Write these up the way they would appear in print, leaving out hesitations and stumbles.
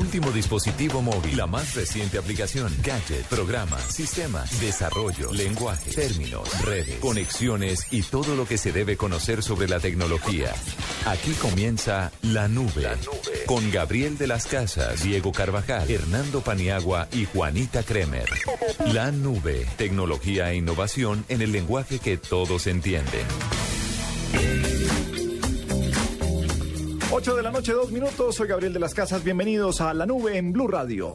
último dispositivo móvil, la más reciente aplicación, gadget, programas, sistemas, desarrollo, lenguaje, términos, redes, conexiones y todo lo que se debe conocer sobre la tecnología. Aquí comienza La Nube, con Gabriel de las Casas, Diego Carvajal, Hernando Paniagua y Juanita Kremer. La Nube, tecnología e innovación en el lenguaje que todos entienden. 8 de la noche, 2 minutos. Soy Gabriel de las Casas. Bienvenidos a La Nube en Blue Radio.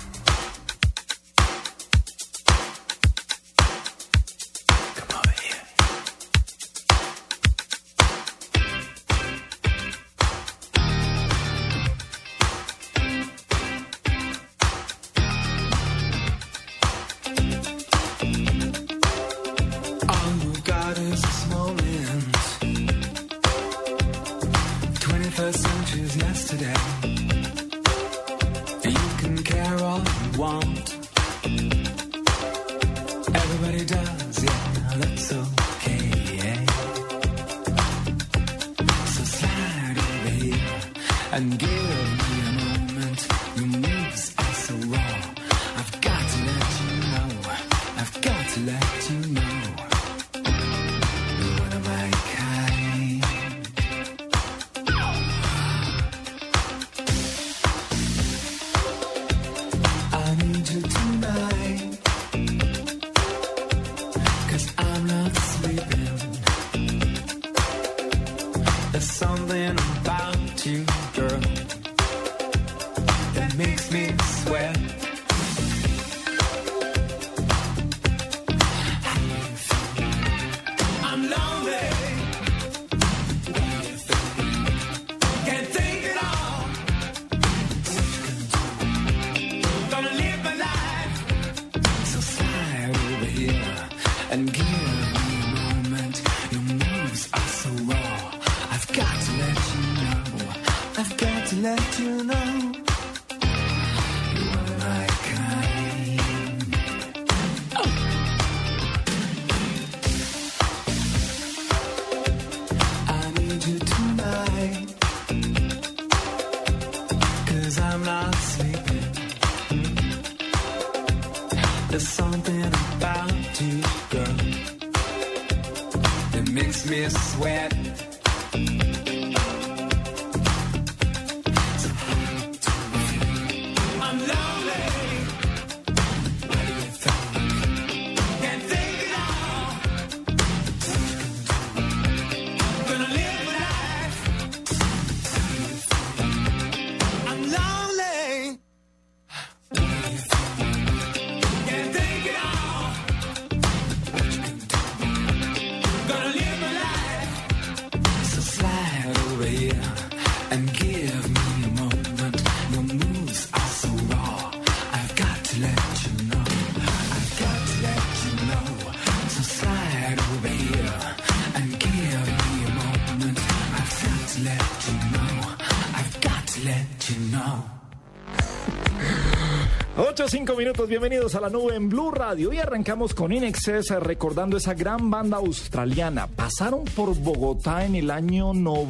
Cinco minutos, bienvenidos a La Nube en Blue Radio y arrancamos con In Excess recordando esa gran banda australiana. Pasaron por Bogotá en el año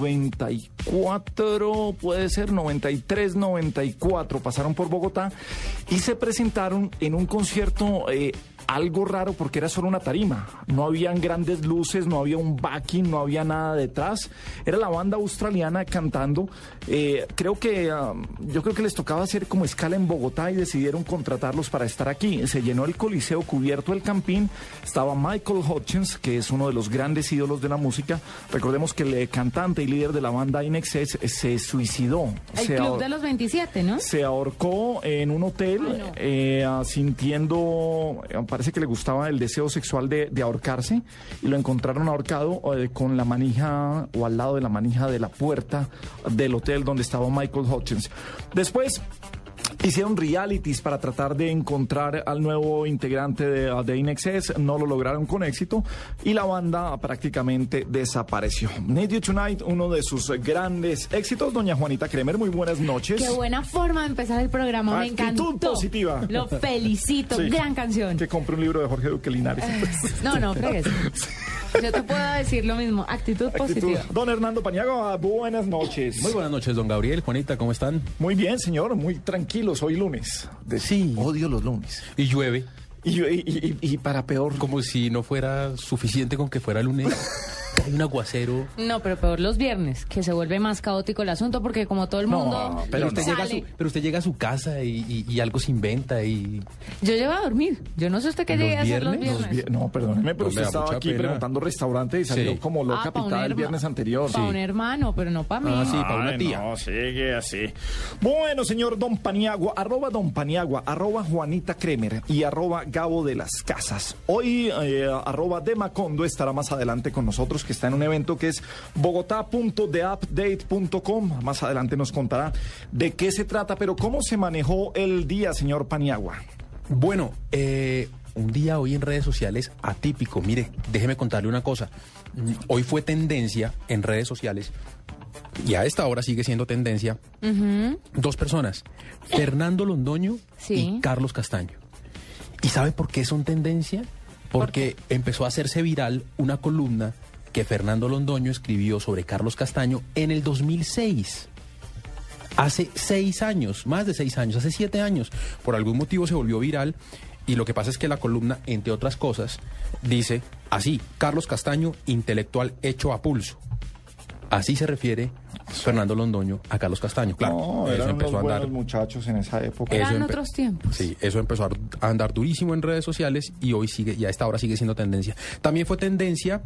94, puede ser 93, 94, pasaron por Bogotá y se presentaron en un concierto algo raro porque era solo una tarima, no habían grandes luces, no había un backing, no había nada detrás, era la banda australiana cantando. Yo creo que les tocaba hacer como escala en Bogotá y decidieron contratarlos para estar aquí. Se llenó el Coliseo, cubierto el Campín, estaba Michael Hutchence, que es uno de los grandes ídolos de la música. Recordemos que el cantante y líder de la banda In Excess se suicidó. El Club de los 27, ¿no? Se ahorcó en un hotel, sintiendo, parece que le gustaba el deseo sexual de ahorcarse, y lo encontraron ahorcado con la manija o al lado de la manija de la puerta del hotel donde estaba Michael Hutchence. Después hicieron realities para tratar de encontrar al nuevo integrante de In Excess, no lo lograron con éxito y la banda prácticamente desapareció. Need You Tonight, uno de sus grandes éxitos. Doña Juanita Kremer, muy buenas noches. Qué buena forma de empezar el programa, me encantó. Actitud positiva. Lo felicito, sí. Gran canción. Que compre un libro de Jorge Duque Linares. No, fregues. Yo te puedo decir lo mismo, actitud positiva. Don Hernando Paniagua, buenas noches. Muy buenas noches, don Gabriel. Juanita, ¿cómo están? Muy bien, señor, muy tranquilos. Hoy lunes. Sí. Odio los lunes. Y llueve. Y para peor. Como si no fuera suficiente con que fuera lunes. Hay un aguacero. No, pero peor los viernes, que se vuelve más caótico el asunto porque como todo el mundo Pero usted, sale. usted llega a su casa y algo se inventa y... Yo llego a dormir. Yo no sé usted qué ¿Los llegue a hacer los viernes? viernes. No, perdóneme, pero No, usted me da estaba mucha aquí pena. preguntando restaurante y salió Sí. como loca pitada el viernes anterior. Para un hermano, pero no para mí. Ah, sí, para una Ay, tía. No, sigue así. Bueno, señor Don Paniagua, @Don Paniagua, @Juanita Kremer y @Gabo de las Casas. Hoy, @De Macondo estará más adelante con nosotros, que está en un evento que es bogotá.theupdate.com. Más adelante nos contará de qué se trata, pero cómo se manejó el día, señor Paniagua. Bueno, un día hoy en redes sociales atípico. Mire, déjeme contarle una cosa. Hoy fue tendencia en redes sociales, y a esta hora sigue siendo tendencia, dos personas, Fernando Londoño Sí. y Carlos Castaño. ¿Y sabe por qué son tendencia? Porque empezó a hacerse viral una columna que Fernando Londoño escribió sobre Carlos Castaño en el 2006. Hace 6 años, más de 6 años, hace 7 años. Por algún motivo se volvió viral y lo que pasa es que la columna, entre otras cosas, dice así: Carlos Castaño, intelectual hecho a pulso. Así se refiere Fernando Londoño a Carlos Castaño. Claro, No, eso eran empezó unos a andar. buenos muchachos en esa época. Eran Eso otros tiempos. Sí, eso empezó a andar durísimo en redes sociales y hoy sigue, y a esta hora sigue siendo tendencia. También fue tendencia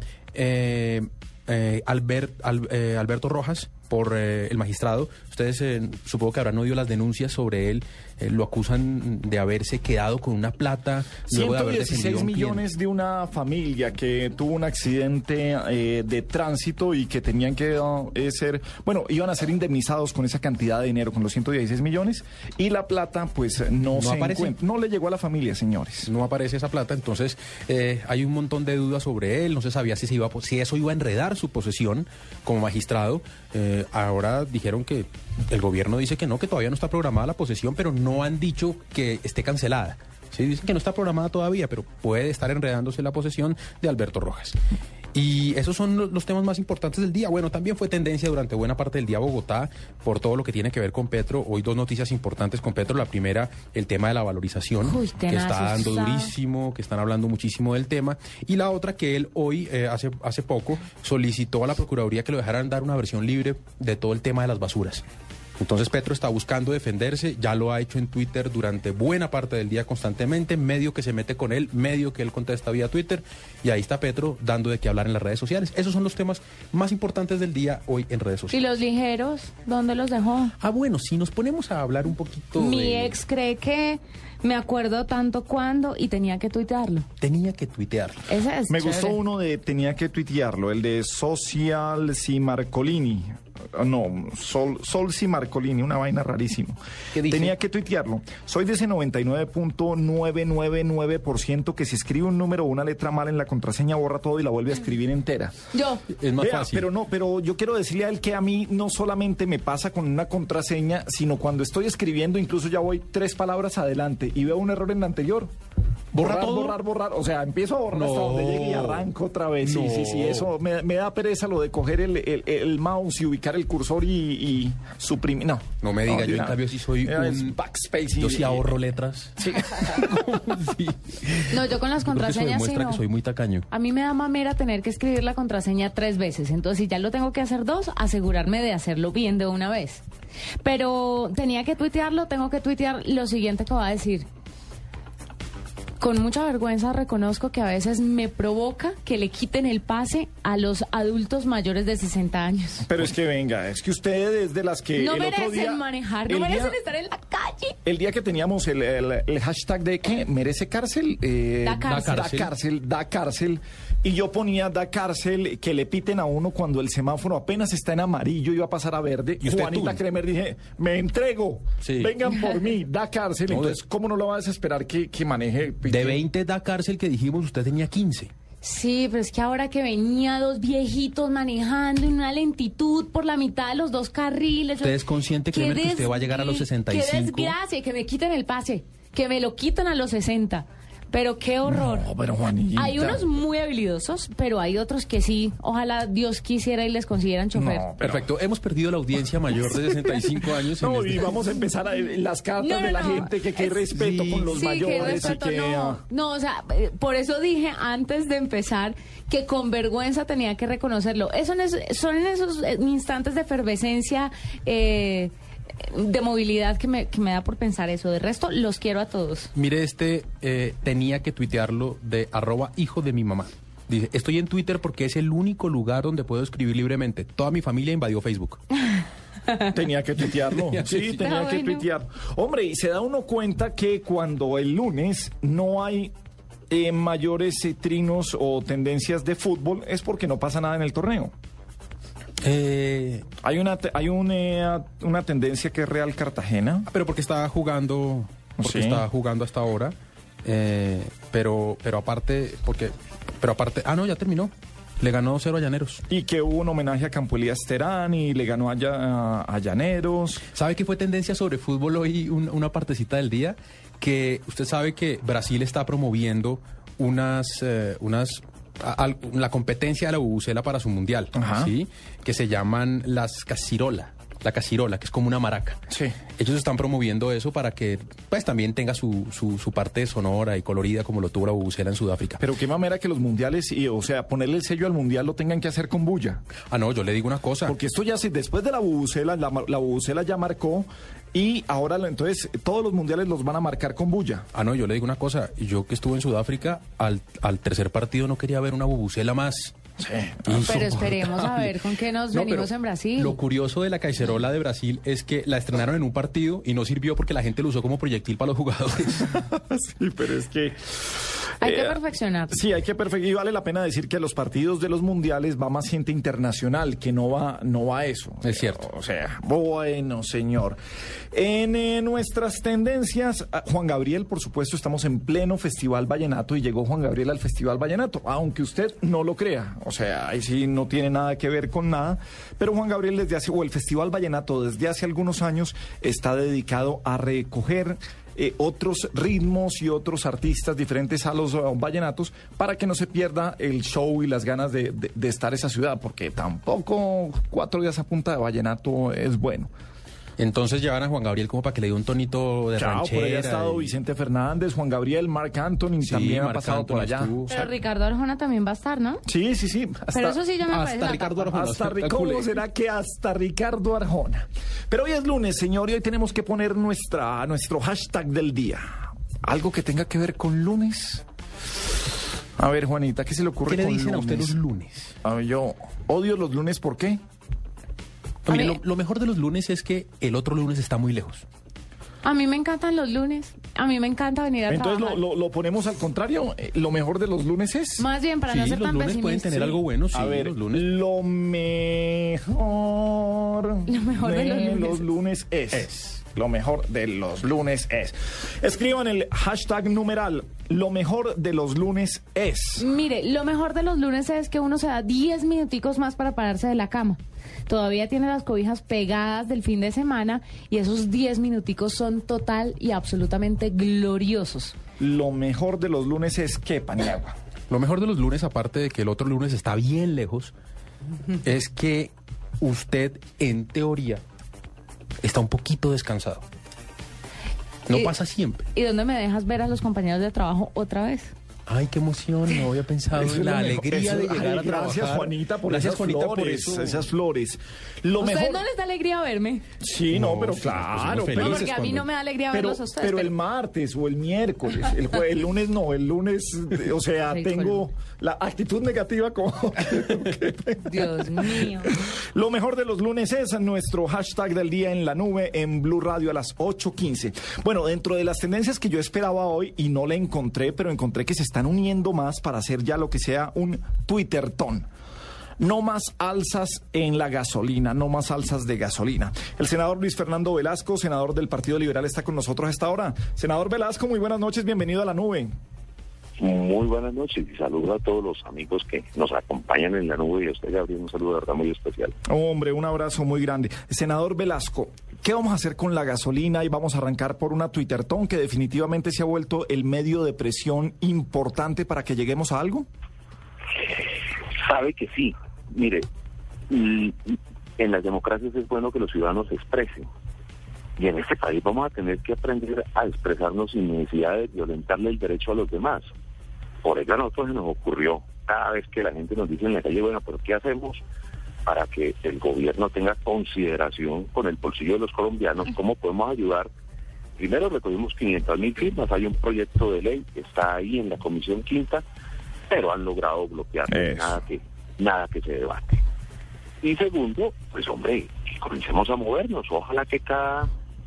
Alberto Rojas por el magistrado. Ustedes supongo que habrán oído las denuncias sobre él. Lo acusan de haberse quedado con una plata, luego de haber defendido 116 a un cliente. millones de una familia que tuvo un accidente de tránsito y que tenían que iban a ser indemnizados con esa cantidad de dinero, con los 116 millones, y la plata pues no se aparece. encuentra, no le llegó a la familia, señores. No aparece esa plata, entonces hay un montón de dudas sobre él. No se sabía si eso iba a enredar su posesión como magistrado. Ahora dijeron que el gobierno dice que no, que todavía no está programada la posesión, pero no han dicho que esté cancelada. Sí, dicen que no está programada todavía, pero puede estar enredándose la posesión de Alberto Rojas. Y esos son los temas más importantes del día. Bueno, también fue tendencia durante buena parte del día Bogotá por todo lo que tiene que ver con Petro. Hoy 2 noticias importantes con Petro. La primera, el tema de la valorización, Uy, que tenaz, está dando está. durísimo, que están hablando muchísimo del tema. Y la otra, que él hoy, hace poco, solicitó a la Procuraduría que lo dejaran dar una versión libre de todo el tema de las basuras. Entonces Petro está buscando defenderse, ya lo ha hecho en Twitter durante buena parte del día constantemente, medio que se mete con él, medio que él contesta vía Twitter, y ahí está Petro dando de qué hablar en las redes sociales. Esos son los temas más importantes del día hoy en redes ¿Y sociales. los ligeros? ¿Dónde los dejó? Ah, bueno, si nos ponemos a hablar un poquito Mi ex cree que me acuerdo tanto cuando y tenía que tuitearlo. Tenía que tuitearlo. Ese es Me chévere. gustó uno tenía que tuitearlo, el de Social Marcolini. No, Sol Marcolini, una vaina rarísimo. ¿Qué dice? Tenía que tuitearlo. Soy de ese 99.999% que si escribe un número o una letra mal en la contraseña borra todo y la vuelve a escribir entera. Yo. Es más Vea, fácil. pero yo quiero decirle a él que a mí no solamente me pasa con una contraseña, sino cuando estoy escribiendo, incluso ya voy 3 palabras adelante y veo un error en la anterior. ¿Borra todo? Borrar. O sea, empiezo a borrar hasta No. donde llegue y arranco otra vez. No. Sí. Eso me da pereza lo de coger el mouse y ubicar el cursor y suprimir. No. No me diga, de yo en una- cambio sí soy Es un... backspace. Yo sí ahorro letras. Sí. Sí. No, yo con las Yo creo que eso contraseñas sí demuestra no. que soy muy tacaño. A mí me da mamera tener que escribir la contraseña 3 veces. Entonces, si ya lo tengo que hacer 2, asegurarme de hacerlo bien de una vez. Pero tenía que tuitearlo, tengo que tuitear lo siguiente que va a decir. Con mucha vergüenza reconozco que a veces me provoca que le quiten el pase a los adultos mayores de 60 años. Pero es que venga, es que usted es de las que No el otro merecen día, manejar, no el merecen día- estar en la calle. El día que teníamos el hashtag de que merece cárcel, Da cárcel. da cárcel, y yo ponía da cárcel, que le piten a uno cuando el semáforo apenas está en amarillo y va a pasar a verde. Y usted Juanita tú. Kremer dije, me entrego, Sí. vengan por mí, da cárcel. No, Entonces, ¿cómo no lo va a desesperar que maneje? De 20 da cárcel que dijimos, usted tenía 15. Sí, pero es que ahora que venía 2 viejitos manejando en una lentitud por la mitad de los 2 carriles. ¿Usted es consciente, Qué Kremer, que usted va a llegar a los 65? Qué desgracia, que me quiten el pase, que me lo quiten a los 60. Pero qué horror. No, pero Juanita. Hay unos muy habilidosos, pero hay otros que sí. Ojalá Dios quisiera y les consiguieran chofer. No, Perfecto, hemos perdido la audiencia mayor de 65 años. No, en y vamos a empezar las cartas de la gente, que qué respeto con los Sí, mayores qué respeto, y que... no, o sea, por eso dije antes de empezar que con vergüenza tenía que reconocerlo. Son en esos instantes de efervescencia, de movilidad que me da por pensar eso. De resto, los quiero a todos. Mire, tenía que tuitearlo de @hijo de mi mamá. Dice, estoy en Twitter porque es el único lugar donde puedo escribir libremente. Toda mi familia invadió Facebook. Tenía que tuitearlo. Sí, tenía que tuitear. Hombre, y se da uno cuenta que cuando el lunes no hay mayores trinos o tendencias de fútbol, es porque no pasa nada en el torneo. Hay una tendencia que es Real Cartagena. Pero porque estaba jugando, hasta ahora. Pero aparte, no, ya terminó. Le ganó 2-0 a Llaneros. Y que hubo un homenaje a Campo Elías Terán y le ganó a Llaneros. ¿Sabe qué fue tendencia sobre fútbol hoy? Una partecita del día. Que usted sabe que Brasil está promoviendo la competencia de la bubucela para su mundial, ¿sí? Que se llaman la cacirola, que es como una maraca. Sí. Ellos están promoviendo eso para que pues también tenga su parte sonora y colorida como lo tuvo la bubucela en Sudáfrica. Pero qué mamera que los mundiales, o sea, ponerle el sello al mundial lo tengan que hacer con bulla. Ah, no, yo le digo una cosa. Porque esto ya después de la bubucela, la bubucela ya marcó y ahora entonces todos los mundiales los van a marcar con bulla. Ah, no, yo le digo una cosa. Yo que estuve en Sudáfrica, al tercer partido no quería ver una bubucela más. Sí. Pero esperemos a ver con qué nos venimos en Brasil. Lo curioso de la cacerola de Brasil es que la estrenaron en un partido y no sirvió porque la gente lo usó como proyectil para los jugadores. Sí, pero es que... Hay que perfeccionar. Sí, hay que perfeccionar. Y vale la pena decir que a los partidos de los mundiales va más gente internacional, que no va a eso. Es cierto. O sea, bueno, señor. En nuestras tendencias, Juan Gabriel, por supuesto, estamos en pleno Festival Vallenato y llegó Juan Gabriel al Festival Vallenato, aunque usted no lo crea. O sea, ahí sí no tiene nada que ver con nada. Pero Juan Gabriel el Festival Vallenato desde hace algunos años está dedicado a recoger otros ritmos y otros artistas diferentes a los vallenatos para que no se pierda el show y las ganas de estar en esa ciudad, porque tampoco 4 días a punta de vallenato es bueno. Entonces llevan a Juan Gabriel como para que le dé un tonito de ranchera. Por ahí ha estado Vicente Fernández, Juan Gabriel, Marc Anthony también ha pasado por allá. Pero Ricardo Arjona también va a estar, ¿no? Sí. Pero eso sí ya me parece. Hasta Ricardo Arjona. ¿Cómo será que hasta Ricardo Arjona? Pero hoy es lunes, señor, y hoy tenemos que poner nuestro hashtag del día. ¿Algo que tenga que ver con lunes? A ver, Juanita, ¿qué se le ocurre con lunes? ¿Qué le dicen a usted los lunes? A ver, yo odio los lunes, ¿por qué? Mire, lo mejor de los lunes es que el otro lunes está muy lejos. A mí me encantan los lunes. A mí me encanta venir a trabajar. Entonces lo ponemos al contrario. Lo mejor de los lunes es... Más bien, para no ser tan pesimista. Los lunes pueden tener algo bueno, sí. A ver, los lunes. Lo mejor de los lunes es... Lo mejor de los lunes es... Escriban el hashtag numeral. Lo mejor de los lunes es... Mire, lo mejor de los lunes es que uno se da 10 minuticos más para pararse de la cama. Todavía tiene las cobijas pegadas del fin de semana y esos 10 minuticos son total y absolutamente gloriosos. Lo mejor de los lunes es ¿qué, Paniagua? Lo mejor de los lunes, aparte de que el otro lunes está bien lejos, es que usted, en teoría, está un poquito descansado. No pasa siempre. ¿Y dónde me dejas ver a los compañeros de trabajo otra vez? Ay, qué emoción, no había pensado en la alegría de llegar a trabajar. Gracias, Juanita, por esas flores. ¿Ustedes no les da alegría verme? Sí, no, pero claro. No, porque a mí no me da alegría verlos a ustedes. Pero el martes o el miércoles, el lunes no, el lunes, o sea, tengo la actitud negativa como... Dios mío. Lo mejor de los lunes es nuestro hashtag del día en la nube en Blue Radio a las 8:15. Bueno, dentro de las tendencias que yo esperaba hoy y no le encontré, pero encontré que se están uniendo más para hacer ya lo que sea un Twittertón. No más alzas en la gasolina, no más alzas de gasolina. El senador Luis Fernando Velasco, senador del Partido Liberal, está con nosotros a esta hora. Senador Velasco, muy buenas noches, bienvenido a la nube. Muy buenas noches y saludo a todos los amigos que nos acompañan en la nube y a usted, Gabriel, un saludo de verdad muy especial. Hombre, un abrazo muy grande. Senador Velasco, ¿qué vamos a hacer con la gasolina? Y vamos a arrancar por una Twitterton que definitivamente se ha vuelto el medio de presión importante para que lleguemos a algo. Sabe que sí. Mire, en las democracias es bueno que los ciudadanos se expresen. Y en este país vamos a tener que aprender a expresarnos sin necesidad de violentarle el derecho a los demás. Por eso a nosotros se nos ocurrió, cada vez que la gente nos dice en la calle, bueno, pero ¿qué hacemos para que el gobierno tenga consideración con el bolsillo de los colombianos? ¿Cómo podemos ayudar? Primero recogimos 500.000 firmas, hay un proyecto de ley que está ahí en la Comisión Quinta, pero han logrado bloquear nada que se debate. Y segundo, pues hombre, comencemos a movernos. Ojalá que cada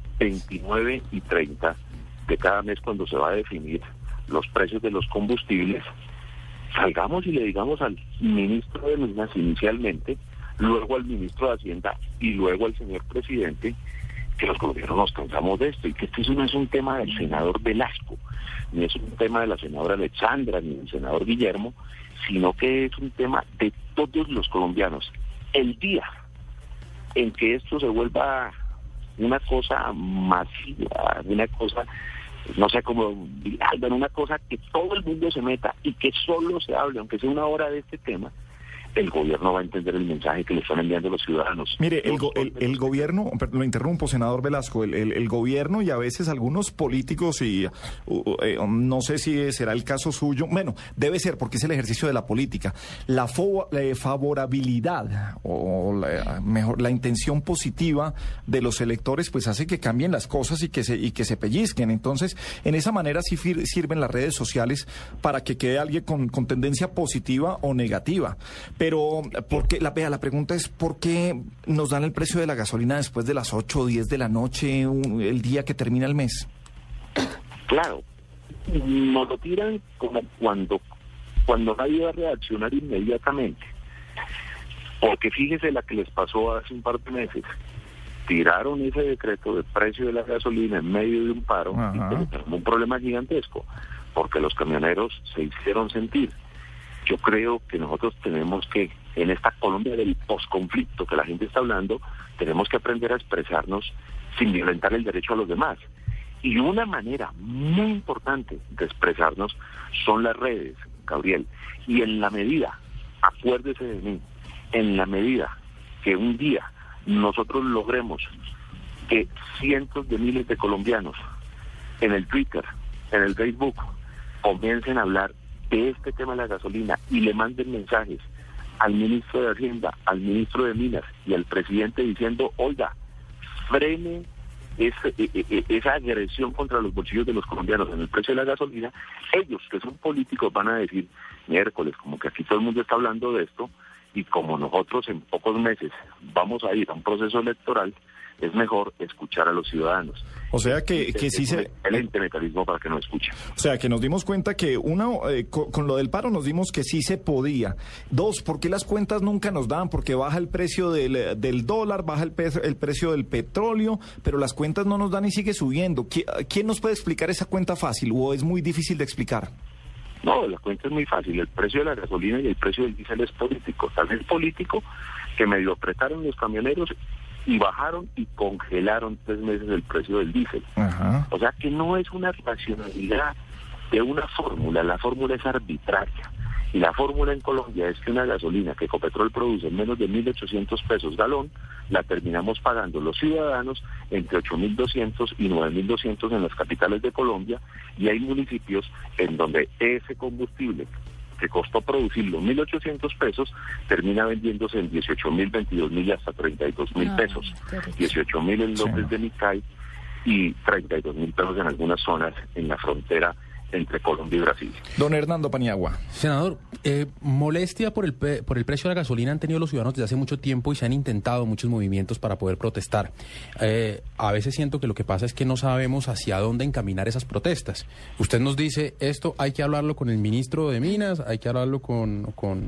29 y 30 de cada mes, cuando se va a definir los precios de los combustibles, salgamos y le digamos al ministro de Minas inicialmente, luego al ministro de Hacienda y luego al señor presidente, que los colombianos nos cansamos de esto y que este no es un tema del senador Velasco, ni es un tema de la senadora Alexandra, ni del senador Guillermo, sino que es un tema de todos los colombianos. El día en que esto se vuelva una cosa masiva, una cosa, no sé cómo, una cosa que todo el mundo se meta y que solo se hable, aunque sea una hora de este tema, el gobierno va a entender el mensaje que le están enviando los ciudadanos. Mire, el gobierno, lo interrumpo, senador Velasco, el gobierno y a veces algunos políticos, y no sé si será el caso suyo, bueno, debe ser porque es el ejercicio de la política, la favorabilidad o la intención positiva de los electores pues hace que cambien las cosas y que se pellizquen. Entonces, en esa manera sí sirven las redes sociales para que quede alguien con tendencia positiva o negativa. Pero, la pregunta es, ¿por qué nos dan el precio de la gasolina después de las 8 o 10 de la noche, el día que termina el mes? Claro, nos lo tiran como cuando nadie va a reaccionar inmediatamente. Porque fíjese la que les pasó hace un par de meses. Tiraron ese decreto de precio de la gasolina en medio de un paro. Ajá. Y tenemos un problema gigantesco, porque los camioneros se hicieron sentir. Yo creo que nosotros tenemos que, en esta Colombia del posconflicto que la gente está hablando, tenemos que aprender a expresarnos sin violentar el derecho a los demás. Y una manera muy importante de expresarnos son las redes, Gabriel. Y en la medida, acuérdese de mí, en la medida que un día nosotros logremos que cientos de miles de colombianos en el Twitter, en el Facebook, comiencen a hablar de este tema de la gasolina y le manden mensajes al ministro de Hacienda, al ministro de Minas y al presidente diciendo, oiga, frene esa agresión contra los bolsillos de los colombianos en el precio de la gasolina, ellos que son políticos van a decir, miércoles, como que aquí todo el mundo está hablando de esto y como nosotros en pocos meses vamos a ir a un proceso electoral, es mejor escuchar a los ciudadanos. O sea que sí se... Excelente mecanismo para que nos escuchen. O sea que nos dimos cuenta que, con lo del paro nos dimos que sí se podía. Dos, ¿por qué las cuentas nunca nos dan? Porque baja el precio del dólar, baja el precio del petróleo, pero las cuentas no nos dan y sigue subiendo. ¿Quién nos puede explicar esa cuenta fácil o es muy difícil de explicar? No, la cuenta es muy fácil. El precio de la gasolina y el precio del diésel es político. Tal vez político que medio apretaron los camioneros y bajaron y congelaron 3 meses el precio del diésel. Ajá. O sea que no es una racionalidad de una fórmula, la fórmula es arbitraria. Y la fórmula en Colombia es que una gasolina que Ecopetrol produce en menos de 1.800 pesos galón, la terminamos pagando los ciudadanos entre 8.200 y 9.200 en las capitales de Colombia, y hay municipios en donde ese combustible que costó producirlo 1.800 pesos, termina vendiéndose en 18.000, 22.000 y hasta 32.000 pesos. 18.000 en López de Micay y 32.000 pesos en algunas zonas en la frontera entre Colombia y Brasil. Don Hernando Paniagua. Senador, molestia por el precio de la gasolina han tenido los ciudadanos desde hace mucho tiempo y se han intentado muchos movimientos para poder protestar. A veces siento que lo que pasa es que no sabemos hacia dónde encaminar esas protestas. Usted nos dice, esto hay que hablarlo con el ministro de Minas, hay que hablarlo con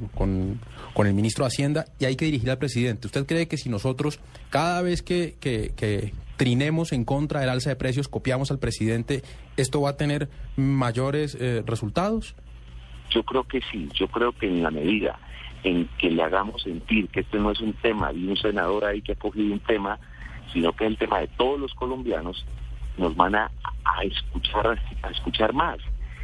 el ministro de Hacienda y hay que dirigir al presidente. ¿Usted cree que si nosotros, cada vez que trinemos en contra del alza de precios, copiamos al presidente, esto va a tener mayores resultados? Yo creo que sí, yo creo que en la medida en que le hagamos sentir que este no es un tema de un senador ahí que ha cogido un tema, sino que es el tema de todos los colombianos, nos van a escuchar más.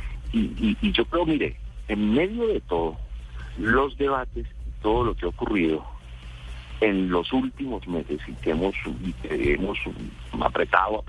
Y yo creo, mire, en medio de todo, los debates, todo lo que ha ocurrido en los últimos meses y que hemos apretado,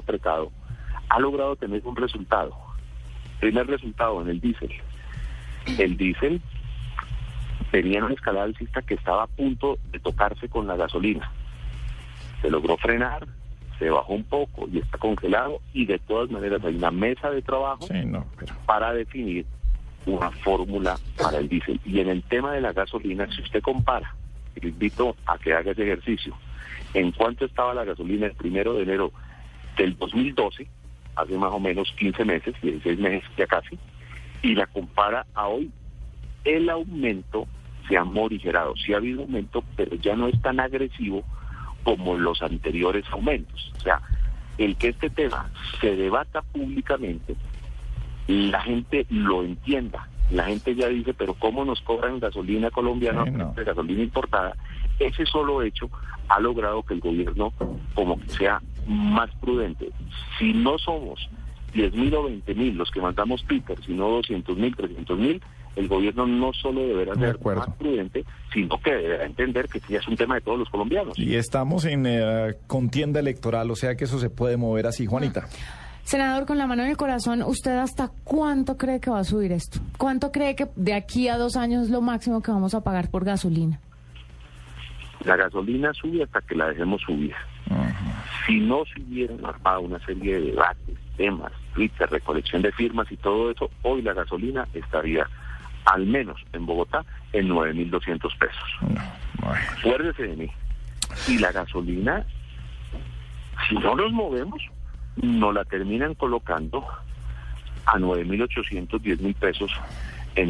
ha logrado tener un resultado. Primer resultado en el diésel. El diésel tenía una escalada alcista que estaba a punto de tocarse con la gasolina. Se logró frenar, se bajó un poco y está congelado, y de todas maneras hay una mesa de trabajo para definir una fórmula para el diésel. Y en el tema de la gasolina, si usted compara, le invito a que haga ese ejercicio, en cuánto estaba la gasolina el 1 de enero del 2012, hace más o menos 15 meses, 16 meses ya casi, y la compara a hoy, el aumento se ha morigerado. Sí ha habido aumento, pero ya no es tan agresivo como los anteriores aumentos. O sea, el que este tema se debata públicamente, la gente lo entienda. La gente ya dice, pero ¿cómo nos cobran gasolina colombiana, gasolina importada? Ese solo hecho ha logrado que el gobierno como que sea más prudente. Si no somos 10.000 o 20.000 los que mandamos Twitter, sino 200.000, 300.000, el gobierno no solo deberá ser más prudente, sino que deberá entender que ya es un tema de todos los colombianos. Y estamos en contienda electoral, o sea que eso se puede mover así, Juanita. Senador, con la mano en el corazón, ¿usted hasta cuánto cree que va a subir esto? ¿Cuánto cree que de aquí a 2 años es lo máximo que vamos a pagar por gasolina? La gasolina sube hasta que la dejemos subir. Si no se hubieran armado una serie de debates, temas, Twitter, recolección de firmas y todo eso, hoy la gasolina estaría, al menos en Bogotá, en 9.200 pesos. Acuérdese de mí. Y la gasolina, si no nos movemos, nos la terminan colocando a 9.800, 10.000 pesos en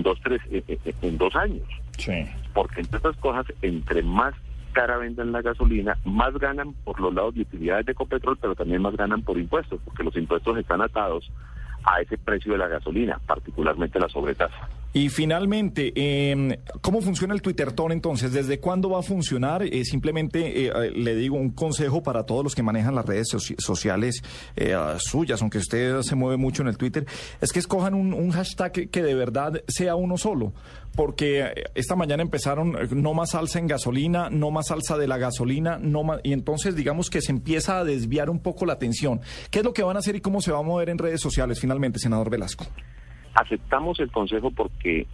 2 años. Sí. Porque entre otras cosas, entre más cara vendan la gasolina, más ganan por los lados de utilidades de Ecopetrol, pero también más ganan por impuestos, porque los impuestos están atados a ese precio de la gasolina, particularmente la sobretasa. Y finalmente, ¿cómo funciona el Twittertón entonces? ¿Desde cuándo va a funcionar? Simplemente le digo un consejo para todos los que manejan las redes sociales suyas, aunque usted se mueve mucho en el Twitter, es que escojan un hashtag que de verdad sea uno solo. Porque esta mañana empezaron no más salsa en gasolina, no más salsa de la gasolina, no más, y entonces digamos que se empieza a desviar un poco la atención. ¿Qué es lo que van a hacer y cómo se va a mover en redes sociales finalmente, senador Velasco? Aceptamos el consejo porque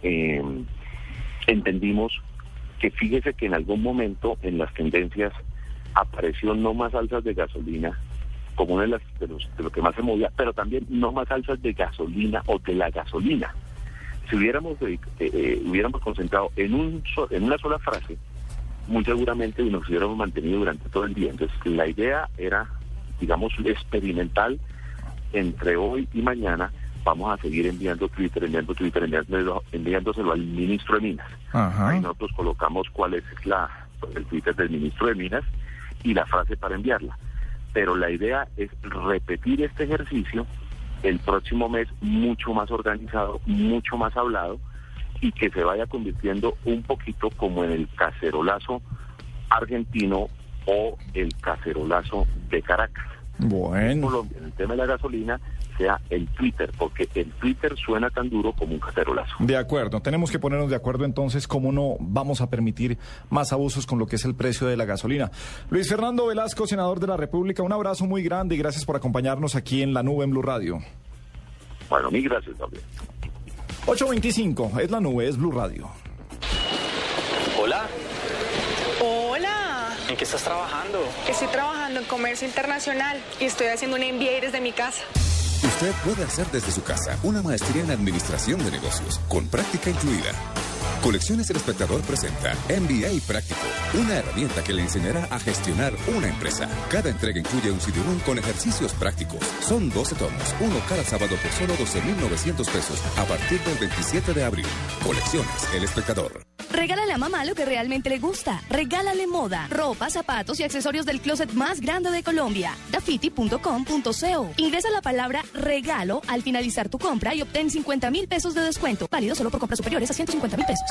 entendimos que, fíjese que en algún momento en las tendencias apareció no más salsas de gasolina como una de lo que más se movía, pero también no más salsas de gasolina o de la gasolina. Si hubiéramos concentrado en una sola frase, muy seguramente nos hubiéramos mantenido durante todo el día. Entonces, la idea era, digamos, experimental. Entre hoy y mañana vamos a seguir enviándoselo al ministro de Minas. Ajá. Ahí nosotros colocamos cuál es el Twitter del ministro de Minas y la frase para enviarla. Pero la idea es repetir este ejercicio el próximo mes, mucho más organizado, mucho más hablado, y que se vaya convirtiendo un poquito como en el cacerolazo argentino o el cacerolazo de Caracas. Bueno. En Colombia, en el tema de la gasolina, sea el Twitter, porque el Twitter suena tan duro como un cacerolazo. De acuerdo, tenemos que ponernos de acuerdo entonces cómo no vamos a permitir más abusos con lo que es el precio de la gasolina. Luis Fernando Velasco, senador de la República, un abrazo muy grande y gracias por acompañarnos aquí en La Nube en Blue Radio. Bueno, mil gracias también. 8:25, es La Nube, es Blue Radio. Hola. Hola. ¿En qué estás trabajando? Estoy trabajando en comercio internacional y estoy haciendo un MBA desde mi casa. Usted puede hacer desde su casa una maestría en administración de negocios, con práctica incluida. Colecciones El Espectador presenta MBA Práctico, una herramienta que le enseñará a gestionar una empresa. Cada entrega incluye un CD-ROOM con ejercicios prácticos. Son 12 tomos, uno cada sábado por solo 12.900 pesos, a partir del 27 de abril. Colecciones El Espectador. Regálale a mamá lo que realmente le gusta. Regálale moda, ropa, zapatos y accesorios del closet más grande de Colombia. Dafiti.com.co. Ingresa la palabra regalo al finalizar tu compra y obtén 50.000 pesos de descuento. Válido solo por compras superiores a 150.000 pesos.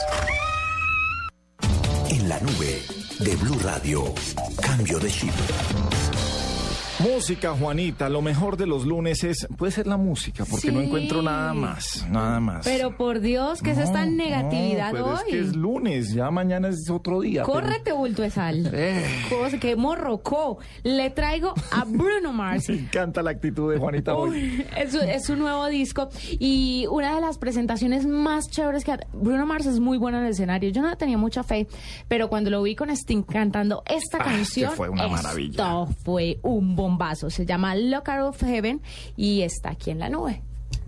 En la nube de Blue Radio. Cambio de chip. Música, Juanita, lo mejor de los lunes puede ser la música, porque Sí. no encuentro nada más. Pero por Dios, ¿qué es esta negatividad pero hoy? es que es lunes, ya mañana es otro día. Córrete, bulto de sal. ¡Qué morrocó! Le traigo a Bruno Mars. Me encanta la actitud de Juanita hoy. Uy, es su nuevo disco y una de las presentaciones más chéveres que Bruno Mars es muy bueno en el escenario. Yo no tenía mucha fe, pero cuando lo vi con Sting cantando esta canción, que fue una maravilla. Esto fue un bombazo. Se llama Lock Out of Heaven y está aquí en la nube.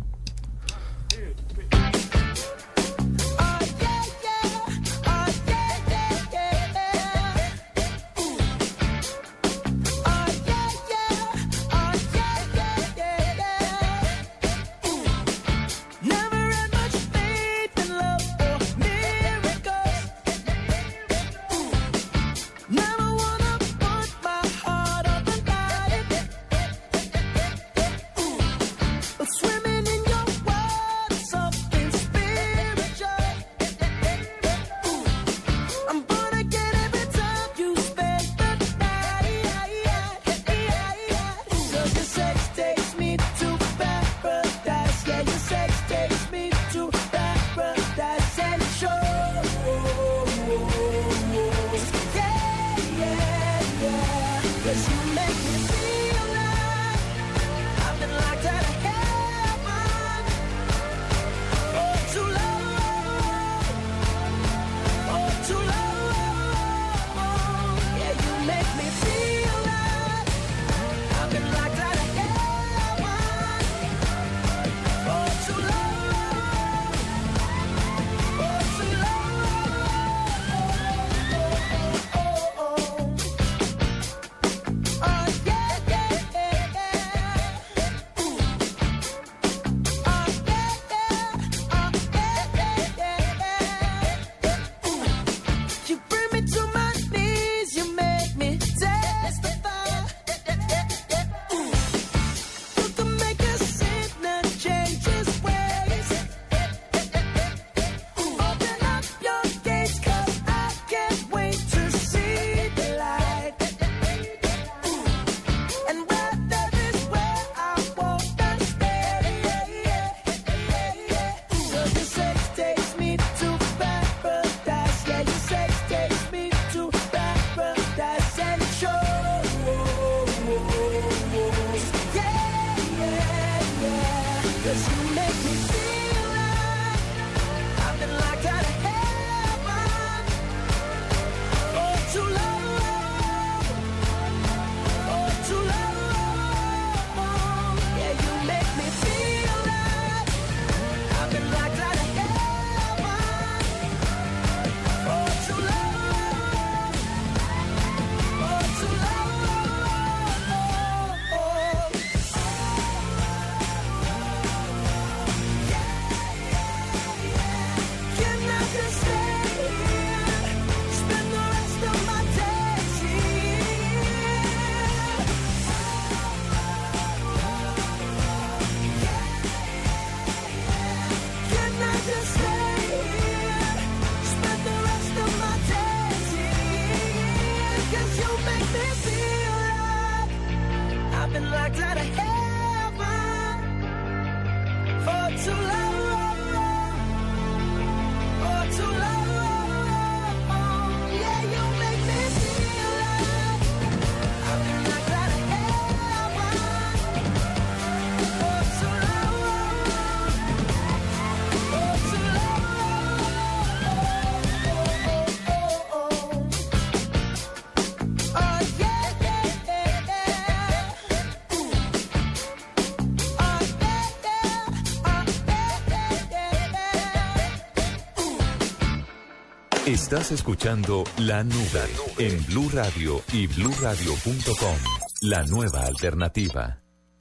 Estás escuchando La Nube en Blue Radio y BlueRadio.com. La nueva alternativa.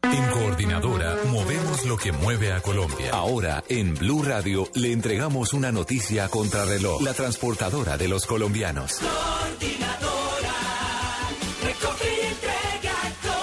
En Coordinadora movemos lo que mueve a Colombia. Ahora, en Blue Radio, le entregamos una noticia a contrarreloj. La transportadora de los colombianos. Coordinadora, recoge y entrega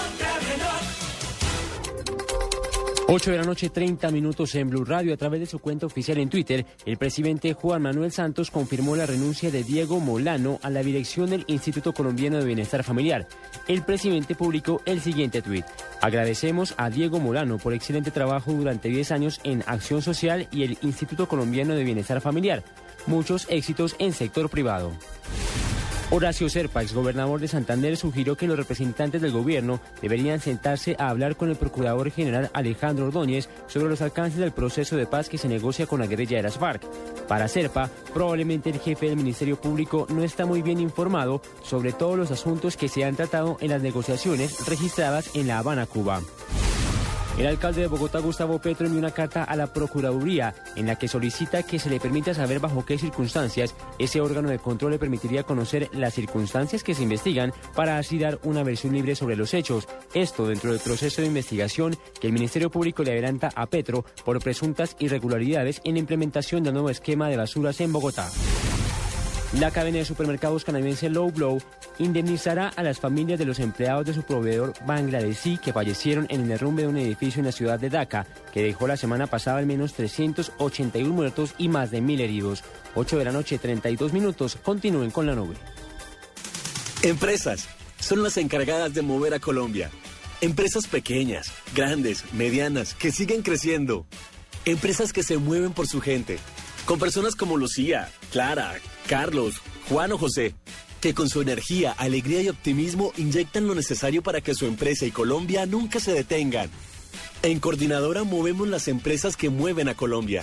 contrarreloj. 8 de la noche, 30 minutos en Blue Radio. A través de su cuenta oficial en Twitter, el presidente Juan Manuel Santos confirmó la renuncia de Diego Molano a la dirección del Instituto Colombiano de Bienestar Familiar. El presidente publicó el siguiente tuit. Agradecemos a Diego Molano por excelente trabajo durante 10 años en Acción Social y el Instituto Colombiano de Bienestar Familiar. Muchos éxitos en sector privado. Horacio Serpa, exgobernador de Santander, sugirió que los representantes del gobierno deberían sentarse a hablar con el procurador general Alejandro Ordóñez sobre los alcances del proceso de paz que se negocia con la guerrilla de las FARC. Para Serpa, probablemente el jefe del Ministerio Público no está muy bien informado sobre todos los asuntos que se han tratado en las negociaciones registradas en La Habana, Cuba. El alcalde de Bogotá, Gustavo Petro, envió una carta a la Procuraduría en la que solicita que se le permita saber bajo qué circunstancias ese órgano de control le permitiría conocer las circunstancias que se investigan para así dar una versión libre sobre los hechos. Esto dentro del proceso de investigación que el Ministerio Público le adelanta a Petro por presuntas irregularidades en la implementación del nuevo esquema de basuras en Bogotá. La cadena de supermercados canadiense Low Blow indemnizará a las familias de los empleados de su proveedor bangladesí que fallecieron en el derrumbe de un edificio en la ciudad de Dhaka, que dejó la semana pasada al menos 381 muertos y más de 1.000 heridos. 8 de la noche, 32 minutos. Continúen con la nube. Empresas son las encargadas de mover a Colombia. Empresas pequeñas, grandes, medianas, que siguen creciendo. Empresas que se mueven por su gente. Con personas como Lucía, Clara, Carlos, Juan o José, que con su energía, alegría y optimismo inyectan lo necesario para que su empresa y Colombia nunca se detengan. En Coordinadora movemos las empresas que mueven a Colombia.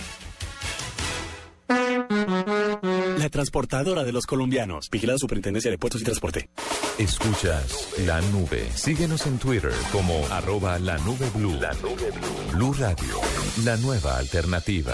La transportadora de los colombianos. Vigilada Superintendencia de Puertos y Transporte. Escuchas La Nube. Síguenos en Twitter como @lanubeblu. La Nube Blue. Blue Radio, la nueva alternativa.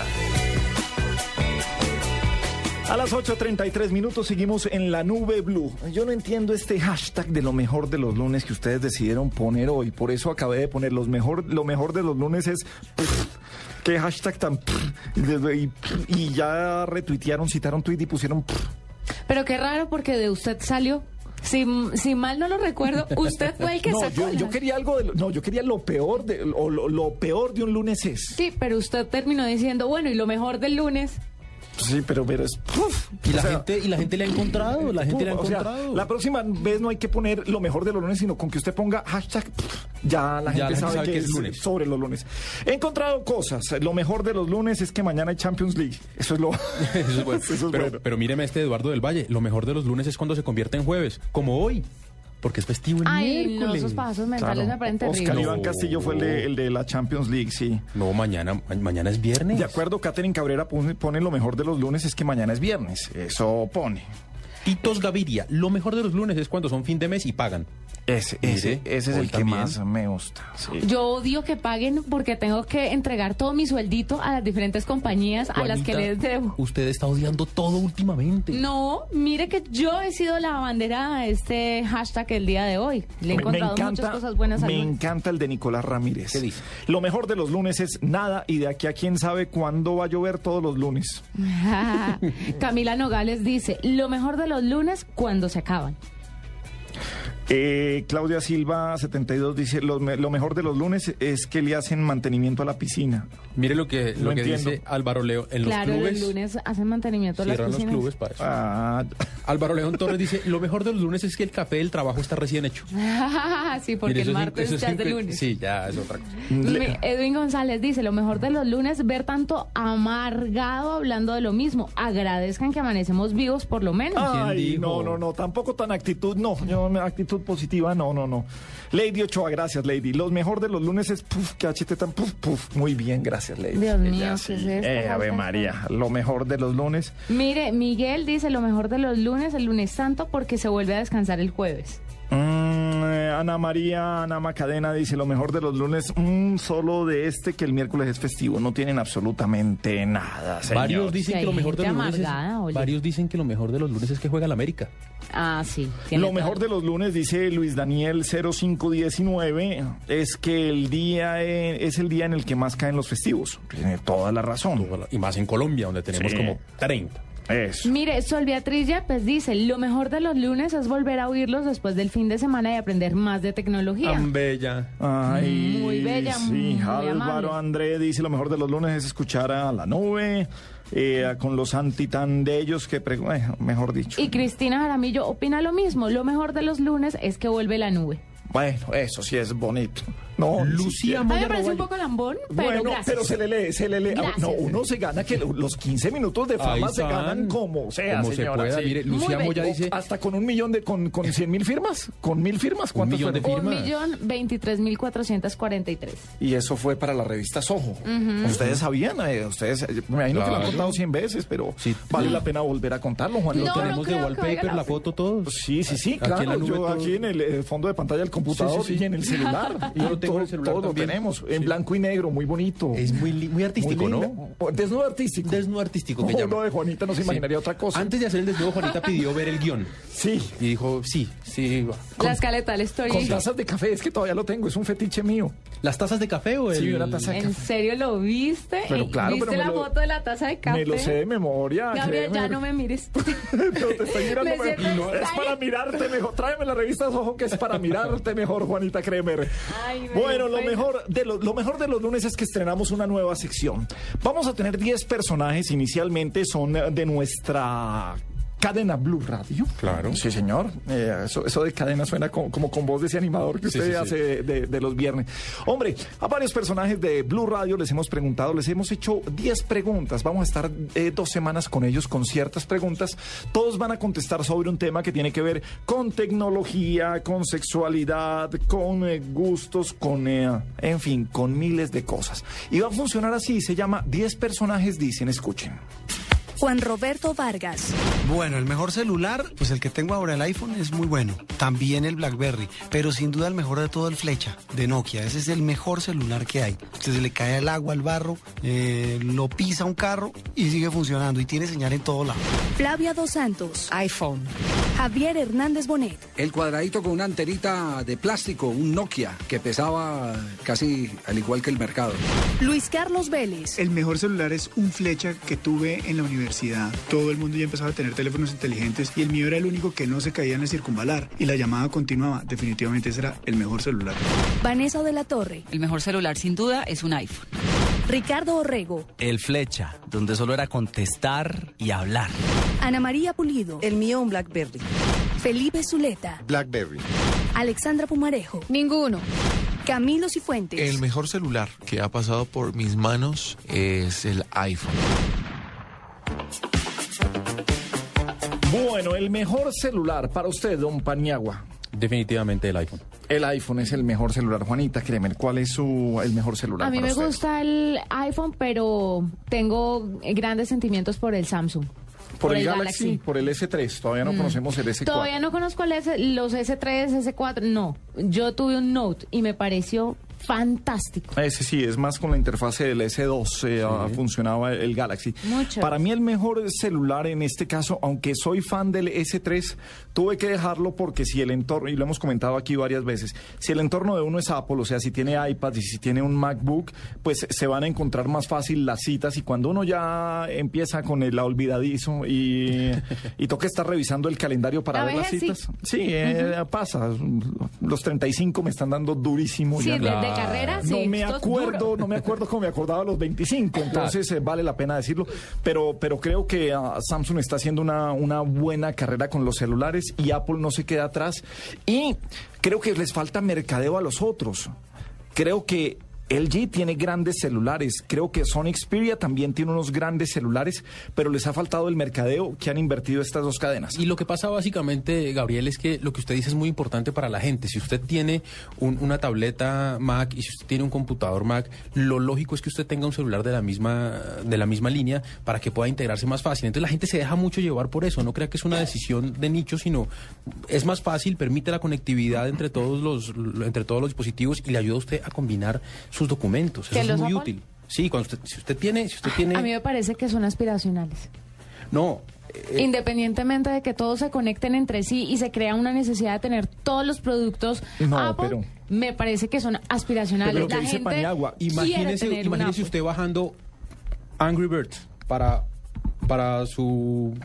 A las 8:33 minutos seguimos en La Nube Blue. Yo no entiendo este hashtag de lo mejor de los lunes que ustedes decidieron poner hoy. Por eso acabé de poner lo mejor de los lunes es... ¿Qué hashtag tan... Y ya retuitearon, citaron tweet y pusieron... Pero qué raro porque de usted salió... Si mal no lo recuerdo, usted fue el que sacó. Yo quería algo yo quería lo peor lo peor de un lunes es. Sí, pero usted terminó diciendo, bueno, y lo mejor del lunes... Sí, pero es... Y la gente le ha encontrado, la próxima vez no hay que poner lo mejor de los lunes, sino con que usted ponga hashtag, ya la gente sabe que es lunes. Sobre los lunes. He encontrado cosas. Lo mejor de los lunes es que mañana hay Champions League. Eso es lo... Eso es bueno. Eso es bueno. Pero míreme Eduardo del Valle. Lo mejor de los lunes es cuando se convierte en jueves, como hoy. Porque es festivo el miércoles. No, esos pasos mentales me parecen terribles. Oscar Iván Castillo fue el de la Champions League, sí. No, mañana es viernes. De acuerdo, Catherine Cabrera pone lo mejor de los lunes es que mañana es viernes. Eso pone. Titos Gaviria, lo mejor de los lunes es cuando son fin de mes y pagan. Ese es el que más me gusta. Sí. Yo odio que paguen porque tengo que entregar todo mi sueldito a las diferentes compañías a las que les debo. Usted está odiando todo últimamente. No, mire que yo he sido la bandera de este hashtag el día de hoy. Le he encontrado muchas cosas buenas al lunes. Me encanta el de Nicolás Ramírez. ¿Qué dice? Lo mejor de los lunes es nada y de aquí a quién sabe cuándo va a llover todos los lunes. Camila Nogales dice, lo mejor de los lunes cuando se acaban. Claudia Silva 72 dice lo mejor de los lunes es que le hacen mantenimiento a la piscina. Mire lo que dice Álvaro León en los clubes. Claro, los lunes hacen mantenimiento a las piscinas. Cierran los clubes para eso. Álvaro León Torres dice lo mejor de los lunes es que el café del trabajo está recién hecho. Sí, porque el martes ya es de lunes. Sí, ya es otra cosa. Edwin González dice lo mejor de los lunes ver tanto amargado hablando de lo mismo. Agradezcan que amanecemos vivos por lo menos. Ay, no, tampoco tan actitud, actitud positiva, no. Lady Ochoa, gracias, Lady. Lo mejor de los lunes es que HT tan Muy bien, gracias, Lady. Dios mío, ¿qué es esto? Ave María, lo mejor de los lunes. Mire, Miguel dice lo mejor de los lunes, el lunes santo, porque se vuelve a descansar el jueves. Ana Macadena dice, lo mejor de los lunes, solo de que el miércoles es festivo. No tienen absolutamente nada, señor. Varios dicen que lo mejor de los lunes amargada, varios dicen que lo mejor de los lunes es que juega el América. Ah, sí. Lo mejor de los lunes, dice Luis Daniel 0519, es que el día es el día en el que más caen los festivos. Tiene toda la razón. Y más en Colombia, donde tenemos como 30. Eso. Mire, Sol Beatriz Yepes dice, lo mejor de los lunes es volver a oírlos después del fin de semana y aprender más de tecnología. Tan bella. Ay, muy bella, sí. muy Álvaro amable. André dice, lo mejor de los lunes es escuchar a La Nube, con los anti-tan de ellos, mejor dicho. Y Cristina Jaramillo opina lo mismo, lo mejor de los lunes es que vuelve La Nube. Bueno, eso sí es bonito. No, Lucía A mí me Moya parece un Roballo. poco lambón, pero bueno, gracias. pero se le lee. Gracias. No, uno se gana que los 15 minutos de fama Ahí se están. ganan como sea, Como se señora. pueda. Sí. Mire, Lucía Muy Moya bello. dice... Hasta con 1 millón con 100.000 firmas. ¿Con 1.000 firmas? ¿Cuántos 1 millón de fueron? firmas. 1.023.443. Y eso fue para la revista Soho. Ustedes sabían, ustedes, me imagino que lo han Claro. contado 100 veces, pero Sí. vale la pena volver a contarlo, Juan. No, Lo tenemos de creo que wallpaper, valga la la foto, todos. Sí, Aquí claro. en la nube Yo todo. aquí en el fondo de pantalla del computador Sí. y en el celular. Yo lo tengo en el celular todo lo también. tenemos. En Sí. blanco y negro, muy bonito. Es muy artístico, Muy ¿no? lindo. Desnudo artístico. Desnudo artístico que No, llama. lo de Juanita no se imaginaría otra cosa. Antes de hacer el desnudo, Juanita pidió ver el guión. Sí. Y dijo, sí. La escaleta, la historia. Con tazas de café, es que todavía lo tengo, es un fetiche mío. ¿Las tazas de café o el...? Sí, una taza de ¿En café. serio lo viste? Pero claro, ¿Viste pero me la lo- foto de la taza de café? Me lo sé de memoria. Gabriel, créeme. ya no me mires. No, te estoy mirando. Me siento No, es extraña. para mirarte mejor. Tráeme la revista Ojo, que es para mirarte mejor, Juanita Kremer. Ay, me Bueno, dio lo pena. mejor de los lunes es que estrenamos una nueva sección. Vamos a tener 10 personajes. Inicialmente son de nuestra cadena Blue Radio. Claro. Sí, señor. Eso de cadena suena como con voz de ese animador que Sí, usted sí, hace de los viernes. Hombre, a varios personajes de Blue Radio les hemos preguntado, les hemos hecho 10 preguntas. Vamos a estar 2 semanas con ellos con ciertas preguntas. Todos van a contestar sobre un tema que tiene que ver con tecnología, con sexualidad, con gustos, en fin, con miles de cosas. Y va a funcionar así, se llama 10 personajes dicen, escuchen. Juan Roberto Vargas. Bueno, el mejor celular, pues el que tengo ahora, el iPhone, es muy bueno. También el BlackBerry, pero sin duda el mejor de todo el Flecha, de Nokia. Ese es el mejor celular que hay. Usted se le cae el agua, el barro, lo pisa un carro y sigue funcionando y tiene señal en todo lado. Flavia Dos Santos. iPhone. Javier Hernández Bonet. El cuadradito con una antenita de plástico, un Nokia, que pesaba casi al igual que el mercado. Luis Carlos Vélez. El mejor celular es un Flecha que tuve en la universidad. Todo el mundo ya empezaba a tener teléfonos inteligentes y el mío era el único que no se caía en el circunvalar y la llamada continuaba. Definitivamente ese era el mejor celular. Vanessa de la Torre. El mejor celular sin duda es un iPhone. Ricardo Orrego. El Flecha, donde solo era contestar y hablar. Ana María Pulido. El mío un BlackBerry. Felipe Zuleta. BlackBerry. Alexandra Pumarejo. Ninguno. Camilo Cifuentes. El mejor celular que ha pasado por mis manos es el iPhone. Bueno, el mejor celular para usted, don Paniagua. Definitivamente el iPhone. El iPhone es el mejor celular. Juanita Kremer, ¿cuál es el mejor celular A mí para me usted? gusta el iPhone, pero tengo grandes sentimientos por el Samsung. Por el Galaxy, por el S3. Todavía no conocemos el S4. Todavía no conozco los S3, S4. No, yo tuve un Note y me pareció fantástico. Ese sí, es más con la interfase del S2 funcionaba el Galaxy. Mucho. Para mí el mejor celular en este caso, aunque soy fan del S3, tuve que dejarlo porque si el entorno, y lo hemos comentado aquí varias veces, si el entorno de uno es Apple, o sea, si tiene iPad y si tiene un MacBook, pues se van a encontrar más fácil las citas y cuando uno ya empieza con el olvidadizo y toca estar revisando el calendario para La ver las vejez, citas. Sí, pasa. Los 35 me están dando durísimo. Sí, ya. de carrera, sí. No me esto es acuerdo, duro. no me acuerdo cómo me acordaba a los 25, entonces vale la pena decirlo, pero creo que Samsung está haciendo una buena carrera con los celulares y Apple no se queda atrás y creo que les falta mercadeo a los otros. Creo que LG tiene grandes celulares, creo que Sony Xperia también tiene unos grandes celulares, pero les ha faltado el mercadeo que han invertido estas dos cadenas. Y lo que pasa básicamente, Gabriel, es que lo que usted dice es muy importante para la gente. Si usted tiene una tableta Mac y si usted tiene un computador Mac, lo lógico es que usted tenga un celular de la misma línea para que pueda integrarse más fácil. Entonces la gente se deja mucho llevar por eso. No crea que es una decisión de nicho, sino es más fácil, permite la conectividad entre todos los dispositivos y le ayuda a usted a combinar sus documentos. Eso es muy útil. Sí, si usted tiene... A mí me parece que son aspiracionales. No. Independientemente de que todos se conecten entre sí y se crea una necesidad de tener todos los productos Apple, me parece que son aspiracionales. Pero lo que dice Paniagua, imagínese usted bajando Angry Birds para su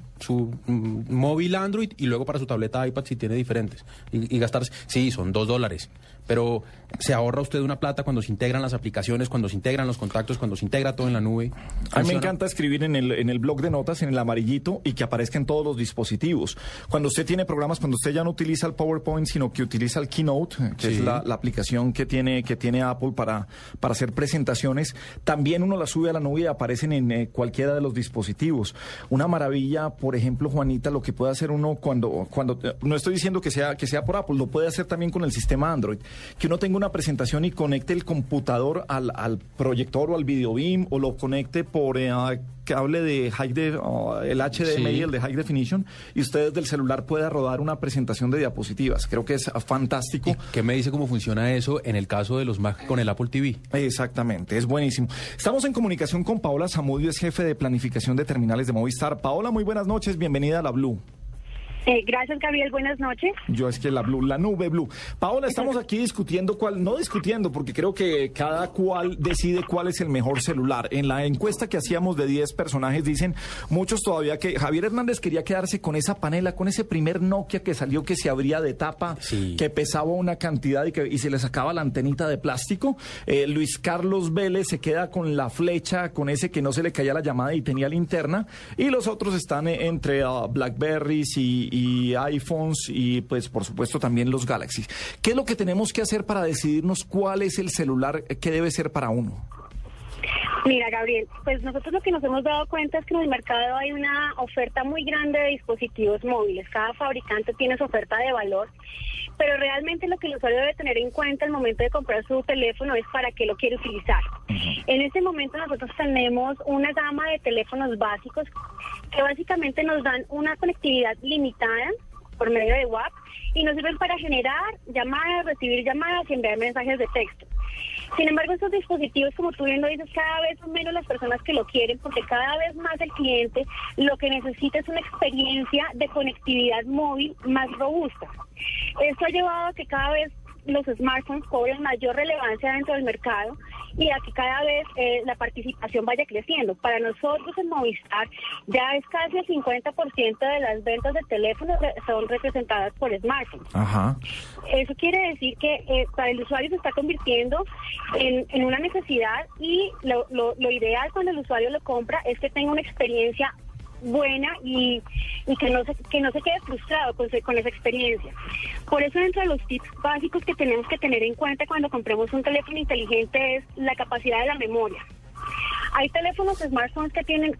móvil Android y luego para su tableta iPad si tiene diferentes y gastarse, sí, son $2, pero se ahorra usted una plata cuando se integran las aplicaciones, cuando se integran los contactos, cuando se integra todo en la nube. A mí me encanta escribir en el blog de notas, en el amarillito, y que aparezca en todos los dispositivos. Cuando usted tiene programas, cuando usted ya no utiliza el PowerPoint, sino que utiliza el Keynote, que es la aplicación que tiene Apple para hacer presentaciones, también uno la sube a la nube y aparecen en cualquiera de los dispositivos. Una maravilla, por ejemplo, Juanita, lo que puede hacer uno cuando no estoy diciendo que sea por Apple, lo puede hacer también con el sistema Android, que uno tenga una presentación y conecte el computador al proyector o al videobeam, o lo conecte por cable de el HDMI, el de High Definition, y usted desde el celular pueda rodar una presentación de diapositivas. Creo que es fantástico. ¿Y qué me dice cómo funciona eso en el caso de los Mac con el Apple TV? Exactamente, es buenísimo. Estamos en comunicación con Paola Zamudio, es jefe de planificación de terminales de Movistar. Paola, muy buenas noches, bienvenida a la Blue. Gracias, Gabriel, buenas noches. Yo es que la nube Blue. Paola, estamos aquí discutiendo porque creo que cada cual decide cuál es el mejor celular. En la encuesta que hacíamos de 10 personajes dicen muchos todavía que Javier Hernández quería quedarse con esa panela, con ese primer Nokia que salió, que se abría de tapa, que pesaba una cantidad y se le sacaba la antenita de plástico. Luis Carlos Vélez se queda con la flecha, con ese que no se le caía la llamada y tenía linterna, y los otros están entre Blackberries y iPhones y pues por supuesto también los Galaxy. ¿Qué es lo que tenemos que hacer para decidirnos cuál es el celular que debe ser para uno? Mira, Gabriel, pues nosotros lo que nos hemos dado cuenta es que en el mercado hay una oferta muy grande de dispositivos móviles. Cada fabricante tiene su oferta de valor, pero realmente lo que el usuario debe tener en cuenta al momento de comprar su teléfono es para qué lo quiere utilizar. En este momento nosotros tenemos una gama de teléfonos básicos que básicamente nos dan una conectividad limitada por medio de WAP y nos sirven para generar llamadas, recibir llamadas y enviar mensajes de texto. Sin embargo, estos dispositivos, como tú bien lo dices, cada vez son menos las personas que lo quieren, porque cada vez más el cliente lo que necesita es una experiencia de conectividad móvil más robusta. Esto ha llevado a que cada vez los smartphones cobren mayor relevancia dentro del mercado y a que cada vez la participación vaya creciendo. Para nosotros en Movistar ya es casi el 50% de las ventas de teléfonos son representadas por smartphones. Ajá. Eso quiere decir que para el usuario se está convirtiendo en una necesidad, y lo ideal cuando el usuario lo compra es que tenga una experiencia buena y que no se quede frustrado con esa experiencia. Por eso, dentro de los tips básicos que tenemos que tener en cuenta cuando compremos un teléfono inteligente es la capacidad de la memoria. Hay teléfonos smartphones que tienen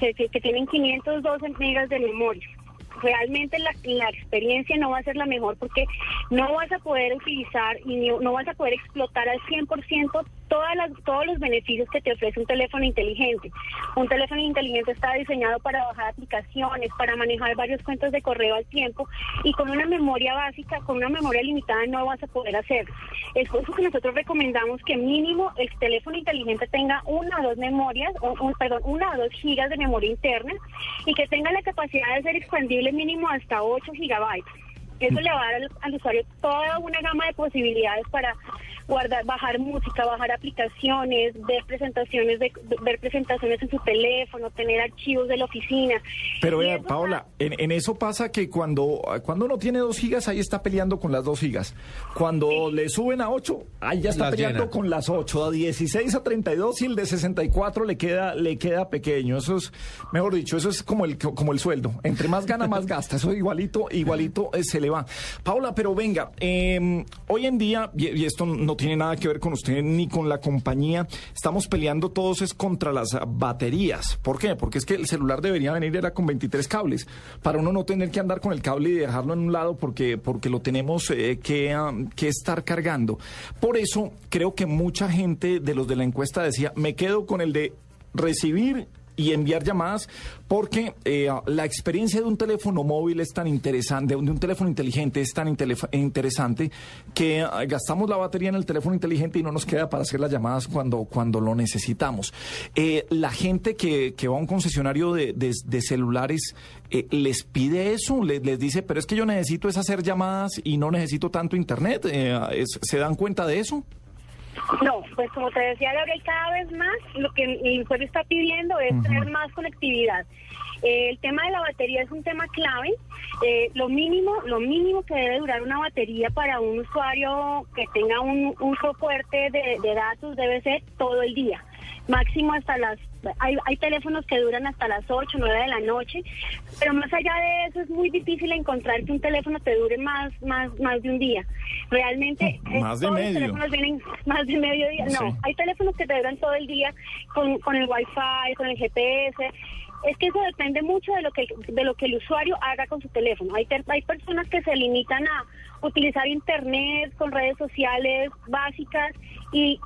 512 megas de memoria. Realmente la experiencia no va a ser la mejor, porque no vas a poder utilizar y no vas a poder explotar al 100% todos los beneficios que te ofrece un teléfono inteligente. Un teléfono inteligente está diseñado para bajar aplicaciones, para manejar varias cuentas de correo al tiempo, y con una memoria básica, con una memoria limitada no vas a poder hacerlo. Es por eso que nosotros recomendamos que mínimo el teléfono inteligente tenga una o dos gigas de memoria interna, y que tenga la capacidad de ser expandible mínimo hasta 8 gigabytes. Eso le va a dar al usuario toda una gama de posibilidades para bajar música, bajar aplicaciones, ver presentaciones en su teléfono, tener archivos de la oficina. Pero vea, Paola, en eso pasa que cuando uno tiene 2 gigas, ahí está peleando con las 2 gigas. Cuando le suben a 8, ahí ya está peleando con las 8. A 16, a 32, y el de 64 le queda pequeño. Eso es, mejor dicho, eso es como el sueldo. Entre más gana, más gasta. Eso igualito se le va. Paola, pero venga, hoy en día, y esto no tiene nada que ver con usted ni con la compañía, estamos peleando todos es contra las baterías. ¿Por qué? Porque es que el celular debería venir era con 23 cables, para uno no tener que andar con el cable y dejarlo en un lado porque lo tenemos que estar cargando. Por eso creo que mucha gente de los de la encuesta decía, me quedo con el de recibir y enviar llamadas, porque la experiencia de un teléfono móvil es tan interesante, de un teléfono inteligente es tan interesante, que gastamos la batería en el teléfono inteligente y no nos queda para hacer las llamadas cuando lo necesitamos. La gente que va a un concesionario de celulares, les pide eso, les dice, pero es que yo necesito es hacer llamadas y no necesito tanto internet. ¿Se dan cuenta de eso? No, pues como te decía, Gabriel, cada vez más lo que el usuario está pidiendo es tener más conectividad. El tema de la batería es un tema clave. Lo mínimo que debe durar una batería para un usuario que tenga un uso fuerte de datos debe ser todo el día. Máximo hasta hay teléfonos que duran hasta las 8, 9 de la noche, pero más allá de eso es muy difícil encontrar que un teléfono te dure más de un día. Realmente más de todos medio. los teléfonos vienen más de medio día. No, sí. Hay teléfonos que te duran todo el día con el Wi-Fi, con el GPS. Es que eso depende mucho de lo que el usuario haga con su teléfono. Hay personas que se limitan a utilizar internet con redes sociales básicas y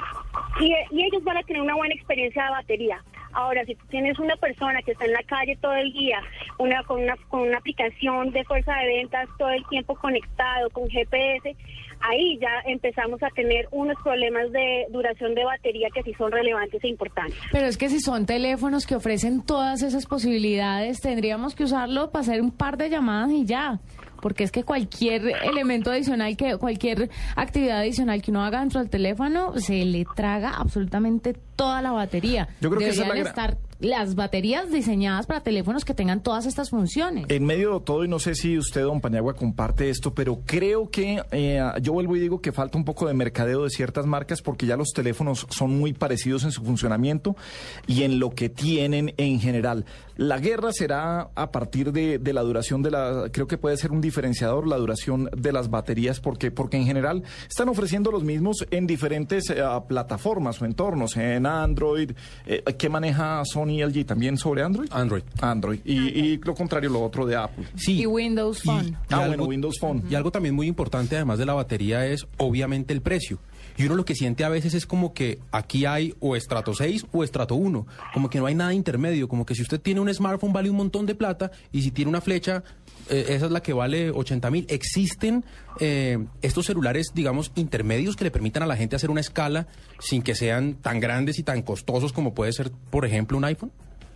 ellos van a tener una buena experiencia de batería. Ahora, si tú tienes una persona que está en la calle todo el día, con una aplicación de fuerza de ventas todo el tiempo conectado, con GPS, ahí ya empezamos a tener unos problemas de duración de batería que sí son relevantes e importantes. Pero es que si son teléfonos que ofrecen todas esas posibilidades, tendríamos que usarlo para hacer un par de llamadas y ya. Porque es que cualquier elemento adicional, cualquier actividad adicional que uno haga dentro del teléfono, se le traga absolutamente toda la batería. Yo creo que esa es la estar las baterías diseñadas para teléfonos que tengan todas estas funciones. En medio de todo, y no sé si usted, don Paniagua, comparte esto, pero creo que yo vuelvo y digo que falta un poco de mercadeo de ciertas marcas, porque ya los teléfonos son muy parecidos en su funcionamiento y en lo que tienen en general. La guerra será a partir de la duración creo que puede ser un diferenciador la duración de las baterías, porque en general están ofreciendo los mismos en diferentes plataformas o entornos, en Android. ¿Qué maneja Sony y LG? ¿También sobre Android? Android. Y lo contrario, lo otro de Apple. Sí. Y Windows Phone. Windows Phone. Y algo también muy importante, además de la batería, es obviamente el precio. Y uno lo que siente a veces es como que aquí hay o estrato 6 o estrato 1, como que no hay nada intermedio, como que si usted tiene un smartphone vale un montón de plata y si tiene una flecha, esa es la que vale 80.000. ¿Existen estos celulares, digamos, intermedios que le permitan a la gente hacer una escala sin que sean tan grandes y tan costosos como puede ser, por ejemplo, un iPhone?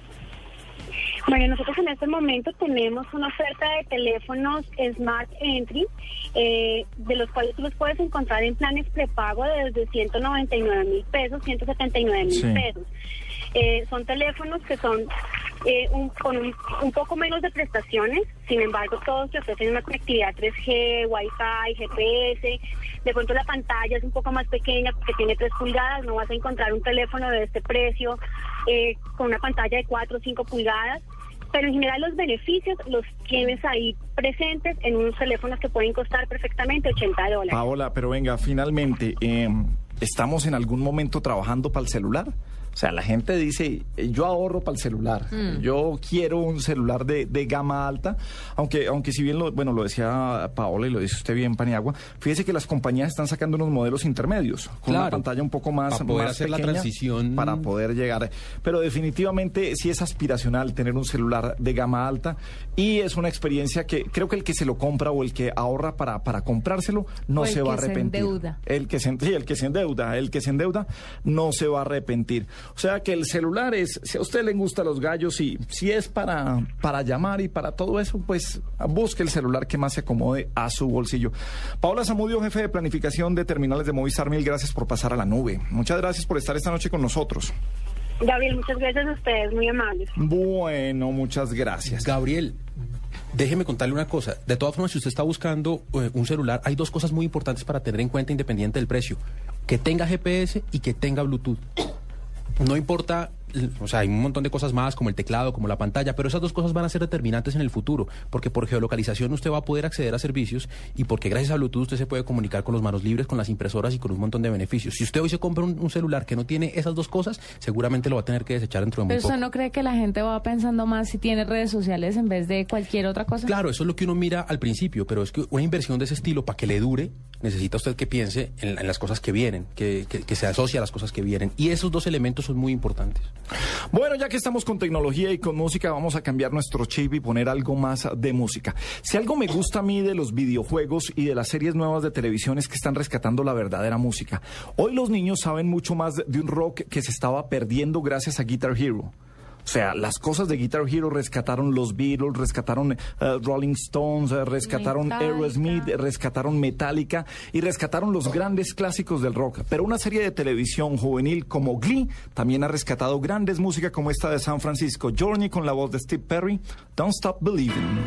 Bueno, nosotros en este momento tenemos una oferta de teléfonos Smart Entry, de los cuales tú los puedes encontrar en planes prepago desde 199.000 pesos, 179.000 pesos. Son teléfonos que son con un poco menos de prestaciones, sin embargo todos te ofrecen una conectividad 3G, Wi-Fi, GPS. De pronto la pantalla es un poco más pequeña porque tiene 3 pulgadas, no vas a encontrar un teléfono de este precio con una pantalla de 4 o 5 pulgadas. Pero en general los beneficios los tienes ahí presentes en unos teléfonos que pueden costar perfectamente $80. Paola, pero venga, finalmente, ¿estamos en algún momento trabajando para el celular? O sea, la gente dice, yo ahorro para el celular, yo quiero un celular de gama alta, aunque si bien lo decía Paola y lo dice usted bien, Paniagua, fíjese que las compañías están sacando unos modelos intermedios, con una pantalla un poco más para poder más hacer pequeña, la transición, para poder llegar. Pero definitivamente sí es aspiracional tener un celular de gama alta y es una experiencia que creo que el que se lo compra o el que ahorra para comprárselo no se va a arrepentir. El que se endeuda no se va a arrepentir. O sea que el celular es, si a usted le gustan los gallos y si es para llamar y para todo eso, pues busque el celular que más se acomode a su bolsillo. Paola Zamudio, jefe de planificación de terminales de Movistar, mil gracias por pasar a la nube. Muchas gracias por estar esta noche con nosotros. Gabriel, muchas gracias a ustedes, muy amables. Bueno, muchas gracias. Gabriel, déjeme contarle una cosa. De todas formas, si usted está buscando un celular, hay 2 cosas muy importantes para tener en cuenta independiente del precio. Que tenga GPS y que tenga Bluetooth. No importa o sea, hay un montón de cosas más, como el teclado, como la pantalla, pero esas dos cosas van a ser determinantes en el futuro, porque por geolocalización usted va a poder acceder a servicios y porque gracias a Bluetooth usted se puede comunicar con los manos libres, con las impresoras y con un montón de beneficios. Si usted hoy se compra un celular que no tiene esas dos cosas, seguramente lo va a tener que desechar dentro de muy ¿Pero poco. usted no cree que la gente va pensando más si tiene redes sociales en vez de cualquier otra cosa? Claro, eso es lo que uno mira al principio, pero es que una inversión de ese estilo, para que le dure, necesita usted que piense en las cosas que vienen, que se asocie a las cosas que vienen. Y esos dos elementos son muy importantes. Bueno, ya que estamos con tecnología y con música, vamos a cambiar nuestro chip y poner algo más de música. Si algo me gusta a mí de los videojuegos y de las series nuevas de televisión es que están rescatando la verdadera música. Hoy los niños saben mucho más de un rock que se estaba perdiendo gracias a Guitar Hero. O sea, las cosas de Guitar Hero rescataron los Beatles, rescataron Rolling Stones, rescataron Aerosmith, rescataron Metallica y rescataron los grandes clásicos del rock. Pero una serie de televisión juvenil como Glee también ha rescatado grandes músicas como esta de San Francisco. Journey con la voz de Steve Perry, Don't Stop Believing.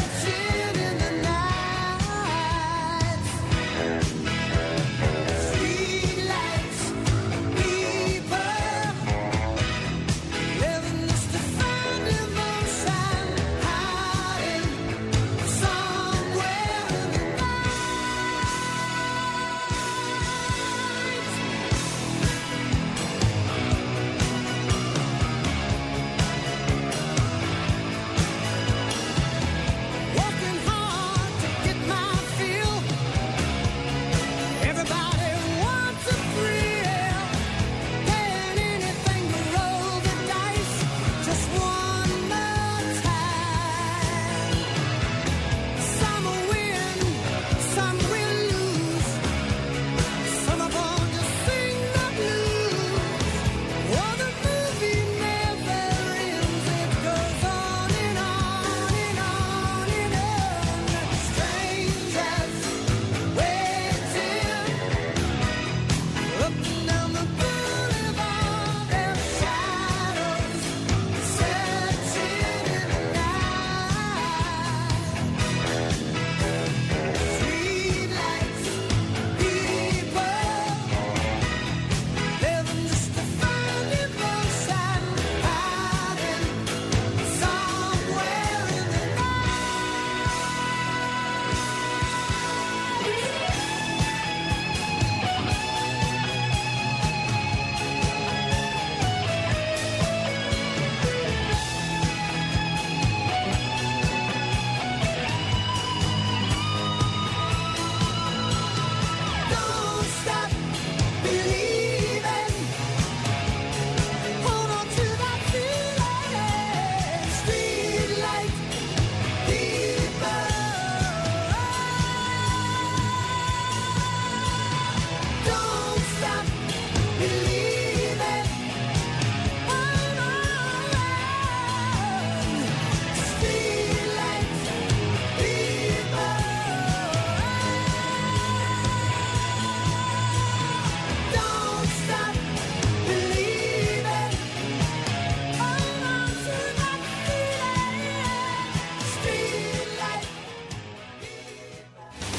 See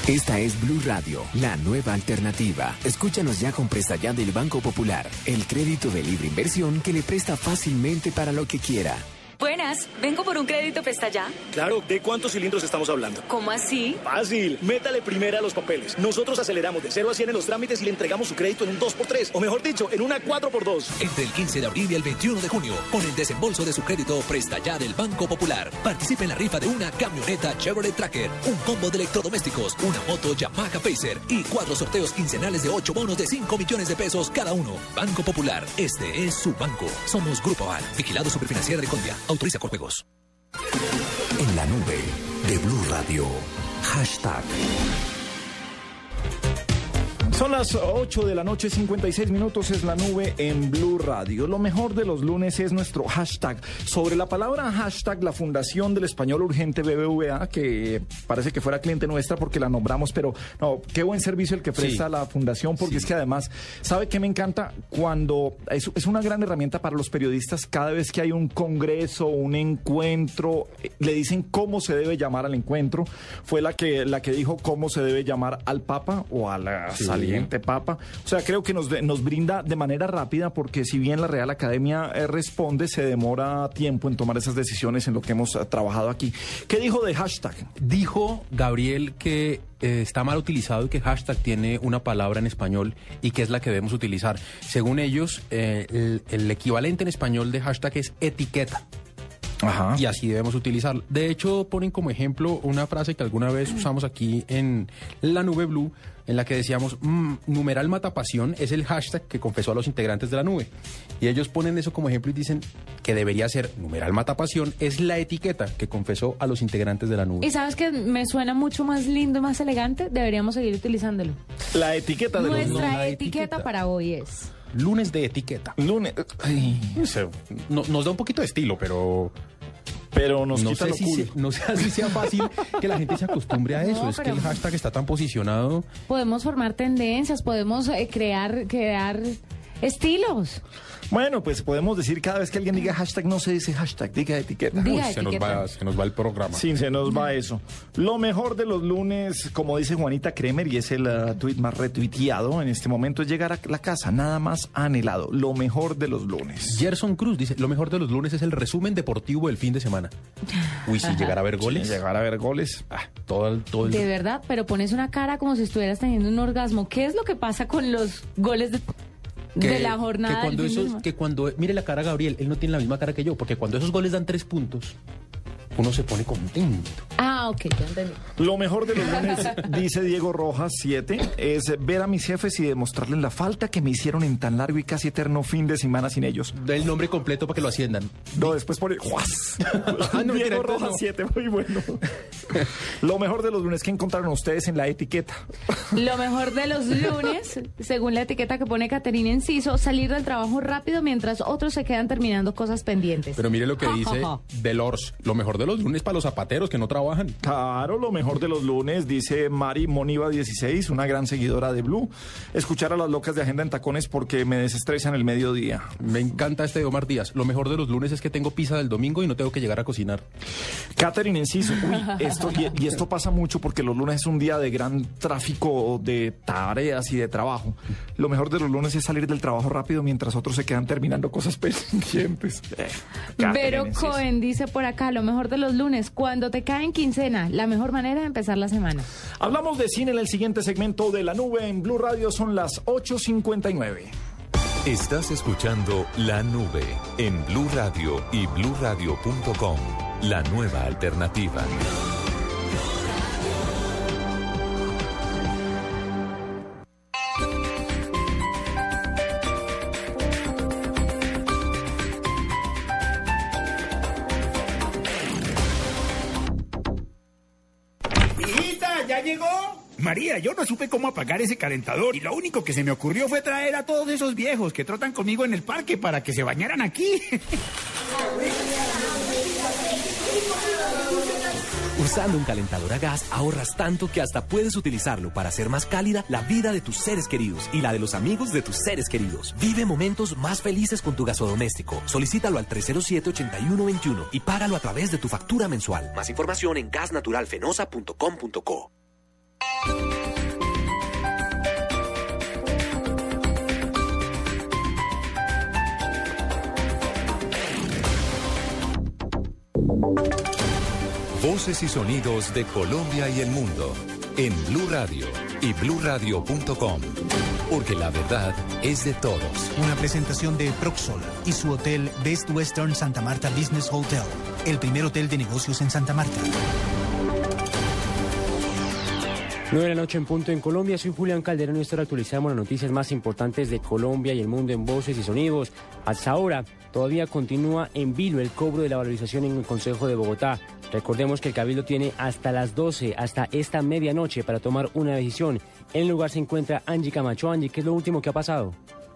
Esta es Blue Radio, la nueva alternativa. Escúchanos ya con Presta Ya del Banco Popular, el crédito de libre inversión que le presta fácilmente para lo que quiera. Buenas, vengo por un crédito Presta Ya. Claro, ¿de cuántos cilindros estamos hablando? ¿Cómo así? Fácil, métale primera los papeles. Nosotros aceleramos de 0 a 100 en los trámites y le entregamos su crédito en un 2x3, o mejor dicho, en una 4x2. Entre el 15 de abril y el 21 de junio, con el desembolso de su crédito Presta Ya del Banco Popular, participe en la rifa de una camioneta Chevrolet Tracker, un combo de electrodomésticos, una moto Yamaha Pacer y 4 sorteos quincenales de 8 bonos de 5 millones de pesos cada uno. Banco Popular, este es su banco. Somos Grupo Aval, vigilado Superfinanciera de Colombia. Autoriza con juegos. En la nube de Blue Radio. Hashtag. Son las 8 de la noche, 56 minutos, es la nube en Blue Radio. Lo mejor de los lunes es nuestro hashtag. Sobre la palabra hashtag, la Fundación del Español Urgente BBVA, que parece que fuera cliente nuestra porque la nombramos, pero no, qué buen servicio el que presta la Fundación, porque es que además, ¿sabe qué me encanta? Cuando es una gran herramienta para los periodistas, cada vez que hay un congreso, un encuentro, le dicen cómo se debe llamar al encuentro. Fue la que dijo cómo se debe llamar al Papa o a la saliente Papa. O sea, creo que nos brinda de manera rápida, porque si bien la Real Academia responde, se demora tiempo en tomar esas decisiones en lo que hemos trabajado aquí. ¿Qué dijo de hashtag? Dijo Gabriel que está mal utilizado y que hashtag tiene una palabra en español y que es la que debemos utilizar. Según ellos, el equivalente en español de hashtag es etiqueta. Ajá. Y así debemos utilizarlo. De hecho, ponen como ejemplo una frase que alguna vez usamos aquí en la nube Blue, en la que decíamos, numeral matapasión es el hashtag que confesó a los integrantes de la nube. Y ellos ponen eso como ejemplo y dicen que debería ser numeral matapasión es la etiqueta que confesó a los integrantes de la nube. ¿Y sabes que me suena mucho más lindo y más elegante? Deberíamos seguir utilizándolo. La etiqueta de nuestra etiqueta para hoy es... Lunes de etiqueta. Lunes. Nos da un poquito de estilo, pero nos no quita sé lo cool. No sé si sea fácil que la gente se acostumbre a eso. No, es que el hashtag está tan posicionado. Podemos formar tendencias, podemos crear estilos. Bueno, pues podemos decir cada vez que alguien diga hashtag, no se dice hashtag, diga etiqueta. Se nos va el programa. Sí, se nos va eso. Lo mejor de los lunes, como dice Juanita Kremer, y es el tuit más retuiteado en este momento, es llegar a la casa, nada más anhelado. Lo mejor de los lunes. Gerson Cruz dice, lo mejor de los lunes es el resumen deportivo del fin de semana. Uy, si llegar a ver goles. Sí, llegar a ver goles. Todo el... De verdad, pero pones una cara como si estuvieras teniendo un orgasmo. ¿Qué es lo que pasa con los goles de la jornada? Mire la cara a Gabriel, él no tiene la misma cara que yo, porque cuando esos goles dan 3 puntos, uno se pone contento. Ah, ok, ya entendí. Lo mejor de los lunes, dice Diego Rojas 7, es ver a mis jefes y demostrarles la falta que me hicieron en tan largo y casi eterno fin de semana sin ellos. Da el nombre completo para que lo asciendan. No, después pone ¡Juas! Diego Rojas 7, muy bueno. Lo mejor de los lunes, ¿qué encontraron ustedes en la etiqueta? Lo mejor de los lunes, según la etiqueta que pone Caterina Enciso, salir del trabajo rápido mientras otros se quedan terminando cosas pendientes. Pero mire lo que dice Delors, lo mejor de los lunes para los zapateros que no trabajan. Claro, lo mejor de los lunes, dice Mari Moniva 16, una gran seguidora de Blue, escuchar a las locas de Agenda en Tacones porque me desestresan el mediodía. Me encanta este de Omar Díaz. Lo mejor de los lunes es que tengo pizza del domingo y no tengo que llegar a cocinar. Catherine Enciso, esto pasa mucho porque los lunes es un día de gran tráfico de tareas y de trabajo. Lo mejor de los lunes es salir del trabajo rápido mientras otros se quedan terminando cosas pendientes. Vero Cohen dice por acá, lo mejor de los lunes, cuando te caen quincena, la mejor manera de empezar la semana. Hablamos de cine en el siguiente segmento de La Nube en Blue Radio, son las 8:59. Estás escuchando La Nube en Blue Radio y bluradio.com, la nueva alternativa. ¿Ya llegó? María, yo no supe cómo apagar ese calentador y lo único que se me ocurrió fue traer a todos esos viejos que trotan conmigo en el parque para que se bañaran aquí. Usando un calentador a gas ahorras tanto que hasta puedes utilizarlo para hacer más cálida la vida de tus seres queridos y la de los amigos de tus seres queridos. Vive momentos más felices con tu gasodoméstico. Solicítalo al 307-8121 y págalo a través de tu factura mensual. Más información en gasnaturalfenosa.com.co. Voces y sonidos de Colombia y el mundo en Blue Radio y bluradio.com. Porque la verdad es de todos. Una presentación de Proxol y su hotel Best Western Santa Marta Business Hotel, el primer hotel de negocios en Santa Marta. 9 de la noche en punto en Colombia. Soy Julián Calderón y esta hora actualizamos las noticias más importantes de Colombia y el mundo en Voces y Sonidos. Hasta ahora todavía continúa en vilo el cobro de la valorización en el Consejo de Bogotá. Recordemos que el Cabildo tiene hasta las 12, hasta esta medianoche para tomar una decisión. En el lugar se encuentra Angie Camacho. Angie, ¿qué es lo último que ha pasado?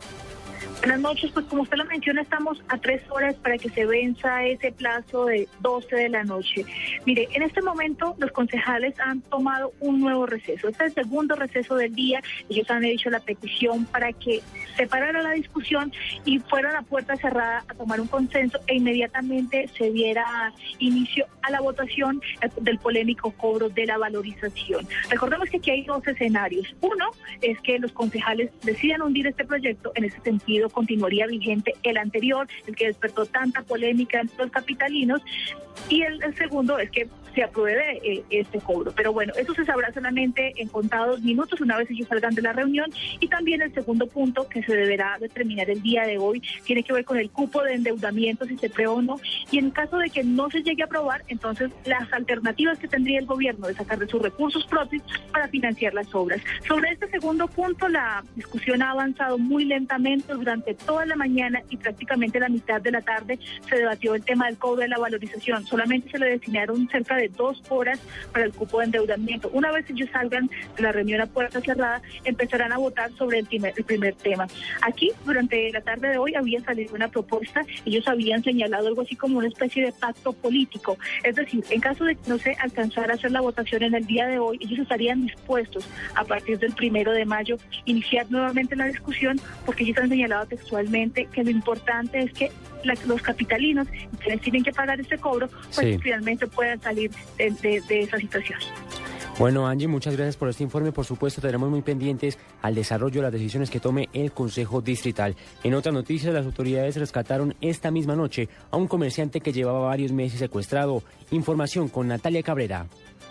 Buenas noches, pues como usted lo menciona, estamos a 3 horas para que se venza ese plazo de 12 de la noche. Mire, en este momento los concejales han tomado un nuevo receso. Este es el segundo receso del día. Ellos han hecho la petición para que se parara la discusión y fueran a puerta cerrada a tomar un consenso e inmediatamente se diera inicio a la votación del polémico cobro de la valorización. Recordemos que aquí hay 2 escenarios. Uno es que los concejales decidan hundir este proyecto. En ese sentido, continuaría vigente el anterior, el que despertó tanta polémica entre los capitalinos, y el segundo es que se apruebe este cobro. Pero bueno, eso se sabrá solamente en contados minutos una vez ellos salgan de la reunión. Y también el segundo punto que se deberá determinar el día de hoy tiene que ver con el cupo de endeudamiento, si se aprueba o no, y en caso de que no se llegue a aprobar, entonces las alternativas que tendría el gobierno de sacar de sus recursos propios para financiar las obras. Sobre este segundo punto, la discusión ha avanzado muy lentamente durante toda la mañana y prácticamente la mitad de la tarde se debatió el tema del cobro de la valorización. Solamente se le destinaron cerca de 2 horas para el cupo de endeudamiento. Una vez ellos salgan de la reunión a puerta cerrada, empezarán a votar sobre el primer tema. Aquí, durante la tarde de hoy, había salido una propuesta. Ellos habían señalado algo así como una especie de pacto político. Es decir, en caso de que no se alcanzara a hacer la votación en el día de hoy, ellos estarían dispuestos a partir del 1 de mayo iniciar nuevamente la discusión, porque ellos han señalado textualmente que lo importante es que los capitalinos, quienes tienen que pagar este cobro, pues finalmente puedan salir de esa situación. Bueno, Angie, muchas gracias por este informe. Por supuesto, estaremos muy pendientes al desarrollo de las decisiones que tome el Consejo Distrital. En otras noticias, las autoridades rescataron esta misma noche a un comerciante que llevaba varios meses secuestrado. Información con Natalia Cabrera.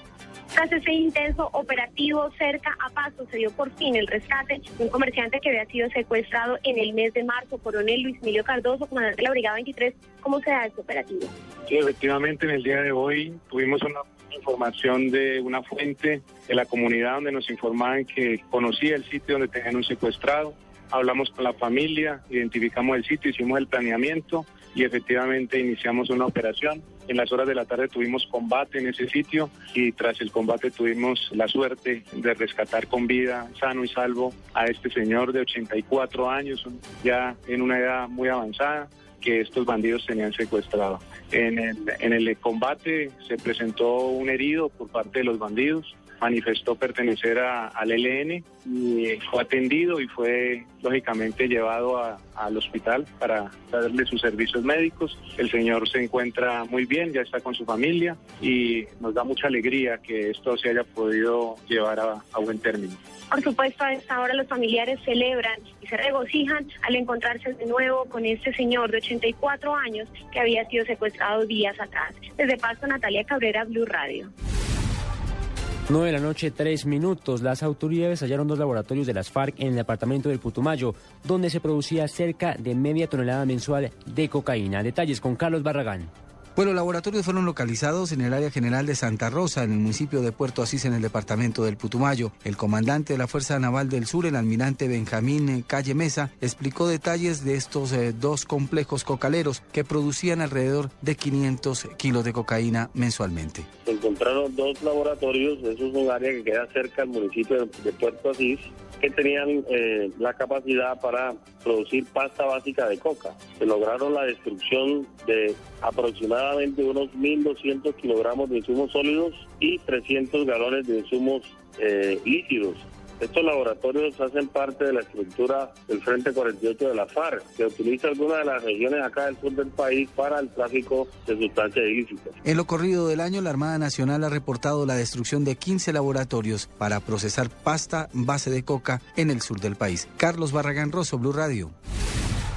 Tras ese intenso operativo cerca a Pasto, se dio por fin el rescate de un comerciante que había sido secuestrado en el mes de marzo. Coronel Luis Emilio Cardoso, comandante de la Brigada 23, ¿cómo se da este operativo? Sí, efectivamente, en el día de hoy tuvimos una información de una fuente de la comunidad donde nos informaban que conocía el sitio donde tenían un secuestrado. Hablamos con la familia, identificamos el sitio, hicimos el planeamiento y efectivamente iniciamos una operación. En las horas de la tarde tuvimos combate en ese sitio y tras el combate tuvimos la suerte de rescatar con vida, sano y salvo, a este señor de 84 años, ya en una edad muy avanzada, que estos bandidos tenían secuestrado. En el combate se presentó un herido por parte de los bandidos, manifestó pertenecer al ELN y fue atendido y fue lógicamente llevado al hospital para darle sus servicios médicos. El señor se encuentra muy bien, ya está con su familia y nos da mucha alegría que esto se haya podido llevar a buen término. Por supuesto, a esta hora los familiares celebran y se regocijan al encontrarse de nuevo con este señor de 84 años que había sido secuestrado días atrás. Desde Pasto, Natalia Cabrera, Blue Radio. 9 de la noche, 3 minutos. Las autoridades hallaron 2 laboratorios de las FARC en el departamento del Putumayo, donde se producía cerca de media tonelada mensual de cocaína. Detalles con Carlos Barragán. Bueno, los laboratorios fueron localizados en el área general de Santa Rosa, en el municipio de Puerto Asís, en el departamento del Putumayo. El comandante de la Fuerza Naval del Sur, el almirante Benjamín Calle Mesa, explicó detalles de estos 2 complejos cocaleros que producían alrededor de 500 kilos de cocaína mensualmente. Se encontraron 2 laboratorios, eso es un área que queda cerca del municipio de Puerto Asís, que tenían la capacidad para producir pasta básica de coca. Se lograron la destrucción de aproximadamente unos 1.200 kilogramos de insumos sólidos y 300 galones de insumos líquidos. Estos laboratorios hacen parte de la estructura del Frente 48 de la FARC, que utiliza algunas de las regiones acá del sur del país para el tráfico de sustancias ilícitas. En lo corrido del año, la Armada Nacional ha reportado la destrucción de 15 laboratorios para procesar pasta base de coca en el sur del país. Carlos Barragán Rosso, Blue Radio.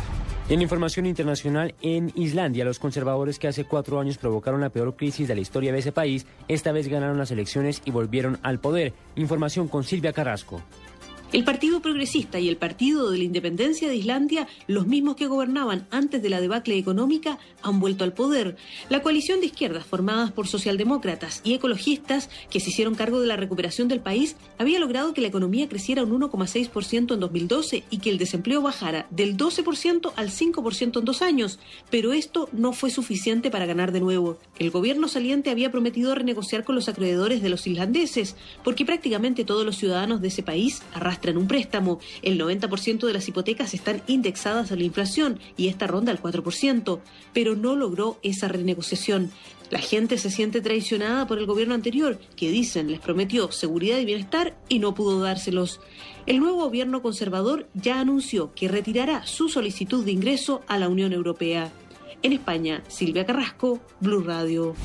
En información internacional, en Islandia, los conservadores que hace 4 años provocaron la peor crisis de la historia de ese país, esta vez ganaron las elecciones y volvieron al poder. Información con Silvia Carrasco. El Partido Progresista y el Partido de la Independencia de Islandia, los mismos que gobernaban antes de la debacle económica, han vuelto al poder. La coalición de izquierdas formadas por socialdemócratas y ecologistas que se hicieron cargo de la recuperación del país había logrado que la economía creciera un 1,6% en 2012 y que el desempleo bajara del 12% al 5% en 2 años. Pero esto no fue suficiente para ganar de nuevo. El gobierno saliente había prometido renegociar con los acreedores de los islandeses, porque prácticamente todos los ciudadanos de ese país arrastran un préstamo. El 90% de las hipotecas están indexadas a la inflación y esta ronda al 4%, pero no logró esa renegociación. La gente se siente traicionada por el gobierno anterior, que dicen les prometió seguridad y bienestar y no pudo dárselos. El nuevo gobierno conservador ya anunció que retirará su solicitud de ingreso a la Unión Europea. En España, Silvia Carrasco, Blue Radio.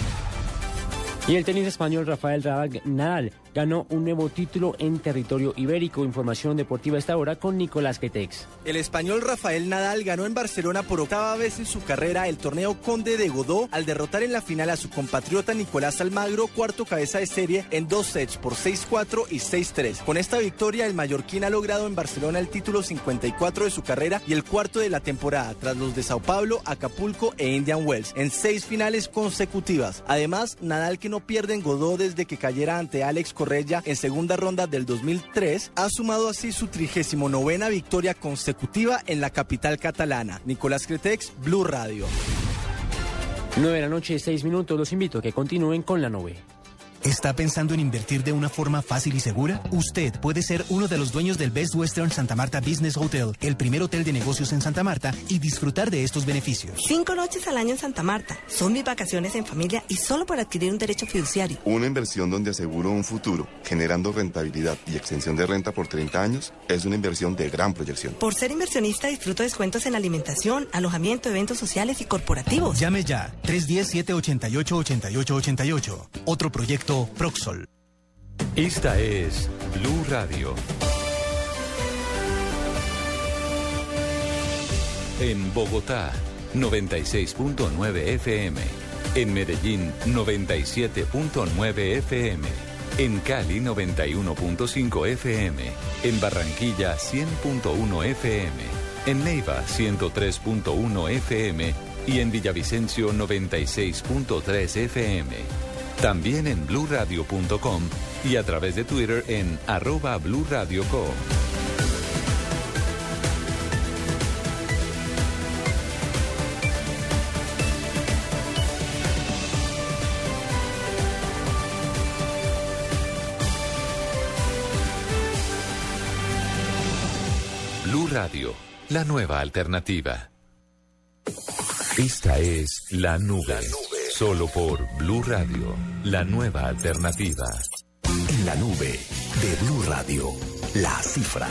Y el tenis español Rafael Nadal ganó un nuevo título en territorio ibérico. Información deportiva a esta hora con Nicolás Quetex. El español Rafael Nadal ganó en Barcelona por 8ª vez en su carrera el torneo Conde de Godó al derrotar en la final a su compatriota Nicolás Almagro, cuarto cabeza de serie, en 2 sets por 6-4 y 6-3. Con esta victoria, el mallorquín ha logrado en Barcelona el título 54 de su carrera y el cuarto de la temporada, tras los de Sao Paulo, Acapulco e Indian Wells, en 6 finales consecutivas. Además, Nadal, que no pierde en Godó desde que cayera ante Alex Correia en segunda ronda del 2003, ha sumado así su 39ª victoria consecutiva en la capital catalana. Nicolás Cretex, Blue Radio. 9 de la noche, 6 minutos. Los invito a que continúen con la nube. ¿Está pensando en invertir de una forma fácil y segura? Usted puede ser uno de los dueños del Best Western Santa Marta Business Hotel, el primer hotel de negocios en Santa Marta, y disfrutar de estos beneficios. 5 noches al año en Santa Marta. Son mis vacaciones en familia y solo por adquirir un derecho fiduciario. Una inversión donde aseguro un futuro, generando rentabilidad y extensión de renta por 30 años, es una inversión de gran proyección. Por ser inversionista, disfruto descuentos en alimentación, alojamiento, eventos sociales y corporativos. Llame ya, 310-788-8888. Otro proyecto Proxol. Esta es Blue Radio. En Bogotá, 96.9 FM. En Medellín, 97.9 FM. En Cali, 91.5 FM. En Barranquilla, 100.1 FM. En Neiva, 103.1 FM. Y en Villavicencio, 96.3 FM. También en bluradio.com y a través de Twitter en @BlueRadioCo. Blue Radio, la nueva alternativa. Esta es La Nube. Solo por Blue Radio, la nueva alternativa. En la nube de Blue Radio, La Cifra.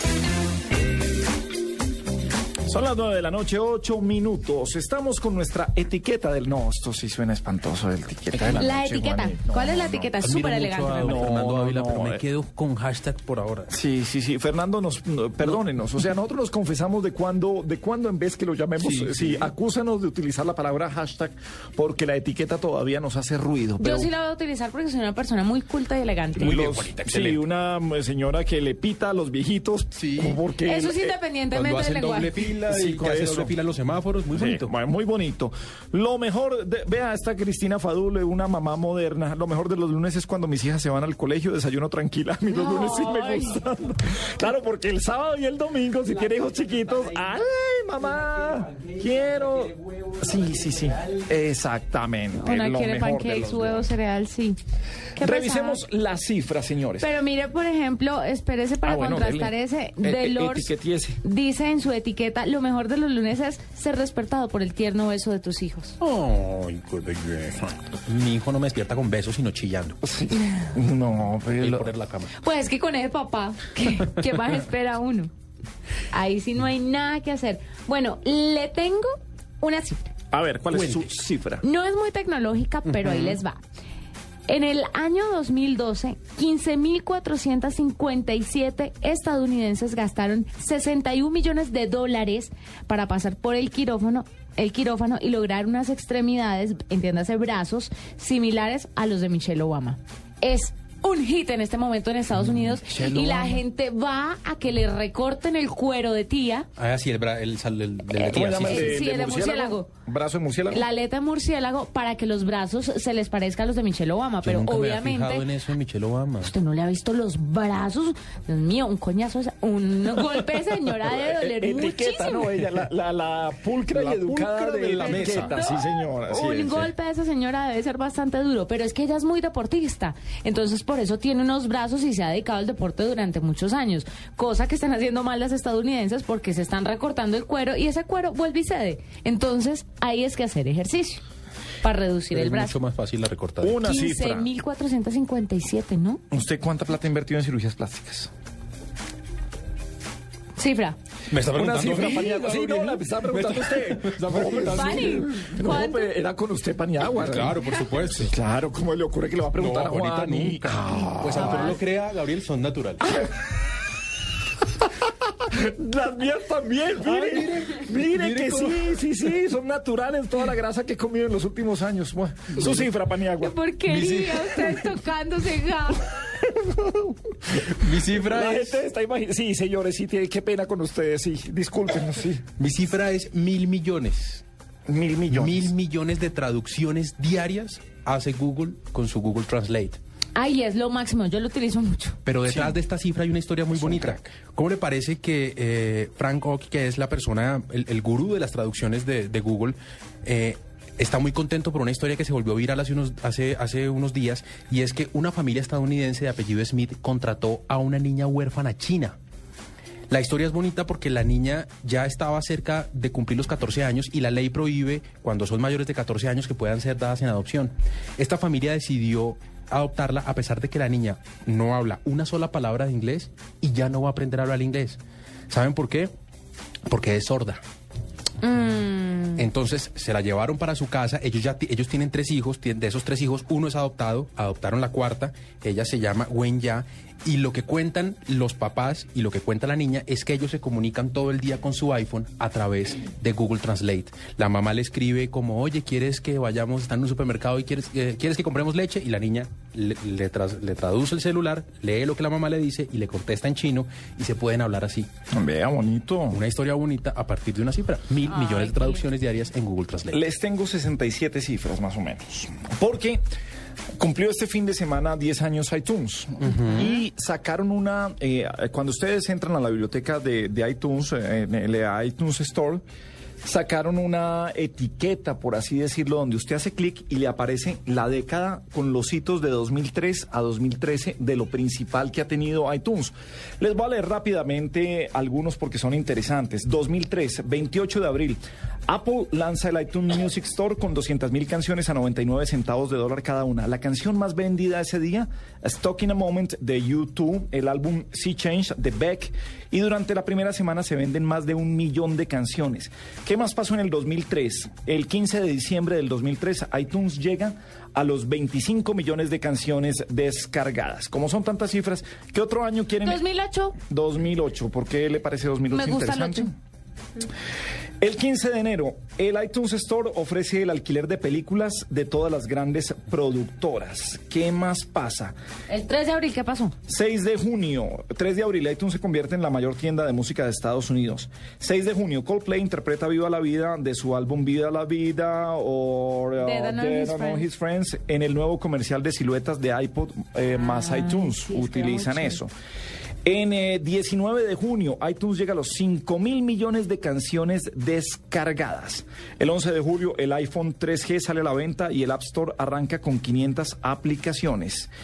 Son las 9 de la noche, 8 minutos. Estamos con nuestra etiqueta del... No, esto sí suena espantoso, la etiqueta de la La noche, etiqueta. Juan. ¿Cuál es la etiqueta? Súper elegante. Fernando Ávila, pero me quedo con hashtag por ahora. Sí. Fernando, perdónenos. O sea, nosotros nos confesamos de cuándo en vez que lo llamemos. Sí, acúsanos de utilizar la palabra hashtag porque la etiqueta todavía nos hace ruido. Yo sí la voy a utilizar porque soy una persona muy culta y elegante. Muy bien, Juanita, excelente. Sí, una señora que le pita a los viejitos. Sí. Porque eso es independientemente del lenguaje. Sí, que hace doble fila en los semáforos, muy bonito. Muy bonito. Lo mejor, vea esta Cristina Fadul, una mamá moderna. Lo mejor de los lunes es cuando mis hijas se van al colegio, desayuno tranquila. A mí los lunes sí me gustan. Claro, porque el sábado y el domingo, si tiene hijos chiquitos, ¡ay, mamá! Quiero. Sí. Exactamente. Una quiere pancakes, huevos, cereal, sí. Revisemos las cifras, señores. Pero mire, por ejemplo, espérese para contrastar ese. Delors dice en su etiqueta, lo mejor de los lunes es ser despertado por el tierno beso de tus hijos. Ay, qué belleza. Mi hijo no me despierta con besos, sino chillando. No, pero... poner la cama. Pues es que con ese papá, ¿qué más espera uno? Ahí sí no hay nada que hacer. Bueno, le tengo una cifra. A ver, ¿cuál es su cifra? No es muy tecnológica, pero ahí les va. En el año 2012, 15.457 estadounidenses gastaron 61 millones de dólares para pasar por el quirófano y lograr unas extremidades, entiéndase brazos, similares a los de Michelle Obama. Es un hit en este momento en Estados Unidos y la gente va a que le recorten el cuero de tía. Ah, sí, el de tía. Sí, el de murciélago. ¿Brazo de murciélago? La aleta de murciélago para que los brazos se les parezca a los de Michelle Obama, pero nunca obviamente... me he fijado en eso de Michelle Obama. ¿Usted no le ha visto los brazos? Dios mío, un coñazo, un golpe de señora de doler etiqueta, muchísimo. ¿no? Ella, la pulcra y educada de la mesa. No, sí, señora. Sí, un golpe de esa señora debe ser bastante duro, pero es que ella es muy deportista, entonces por eso tiene unos brazos y se ha dedicado al deporte durante muchos años, cosa que están haciendo mal las estadounidenses porque se están recortando el cuero y ese cuero vuelve y cede. Entonces ahí es que hacer ejercicio para reducir el brazo. Es mucho más fácil la recortada. Una cifra. 15.457, ¿no? ¿Usted cuánta plata ha invertido en cirugías plásticas? Cifra. Me está Una preguntando. cifra, Paniagua. Sí, no, la estaba preguntando usted. Pani, No, ¿cuánto? pero era con usted, Paniagua. Claro, por supuesto. Claro, ¿cómo le ocurre que le va a preguntar a Juan? ahorita nunca. Pues aunque no lo crea, Gabriel, son naturales. Las mías también, mire que sí, son naturales toda la grasa que he comido en los últimos años. Bueno, su cifra, Paniagua. ¿Qué porquería ustedes tocándose, Gab? Mi cifra la es... gente está imaginando. Sí, señores, sí, qué pena con ustedes, sí, discúlpenos, sí. Mi cifra es 1.000 millones. 1.000 millones. 1.000 millones de traducciones diarias hace Google con su Google Translate. Ay, es lo máximo, yo lo utilizo mucho. Pero detrás de esta cifra hay una historia muy bonita. ¿Cómo le parece que Frank Ock, que es la persona, el gurú de las traducciones de Google, está muy contento por una historia que se volvió viral hace unos días, y es que una familia estadounidense de apellido Smith contrató a una niña huérfana china? La historia es bonita porque la niña ya estaba cerca de cumplir los 14 años y la ley prohíbe, cuando son mayores de 14 años, que puedan ser dadas en adopción. Esta familia decidió adoptarla a pesar de que la niña no habla una sola palabra de inglés y ya no va a aprender a hablar inglés. ¿Saben por qué? Porque es sorda. Entonces se la llevaron para su casa. Ellos tienen 3 hijos. De esos 3 hijos, uno es adoptado. Adoptaron la cuarta. Ella se llama Wen Ya. Y lo que cuentan los papás y lo que cuenta la niña es que ellos se comunican todo el día con su iPhone a través de Google Translate. La mamá le escribe como, oye, ¿quieres que vayamos, están en un supermercado y quieres que compremos leche? Y la niña le traduce el celular, lee lo que la mamá le dice y le contesta en chino y se pueden hablar así. Vea, bonito. Una historia bonita a partir de una cifra. 1.000 millones de traducciones diarias en Google Translate. Les tengo 67 cifras más o menos. Porque cumplió este fin de semana 10 años iTunes. Y sacaron una... cuando ustedes entran a la biblioteca de iTunes, en el iTunes Store, sacaron una etiqueta, por así decirlo, donde usted hace clic y le aparece la década con los hitos de 2003 a 2013 de lo principal que ha tenido iTunes. Les voy a leer rápidamente algunos porque son interesantes. 2003, 28 de abril. Apple lanza el iTunes Music Store con 200,000 canciones a 99 centavos de dólar cada una. La canción más vendida ese día, Stuck in a Moment de U2, el álbum Sea Change de Beck, y durante la primera semana se venden más de 1 millón de canciones. ¿Qué más pasó en el 2003? El 15 de diciembre del 2003, iTunes llega a los 25 millones de canciones descargadas. Como son tantas cifras, ¿qué otro año quieren? 2008. 2008. ¿Por qué le parece 2008 Me gusta interesante? el 8. El 15 de enero, el iTunes Store ofrece el alquiler de películas de todas las grandes productoras. ¿Qué más pasa? El 3 de abril, ¿qué pasó? 6 de junio, 3 de abril, iTunes se convierte en la mayor tienda de música de Estados Unidos. 6 de junio, Coldplay interpreta Viva la Vida de su álbum Viva la Vida o Dead and All His Friends en el nuevo comercial de siluetas de iPod más iTunes. Sí, utilizan eso. En 19 de junio, iTunes llega a los 5,000 millones de canciones descargadas. El 11 de julio, el iPhone 3G sale a la venta y el App Store arranca con 500 aplicaciones.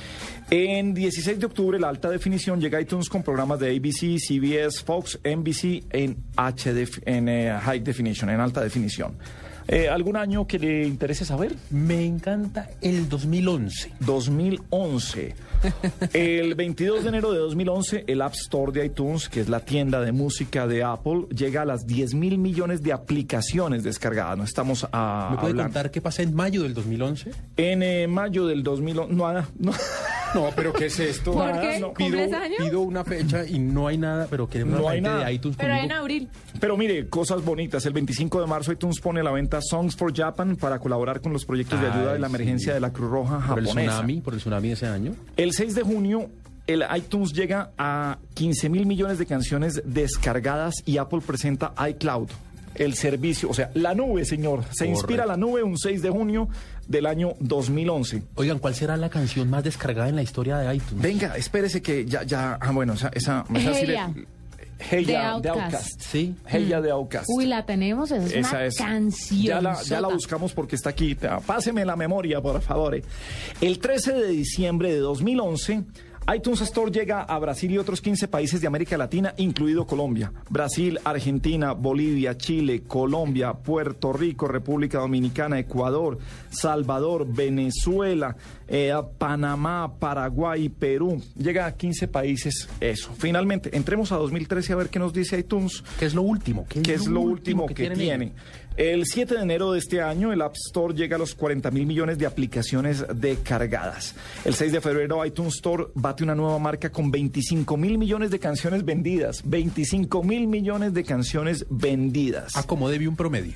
En 16 de octubre, la alta definición llega a iTunes con programas de ABC, CBS, Fox, NBC en High Definition, en alta definición. ¿Algún año que le interese saber? Me encanta el 2011. 2011. El 22 de enero de 2011, el App Store de iTunes, que es la tienda de música de Apple, llega a las 10.000 millones de aplicaciones descargadas. No estamos a ¿Me puede contar qué pasa en mayo del 2011? En mayo del 2011, No, pero ¿qué es esto? ¿Por qué? ¿Cumples años? Pido una fecha y no hay nada, pero queremos no la hay gente nada de iTunes Pero conmigo. en abril. Pero mire, cosas bonitas. El 25 de marzo iTunes pone a la venta Songs for Japan para colaborar con los proyectos de ayuda de la emergencia de la Cruz Roja japonesa. Por el tsunami de ese año. El 6 de junio, el iTunes llega a 15.000 millones de canciones descargadas y Apple presenta iCloud, el servicio, o sea, la nube, señor. Se inspira la nube un 6 de junio del año 2011. Oigan, ¿cuál será la canción más descargada en la historia de iTunes? Venga, espérese que ya, bueno, esa Hey Ya, de de Outkast. Sí. Hey Ya de Outkast. Uy, la tenemos, esa es una canción. Ya la buscamos porque está aquí. Páseme la memoria, por favor. El 13 de diciembre de 2011, iTunes Store llega a Brasil y otros 15 países de América Latina, incluido Colombia. Brasil, Argentina, Bolivia, Chile, Colombia, Puerto Rico, República Dominicana, Ecuador, Salvador, Venezuela, Panamá, Paraguay, Perú. Llega a 15 países eso. Finalmente, entremos a 2013 a ver qué nos dice iTunes. ¿Qué es lo último? ¿Qué es lo último que tiene? El 7 de enero de este año, el App Store llega a los 40.000 millones de aplicaciones descargadas. El 6 de febrero, iTunes Store bate una nueva marca con 25.000 millones de canciones vendidas. 25.000 millones de canciones vendidas. ¿A cómo debe un promedio?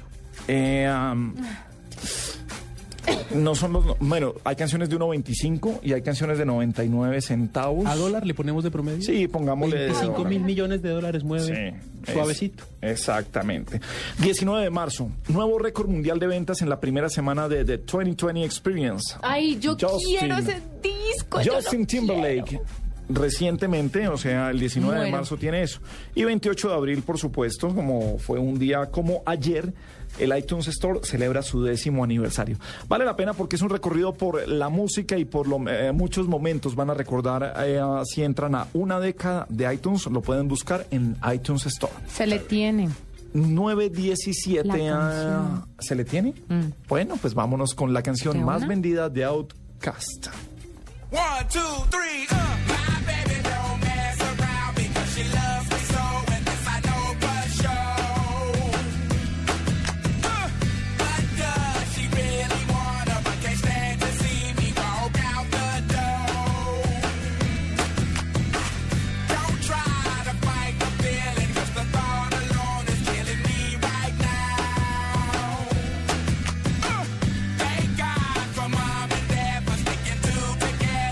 No son los... Bueno, hay canciones de 1.25 y hay canciones de 99 centavos. ¿A dólar le ponemos de promedio? Sí, pongámosle... 25.000 millones de dólares mueve suavecito. Exactamente. 19 de marzo, nuevo récord mundial de ventas en la primera semana de The 2020 Experience. Ay, yo quiero ese disco. Justin Timberlake. Recientemente, o sea, el 19 de marzo tiene eso. Y 28 de abril, por supuesto, como fue un día como ayer, el iTunes Store celebra su 10º aniversario. Vale la pena porque es un recorrido por la música y por muchos momentos. Van a recordar, si entran a una década de iTunes, lo pueden buscar en iTunes Store. Se le tiene. 9:17. ¿Se le tiene? Bueno, pues vámonos con la canción más vendida de Outkast. 1, 2, 3, my baby don't mess around because she loves me so, and this I know for sure. But does she really wanna, but can't stand to see me walk out the door? Don't try to fight the feeling, 'cause the thought alone is killing me right now. Thank God for mom and dad for sticking together.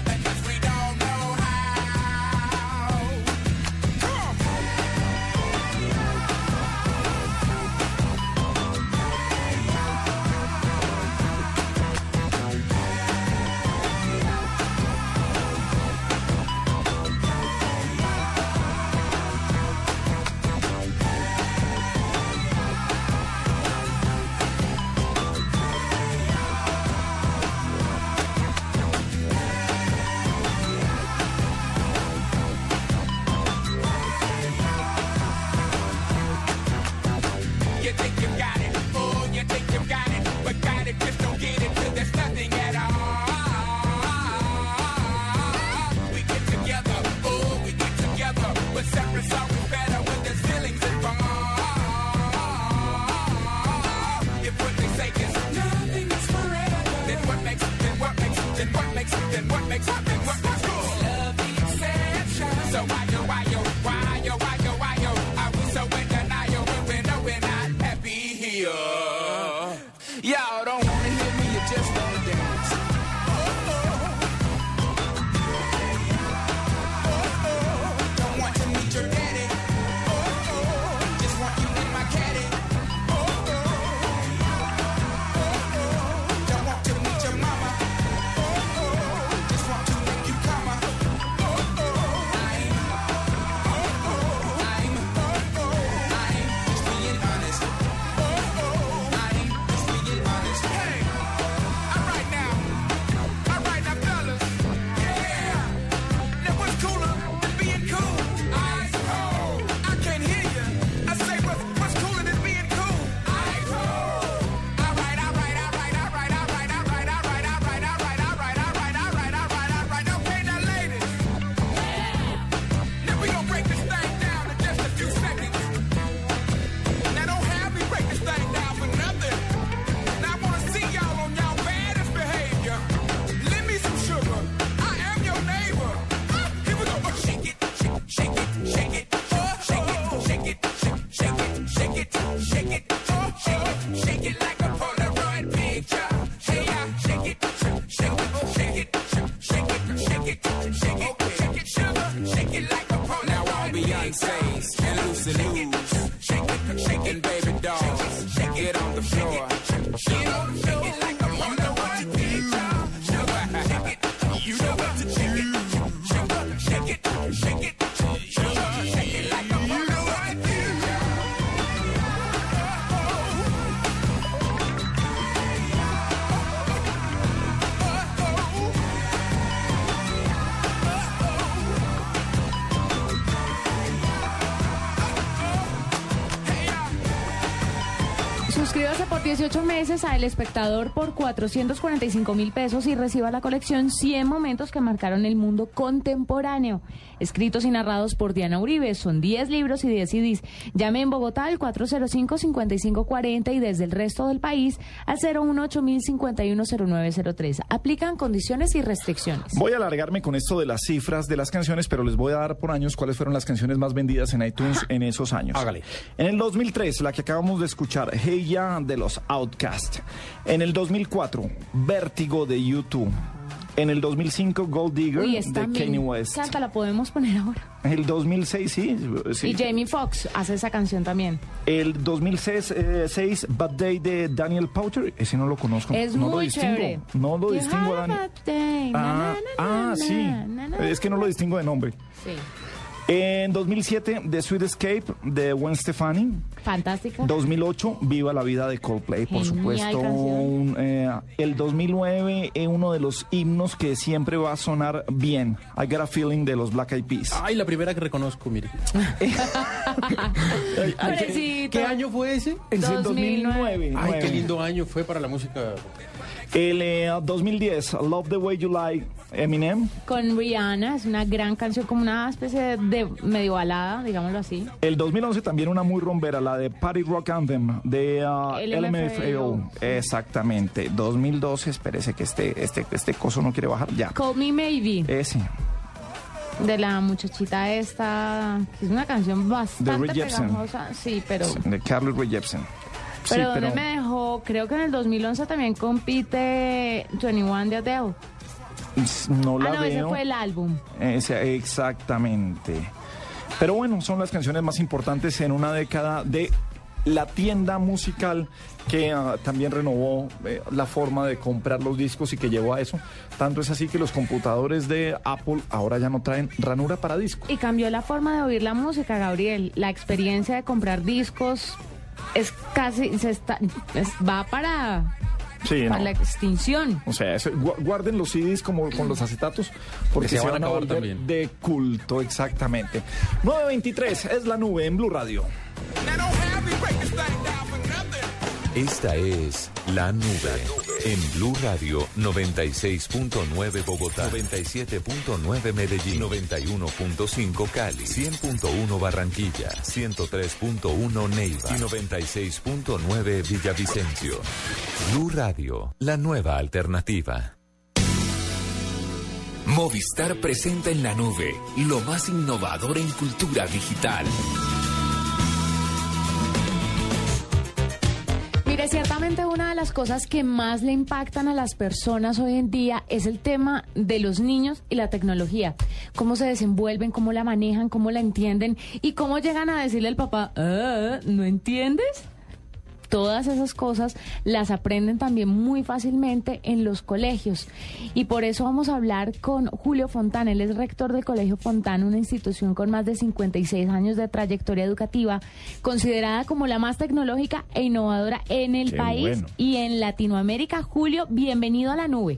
Y'all don't wanna hear me, you just wanna dance. Don't want to meet your daddy. Just want you in my caddy. Don't want to meet your mama. Just want to make you come. I'm just being honest. shake it like a Polaroid picture. Hey, shake it, shake it, shake it, shake it, shake it, shake it, shake it, sugar, shake it like a Polaroid. Now all Beyonce's and Lucy Lou's, shake it, shaking baby dolls, get on the floor, get on the floor like a Polaroid picture. Sugar, shake it, you know what to do. Sugar, shake it, shake it, sugar, shake it like a Polaroid picture. Suscríbase por 18 meses a El Espectador por 445.000 pesos y reciba la colección 100 momentos que marcaron el mundo contemporáneo. Escritos y narrados por Diana Uribe. Son 10 libros y 10 CDs. Llame en Bogotá al 405-5540 y desde el resto del país al 018-051-0903. Aplican condiciones y restricciones. Voy a alargarme con esto de las cifras de las canciones, pero les voy a dar por años cuáles fueron las canciones más vendidas en iTunes en esos años. Hágale. En el 2003, la que acabamos de escuchar, Hey Ya de los Outkast. En el 2004, Vértigo de U2. En el 2005, Gold Digger Uy, de Kanye West. Santa, la podemos poner ahora. El 2006, sí. Y Jamie Foxx hace esa canción también. El 2006, Bad Day de Daniel Powter. Ese no lo conozco. Es no muy lo distingo. chévere. No lo distingo, Daniel. Sí. Es que no lo distingo de nombre. Sí. En 2007, The Sweet Escape de Gwen Stefani. Fantástica. 2008, Viva la Vida de Coldplay, por Genial supuesto. El 2009, uno de los himnos que siempre va a sonar bien, I Got a Feeling de los Black Eyed Peas. Ay, la primera que reconozco, mire. ¿Qué año fue ese? Es el 2009. Ay, qué lindo año fue para la música. El 2010, Love the Way You Lie, Eminem. Con Rihanna, es una gran canción, como una especie de medio balada, digámoslo así. El 2011 también una muy rombera, la de Party Rock Anthem de LMFAO. Exactamente. 2012, espérese que este coso no quiere bajar ya. Call Me Maybe. Ese. De la muchachita esta, que es una canción bastante pegajosa. Sí, pero... De Carly Rae Jepsen. Pero ¿dónde me dejó? Creo que en el 2011 también compite 21 de Adele. No la veo. Ese fue el álbum. Exactamente. Pero bueno, son las canciones más importantes en una década de la tienda musical que también renovó la forma de comprar los discos y que llevó a eso. Tanto es así que los computadores de Apple ahora ya no traen ranura para discos. Y cambió la forma de oír la música, Gabriel. La experiencia de comprar discos es casi, va para la extinción. O sea, guarden los CDs como con los acetatos porque se van a volver también de culto, exactamente. 9:23 es La Nube en Blue Radio. Esta es La Nube en Blue Radio 96.9 Bogotá, 97.9 Medellín, 91.5 Cali, 100.1 Barranquilla, 103.1 Neiva y 96.9 Villavicencio. Blue Radio, la nueva alternativa. Movistar presenta en La Nube lo más innovador en cultura digital. Mire, ciertamente una de las cosas que más le impactan a las personas hoy en día es el tema de los niños y la tecnología. Cómo se desenvuelven, cómo la manejan, cómo la entienden y cómo llegan a decirle al papá, ¿no entiendes? Todas esas cosas las aprenden también muy fácilmente en los colegios. Y por eso vamos a hablar con Julio Fontán. Él es rector del Colegio Fontán, una institución con más de 56 años de trayectoria educativa, considerada como la más tecnológica e innovadora en el país y en Latinoamérica. Julio, bienvenido a La Nube.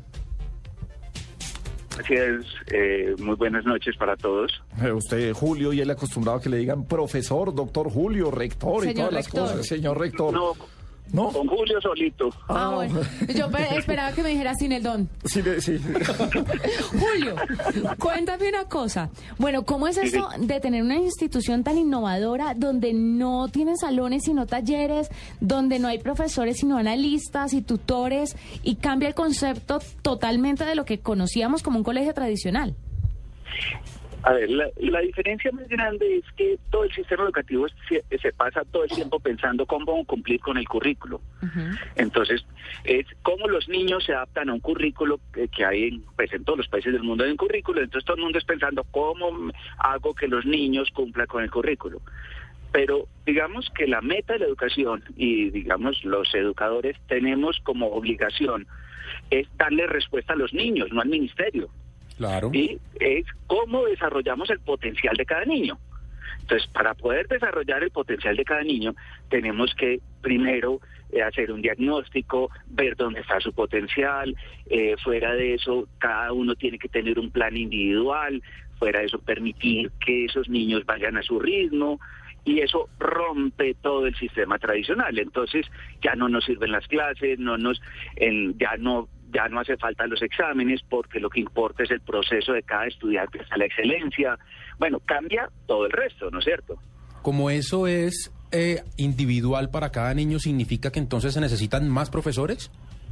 Así es, muy buenas noches para todos. Usted, Julio, y él acostumbrado a que le digan profesor, doctor Julio, rector señor y todas rector. Las cosas. Señor rector. No, con Julio solito. Bueno, yo esperaba que me dijera sin el don. Sí. Julio, cuéntame una cosa. Bueno, ¿cómo es eso de tener una institución tan innovadora donde no tienen salones sino talleres, donde no hay profesores sino analistas y tutores y cambia el concepto totalmente de lo que conocíamos como un colegio tradicional? A ver, la diferencia más grande es que todo el sistema educativo se pasa todo el tiempo pensando cómo cumplir con el currículo. Entonces, es cómo los niños se adaptan a un currículo que hay en todos los países del mundo hay un currículo, entonces todo el mundo es pensando cómo hago que los niños cumplan con el currículo. Pero digamos que la meta de la educación y digamos los educadores tenemos como obligación es darle respuesta a los niños, no al ministerio. Claro. Y es cómo desarrollamos el potencial de cada niño. Entonces, para poder desarrollar el potencial de cada niño, tenemos que primero hacer un diagnóstico, ver dónde está su potencial. Fuera de eso, cada uno tiene que tener un plan individual. Fuera de eso, permitir que esos niños vayan a su ritmo. Y eso rompe todo el sistema tradicional. Entonces, ya no nos sirven las clases, ya no hace falta los exámenes porque lo que importa es el proceso de cada estudiante hasta la excelencia. Bueno, cambia todo el resto, ¿no es cierto? Como eso es individual para cada niño, ¿significa que entonces se necesitan más profesores?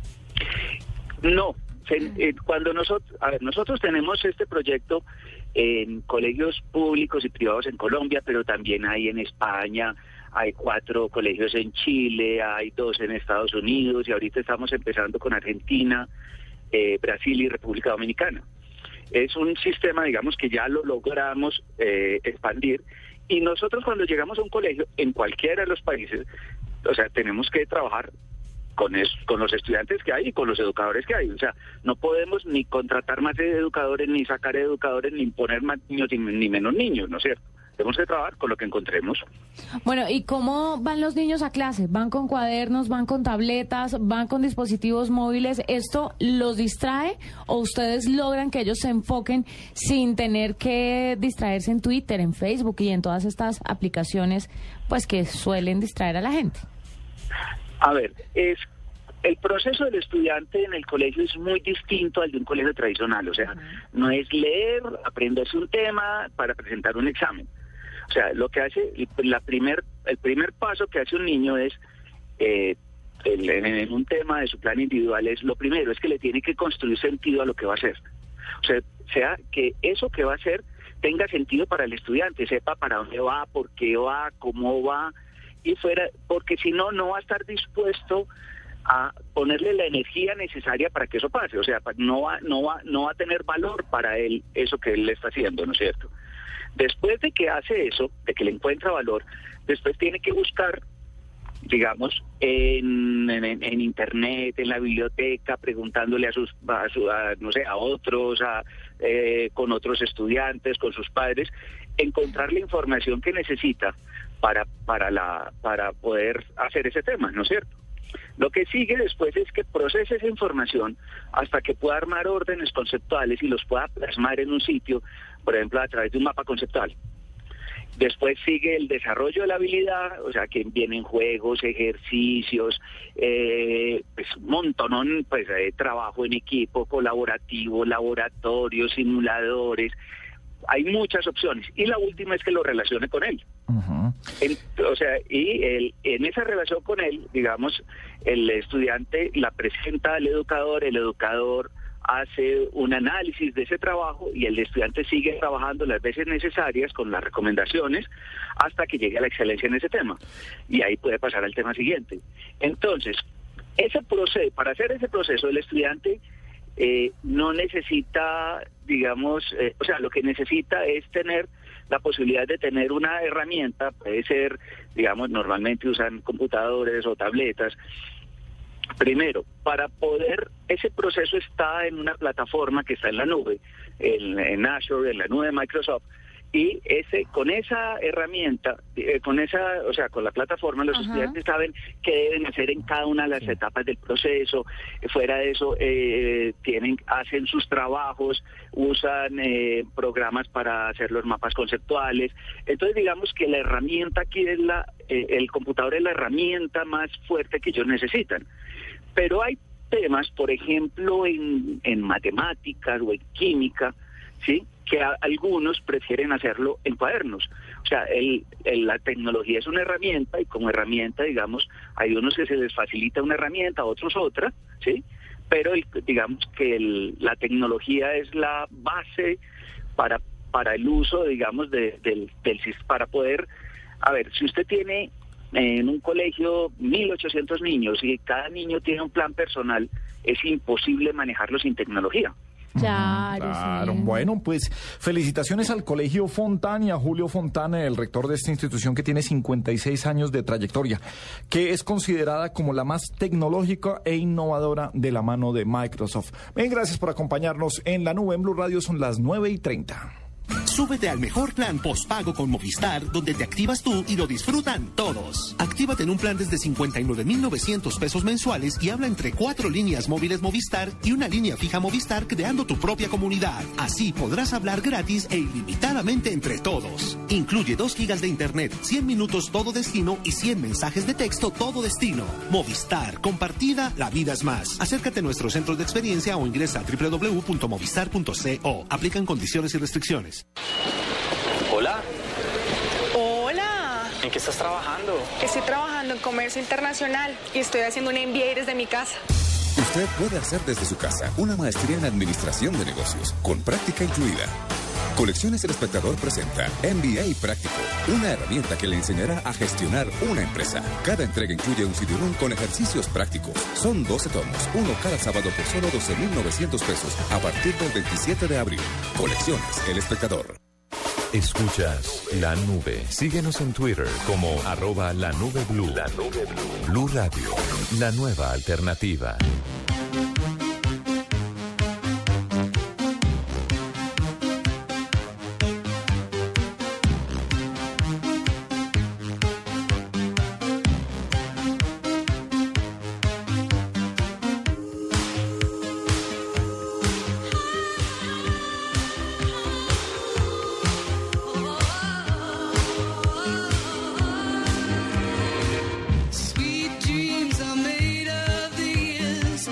No. Cuando nosotros tenemos este proyecto en colegios públicos y privados en Colombia, pero también hay en España, hay 4 colegios en Chile, hay 2 en Estados Unidos y ahorita estamos empezando con Argentina, Brasil y República Dominicana. Es un sistema, digamos, que ya lo logramos expandir y nosotros cuando llegamos a un colegio en cualquiera de los países, o sea, tenemos que trabajar con los estudiantes que hay y con los educadores que hay. O sea, no podemos ni contratar más educadores, ni sacar educadores, ni poner más niños, ni menos niños, ¿no es cierto? Tenemos que trabajar con lo que encontremos. Bueno, ¿y cómo van los niños a clase? ¿Van con cuadernos, van con tabletas, van con dispositivos móviles? ¿Esto los distrae o ustedes logran que ellos se enfoquen sin tener que distraerse en Twitter, en Facebook y en todas estas aplicaciones pues que suelen distraer a la gente? A ver, el proceso del estudiante en el colegio es muy distinto al de un colegio tradicional. O sea, no es leer, aprenderse un tema para presentar un examen. O sea, lo que hace, el primer paso que hace un niño es, en un tema de su plan individual, es lo primero, es que le tiene que construir sentido a lo que va a hacer. O sea, que eso que va a hacer tenga sentido para el estudiante, sepa para dónde va, por qué va, cómo va, y porque si no, no va a estar dispuesto a ponerle la energía necesaria para que eso pase. O sea, no va a tener valor para él eso que él está haciendo, ¿no es cierto? Después de que hace eso, de que le encuentra valor, después tiene que buscar, digamos, en internet, en la biblioteca, preguntándole a otros, con otros estudiantes, con sus padres, encontrar la información que necesita para poder hacer ese tema, ¿no es cierto? Lo que sigue después es que procese esa información hasta que pueda armar órdenes conceptuales y los pueda plasmar en un sitio, por ejemplo, a través de un mapa conceptual. Después sigue el desarrollo de la habilidad, o sea, que vienen juegos, ejercicios, pues un montón, pues trabajo en equipo, colaborativo, laboratorios, simuladores. Hay muchas opciones. Y la última es que lo relacione con él. En esa relación con él, digamos, el estudiante la presenta al educador, el educador hace un análisis de ese trabajo y el estudiante sigue trabajando las veces necesarias con las recomendaciones hasta que llegue a la excelencia en ese tema. Y ahí puede pasar al tema siguiente. Entonces, para hacer ese proceso, el estudiante no necesita, digamos, lo que necesita es tener la posibilidad de tener una herramienta, puede ser, digamos, normalmente usan computadores o tabletas. Primero, para poder, ese proceso está en una plataforma que está en la nube, en Azure, en la nube de Microsoft, y con esa herramienta, con la plataforma, los estudiantes saben qué deben hacer en cada una de las etapas del proceso. Fuera de eso, hacen sus trabajos, usan programas para hacer los mapas conceptuales. Entonces, digamos que la herramienta aquí es el computador es la herramienta más fuerte que ellos necesitan. Pero hay temas, por ejemplo, en matemáticas o en química, ¿sí?, que algunos prefieren hacerlo en cuadernos. O sea, la tecnología es una herramienta y como herramienta, digamos, hay unos que se les facilita una herramienta, otros otra, ¿sí? Pero digamos que la tecnología es la base para para el uso, digamos, para poder, a ver, si usted tiene en un colegio 1.800 niños y cada niño tiene un plan personal, es imposible manejarlo sin tecnología. Claro. Bueno, pues felicitaciones al Colegio Fontán y a Julio Fontán, el rector de esta institución que tiene 56 años de trayectoria, que es considerada como la más tecnológica e innovadora de la mano de Microsoft. Bien, gracias por acompañarnos en La Nube en Blue Radio, son las 9:30. Súbete al mejor plan postpago con Movistar, donde te activas tú y lo disfrutan todos. Actívate en un plan desde 59.900 pesos mensuales y habla entre 4 líneas móviles Movistar y una línea fija Movistar, creando tu propia comunidad. Así podrás hablar gratis e ilimitadamente entre todos. Incluye 2 gigas de internet, 100 minutos todo destino y 100 mensajes de texto todo destino. Movistar, compartida, la vida es más. Acércate a nuestros centros de experiencia o ingresa a www.movistar.co. Aplican condiciones y restricciones. Hola. Hola. ¿En qué estás trabajando? Estoy trabajando en comercio internacional y estoy haciendo un MBA desde mi casa. Usted puede hacer desde su casa una maestría en administración de negocios, con práctica incluida. Colecciones El Espectador presenta MBA Práctico, una herramienta que le enseñará a gestionar una empresa. Cada entrega incluye un CD-ROOM con ejercicios prácticos. Son 12 tomos, uno cada sábado por solo 12.900 pesos, a partir del 27 de abril. Colecciones El Espectador. Escuchas La Nube. Síguenos en Twitter como @LaNubeBlue. La Nube Blue. Blue Radio, la nueva alternativa. Sweet dreams are made of the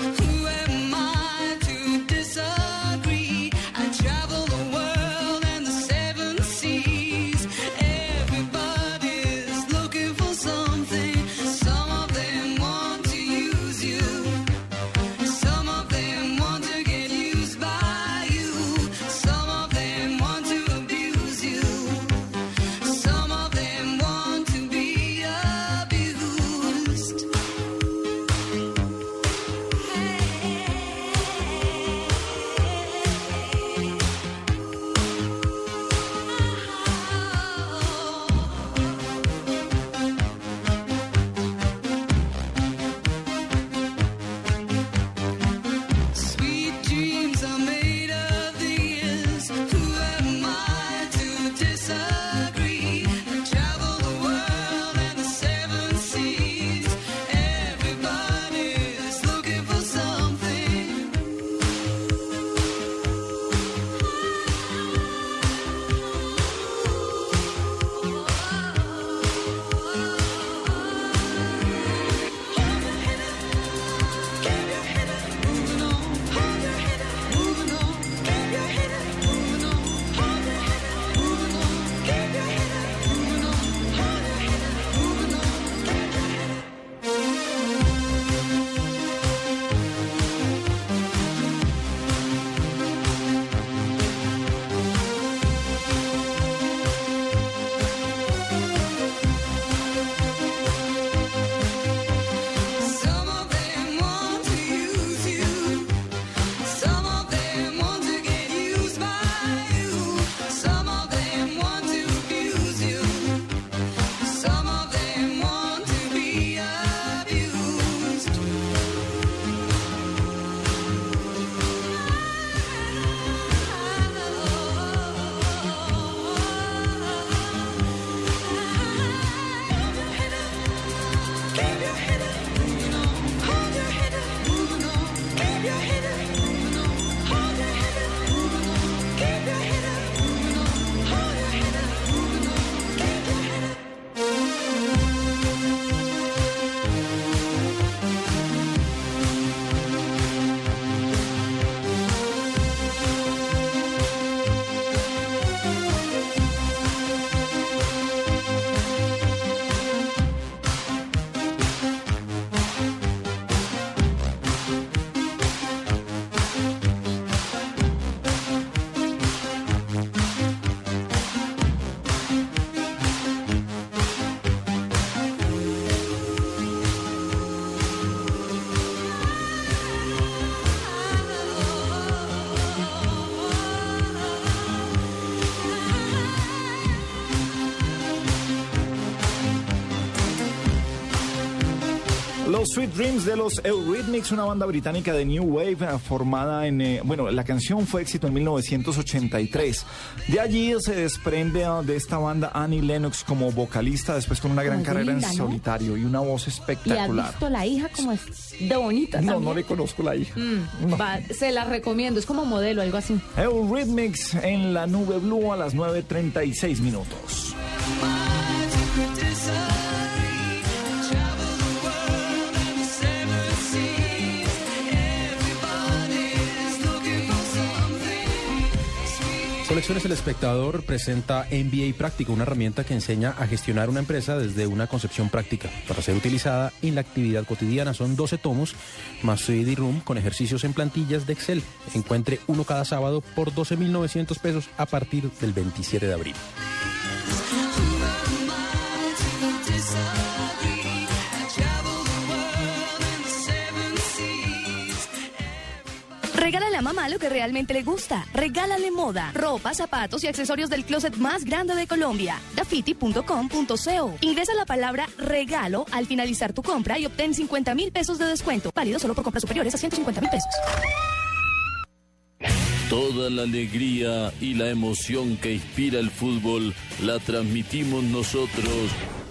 los Sweet Dreams de los Eurythmics, una banda británica de New Wave formada en... la canción fue éxito en 1983. De allí se desprende de esta banda Annie Lennox como vocalista, después con una gran carrera linda, en ¿no? solitario y una voz ¿Y has espectacular. visto la hija como es de bonita No, también? no le conozco la hija. Se la recomiendo, es como modelo, algo así. Eurythmics en la nube blue a las 9:36 minutos. Colecciones El Espectador presenta MBA Práctico, una herramienta que enseña a gestionar una empresa desde una concepción práctica para ser utilizada en la actividad cotidiana. Son 12 tomos más CD-ROOM con ejercicios en plantillas de Excel. Encuentre uno cada sábado por 12.900 pesos a partir del 27 de abril. Regálale a mamá lo que realmente le gusta. Regálale moda, ropa, zapatos y accesorios del closet más grande de Colombia. Dafiti.com.co. Ingresa la palabra regalo al finalizar tu compra y obtén 50.000 pesos de descuento. Válido solo por compras superiores a 150.000 pesos. Toda la alegría y la emoción que inspira el fútbol la transmitimos nosotros.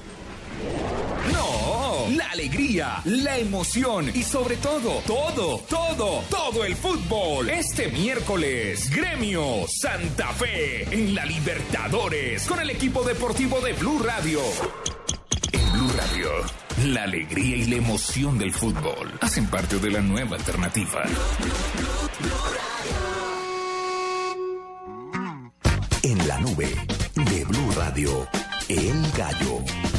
No, la alegría, la emoción y sobre todo, todo el fútbol. Este miércoles, Gremio Santa Fe en la Libertadores con el equipo deportivo de Blue Radio. En Blue Radio, la alegría y la emoción del fútbol hacen parte de la nueva alternativa. En la nube de Blue Radio, El Gallo.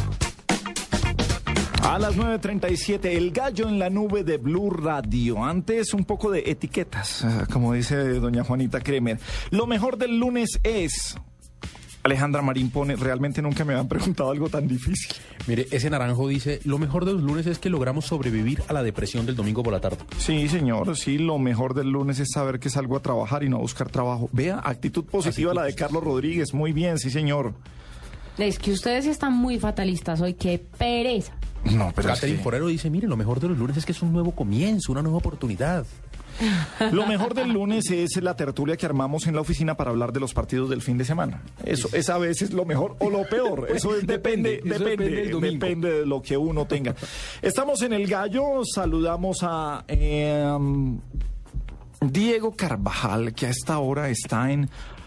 A las 9:37, El Gallo en la nube de Blue Radio. Antes, un poco de etiquetas, como dice doña Juanita Kremer. Lo mejor del lunes es... Alejandra Marín pone, realmente nunca me habían preguntado algo tan difícil. Mire, ese naranjo dice, lo mejor de los lunes es que logramos sobrevivir a la depresión del domingo por la tarde. Sí, señor, sí, lo mejor del lunes es saber que salgo a trabajar y no a buscar trabajo. Vea, actitud positiva la de Carlos Rodríguez, muy bien, sí, señor. Es que ustedes están muy fatalistas hoy, qué pereza. No, pero Catherine Forero dice, mire, lo mejor de los lunes es que es un nuevo comienzo, una nueva oportunidad. Lo mejor del lunes es la tertulia que armamos en la oficina para hablar de los partidos del fin de semana. Eso es a veces lo mejor o lo peor. Eso depende de lo que uno tenga. Estamos en El Gallo, saludamos a Diego Carvajal, que a esta hora está en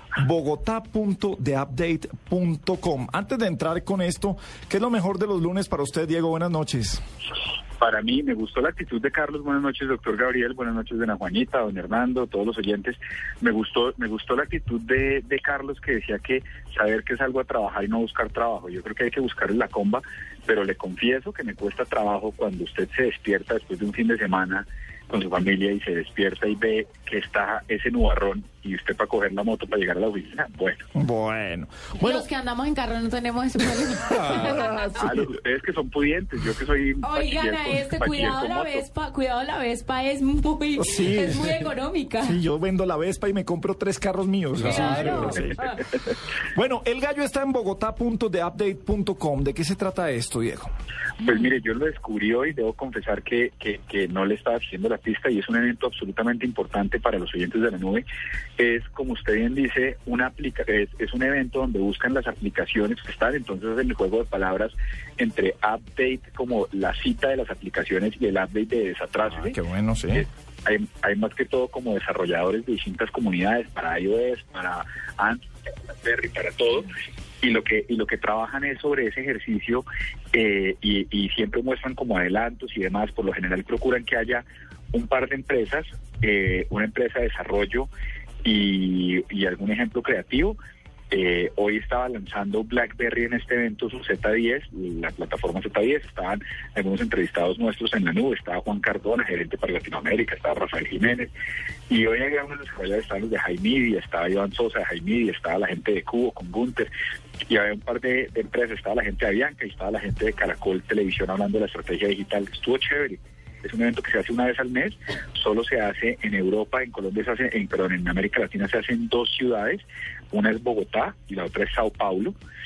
bogotá.theupdate.com. Antes de entrar con esto, ¿qué es lo mejor de los lunes para usted, Diego? Buenas noches. Para mí, me gustó la actitud de Carlos. Buenas noches, doctor Gabriel. Buenas noches, doña Juanita, don Hernando, todos los oyentes. Me gustó la actitud de Carlos, que decía que saber que salgo a trabajar y no buscar trabajo. Yo creo que hay que buscar en la comba, pero le confieso que me cuesta trabajo cuando usted se despierta después de un fin de semana con su familia y se despierta y ve que está ese nubarrón y usted para coger la moto para llegar a la oficina. Bueno. Los que andamos en carro no tenemos ese problema. Ustedes que son pudientes, yo que soy... Oigan, cuidado la Vespa es muy económica. Sí, yo vendo la Vespa y me compro 3 carros míos. Claro. Bueno, El Gallo está en bogotá.theupdate.com. ¿De qué se trata esto, Diego? Pues mire, yo lo descubrí hoy, debo confesar que no le estaba siguiendo la pista y es un evento absolutamente importante para los oyentes de la nube. Es, como usted bien dice, es un evento donde buscan las aplicaciones que están, entonces es el juego de palabras entre update, como la cita de las aplicaciones, y el update de desatrás. Qué bueno, sí. Hay más que todo como desarrolladores de distintas comunidades, para iOS, para Android, para BlackBerry, para todo. Y lo que trabajan es sobre ese ejercicio y siempre muestran como adelantos y demás. Por lo general procuran que haya un par de empresas, una empresa de desarrollo y algún ejemplo creativo. Hoy estaba lanzando BlackBerry en este evento su Z10, la plataforma Z10. Estaban algunos entrevistados nuestros en la nube. Estaba Juan Cardona, gerente para Latinoamérica, estaba Rafael Jiménez, y hoy había unos desarrolladores, estaban los de Jaimidia, estaba Iván Sosa de Jaimidia, estaba la gente de Cubo con Gunter, y había un par de empresas, estaba la gente de Avianca y estaba la gente de Caracol Televisión hablando de la estrategia digital. Estuvo chévere. Es un evento que se hace una vez al mes, solo se hace en Europa, en Colombia se hace, en América Latina se hace en 2 ciudades, una es Bogotá y la otra es Sao Paulo,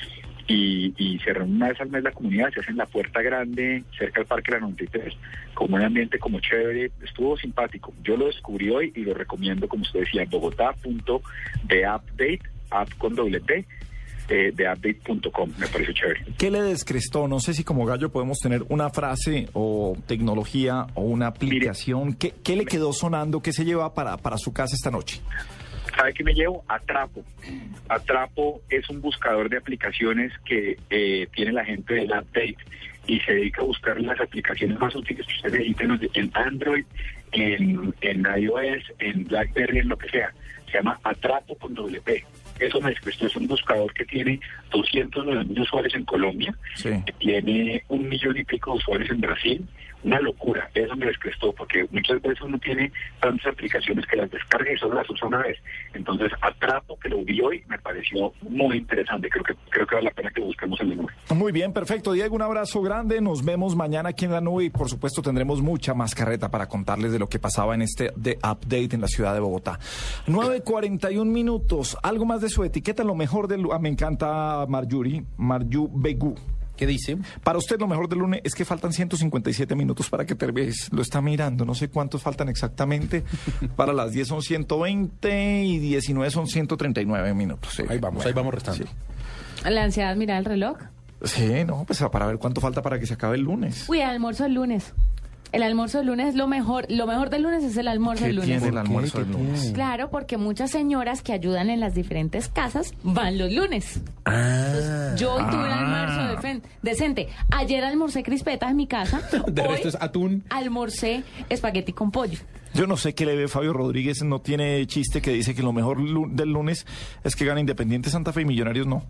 y se reúne una vez al mes la comunidad, se hace en la Puerta Grande, cerca del Parque La 93, con un ambiente como chévere, estuvo simpático. Yo lo descubrí hoy y lo recomiendo, como usted decía, bogotá.theupdate, app con doble T, de update.com, me parece chévere. ¿Qué le descrestó? No sé si como gallo podemos tener una frase o tecnología o una aplicación. ¿Qué le quedó sonando? ¿Qué se lleva para su casa esta noche? ¿Sabe qué me llevo? Atrapo. Atrapo es un buscador de aplicaciones que tiene la gente del Update y se dedica a buscar las aplicaciones más útiles que ustedes necesiten en Android, en iOS, en BlackBerry, en lo que sea. Se llama Atrapo con doble P. Eso me describió, es un buscador que tiene 209.000 usuarios en Colombia, que tiene 1 millón y pico de usuarios en Brasil. Una locura, eso me descrestó, porque muchas veces uno tiene tantas aplicaciones que las descarga y solo las usa una vez. Entonces, Atrapo, que lo vi hoy, me pareció muy interesante. Creo que vale la pena que busquemos en la nube. Muy bien, perfecto. Diego, un abrazo grande. Nos vemos mañana aquí en la nube y, por supuesto, tendremos mucha más carreta para contarles de lo que pasaba en este The Update en la ciudad de Bogotá. 9:41 minutos. Algo más de su etiqueta, lo mejor del... me encanta Marju Begú. ¿Qué dice? Para usted lo mejor del lunes es que faltan 157 minutos para que termine. Lo está mirando, no sé cuántos faltan exactamente. Para las 10 son 120 y 19 son 139 minutos. Sí. Ahí vamos restando. Sí. La ansiedad, mira el reloj. Sí, no, pues para ver cuánto falta para que se acabe el lunes. Uy, el almuerzo del lunes. El almuerzo del lunes es lo mejor. Lo mejor del lunes es el almuerzo del lunes. ¿Qué tiene el almuerzo del lunes? Claro, porque muchas señoras que ayudan en las diferentes casas van los lunes. Entonces, yo hoy tuve un almuerzo decente. Ayer almorcé crispetas en mi casa. De resto es atún. Almorcé espagueti con pollo. Yo no sé qué le ve Fabio Rodríguez, no tiene chiste que dice que lo mejor del lunes es que gana Independiente Santa Fe y Millonarios no.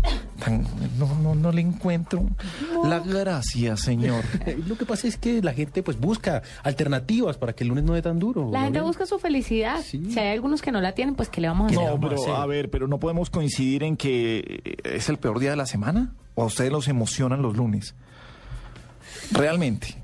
No le encuentro la gracia, señor. Lo que pasa es que la gente pues busca alternativas para que el lunes no dé tan duro. La gente busca su felicidad. Sí. Si hay algunos que no la tienen, pues ¿qué le vamos a hacer? No, pero pero no podemos coincidir en que es el peor día de la semana. ¿O a ustedes los emocionan los lunes? Realmente.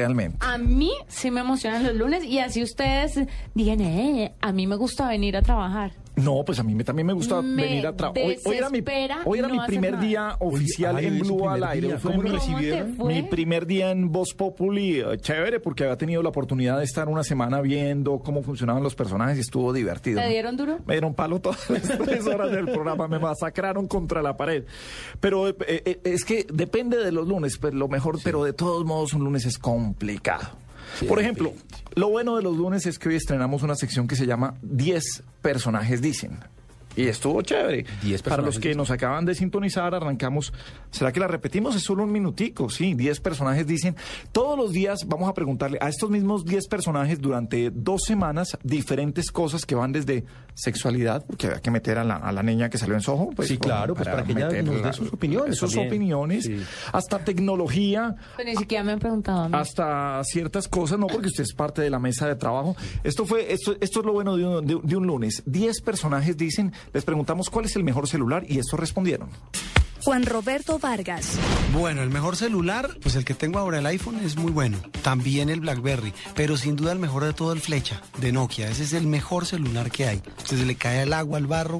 A mí sí me emocionan los lunes y así ustedes digan, a mí me gusta venir a trabajar. No, pues a mí también me gusta venir a trabajar. Hoy era mi primer día oficial en Blue al aire. ¿Cómo lo recibieron? Mi primer día en Voz Populi, chévere, porque había tenido la oportunidad de estar una semana viendo cómo funcionaban los personajes y estuvo divertido. ¿Te dieron duro? Me dieron palo todas las 3 horas del programa, me masacraron contra la pared. Pero es que depende de los lunes, pues lo mejor, pero de todos modos un lunes es complicado. Sí, por ejemplo, lo bueno de los lunes es que hoy estrenamos una sección que se llama 10 personajes dicen. Y estuvo chévere. Para los que nos acaban de sintonizar, arrancamos. ¿Será que la repetimos? Es solo un minutico, sí. 10 personajes dicen. Todos los días vamos a preguntarle a estos mismos 10 personajes durante 2 semanas diferentes cosas que van desde sexualidad, porque había que meter a la niña que salió en Soho. Pues, sí, claro, pues para que ella nos dé sus opiniones. Sus opiniones, sí. Hasta tecnología. Pero ni siquiera me han preguntado a mí. Hasta ciertas cosas, no, porque usted es parte de la mesa de trabajo. Esto es lo bueno de un lunes. 10 personajes dicen. Les preguntamos cuál es el mejor celular y estos respondieron. Juan Roberto Vargas. Bueno, el mejor celular, pues el que tengo ahora, el iPhone, es muy bueno. También el BlackBerry, pero sin duda el mejor de todo el Flecha, de Nokia. Ese es el mejor celular que hay. Se le cae el agua, el barro,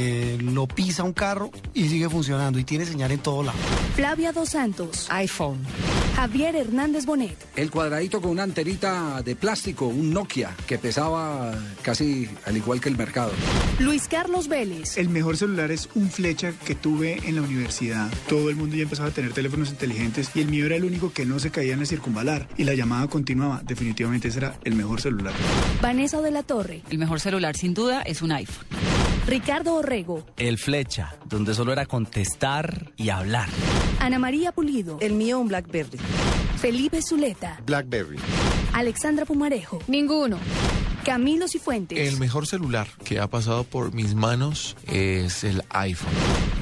lo pisa un carro y sigue funcionando y tiene señal en todo lado. Flavia Dos Santos. iPhone. Javier Hernández Bonet. El cuadradito con una antenita de plástico, un Nokia, que pesaba casi al igual que el mercado. Luis Carlos Vélez. El mejor celular es un Flecha que tuve en la universidad. Todo el mundo ya empezaba a tener teléfonos inteligentes y el mío era el único que no se caía en la circunvalar y la llamada continuaba. Definitivamente ese era el mejor celular. Vanessa de la Torre. El mejor celular sin duda es un iPhone. Ricardo Orrego. El Flecha, donde solo era contestar y hablar. Ana María Pulido. El mío un BlackBerry. Felipe Zuleta. BlackBerry. Alexandra Pumarejo. Ninguno. Camilo Cifuentes. El mejor celular que ha pasado por mis manos es el iPhone.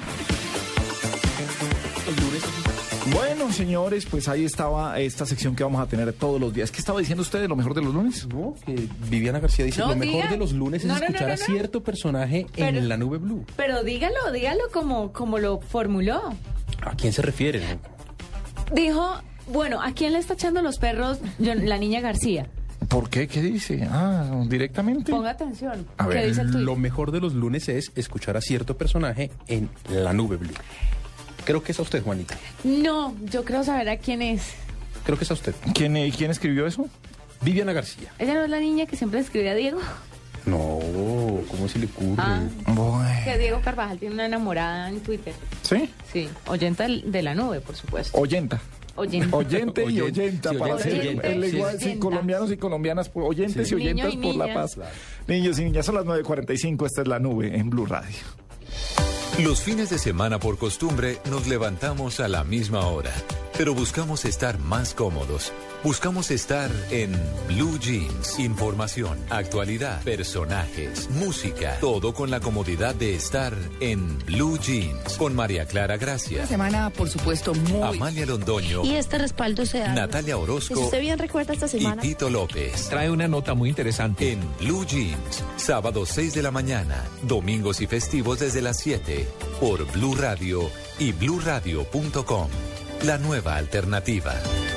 Bueno, señores, pues ahí estaba esta sección que vamos a tener todos los días. ¿Qué estaba diciendo usted de lo mejor de los lunes? No, que Viviana García dice, lo mejor de los lunes es escuchar a cierto personaje en la nube Blue. Pero dígalo como lo formuló. ¿A quién se refiere? Dijo, bueno, ¿a quién le está echando los perros la niña García? ¿Por qué? ¿Qué dice? Directamente. Ponga atención. A ver, dice el tuyo? Lo mejor de los lunes es escuchar a cierto personaje en la nube Blue. Creo que es a usted, Juanita. No, yo creo saber a quién es. Creo que es a usted. ¿Quién escribió eso? Viviana García. ¿Ella no es la niña que siempre escribe a Diego? No, ¿cómo se le ocurre? Que Diego Carvajal tiene una enamorada en Twitter. ¿Sí? Sí, oyenta de la nube, por supuesto. Oyente y oyenta, sí, para oyente, hacer oyente, el lenguaje, sí. sí, colombianos y colombianas, oyentes Sí. y oyentas Niño y por la niñas. paz. Niños y niñas, son las 9:45, esta es la nube en Blue Radio. Los fines de semana por costumbre nos levantamos a la misma hora, pero buscamos estar más cómodos. Buscamos estar en Blue Jeans. Información, actualidad, personajes, música, todo con la comodidad de estar en Blue Jeans. Con María Clara Gracia, Una semana, por supuesto, muy... Amalia Londoño, Y este respaldo se da... Natalia Si Orozco usted bien recuerda esta y semana... Tito López. Trae una nota muy interesante. En Blue Jeans, sábados 6 de la mañana, domingos y festivos desde las 7, por Blue Radio y bluradio.com. La nueva alternativa.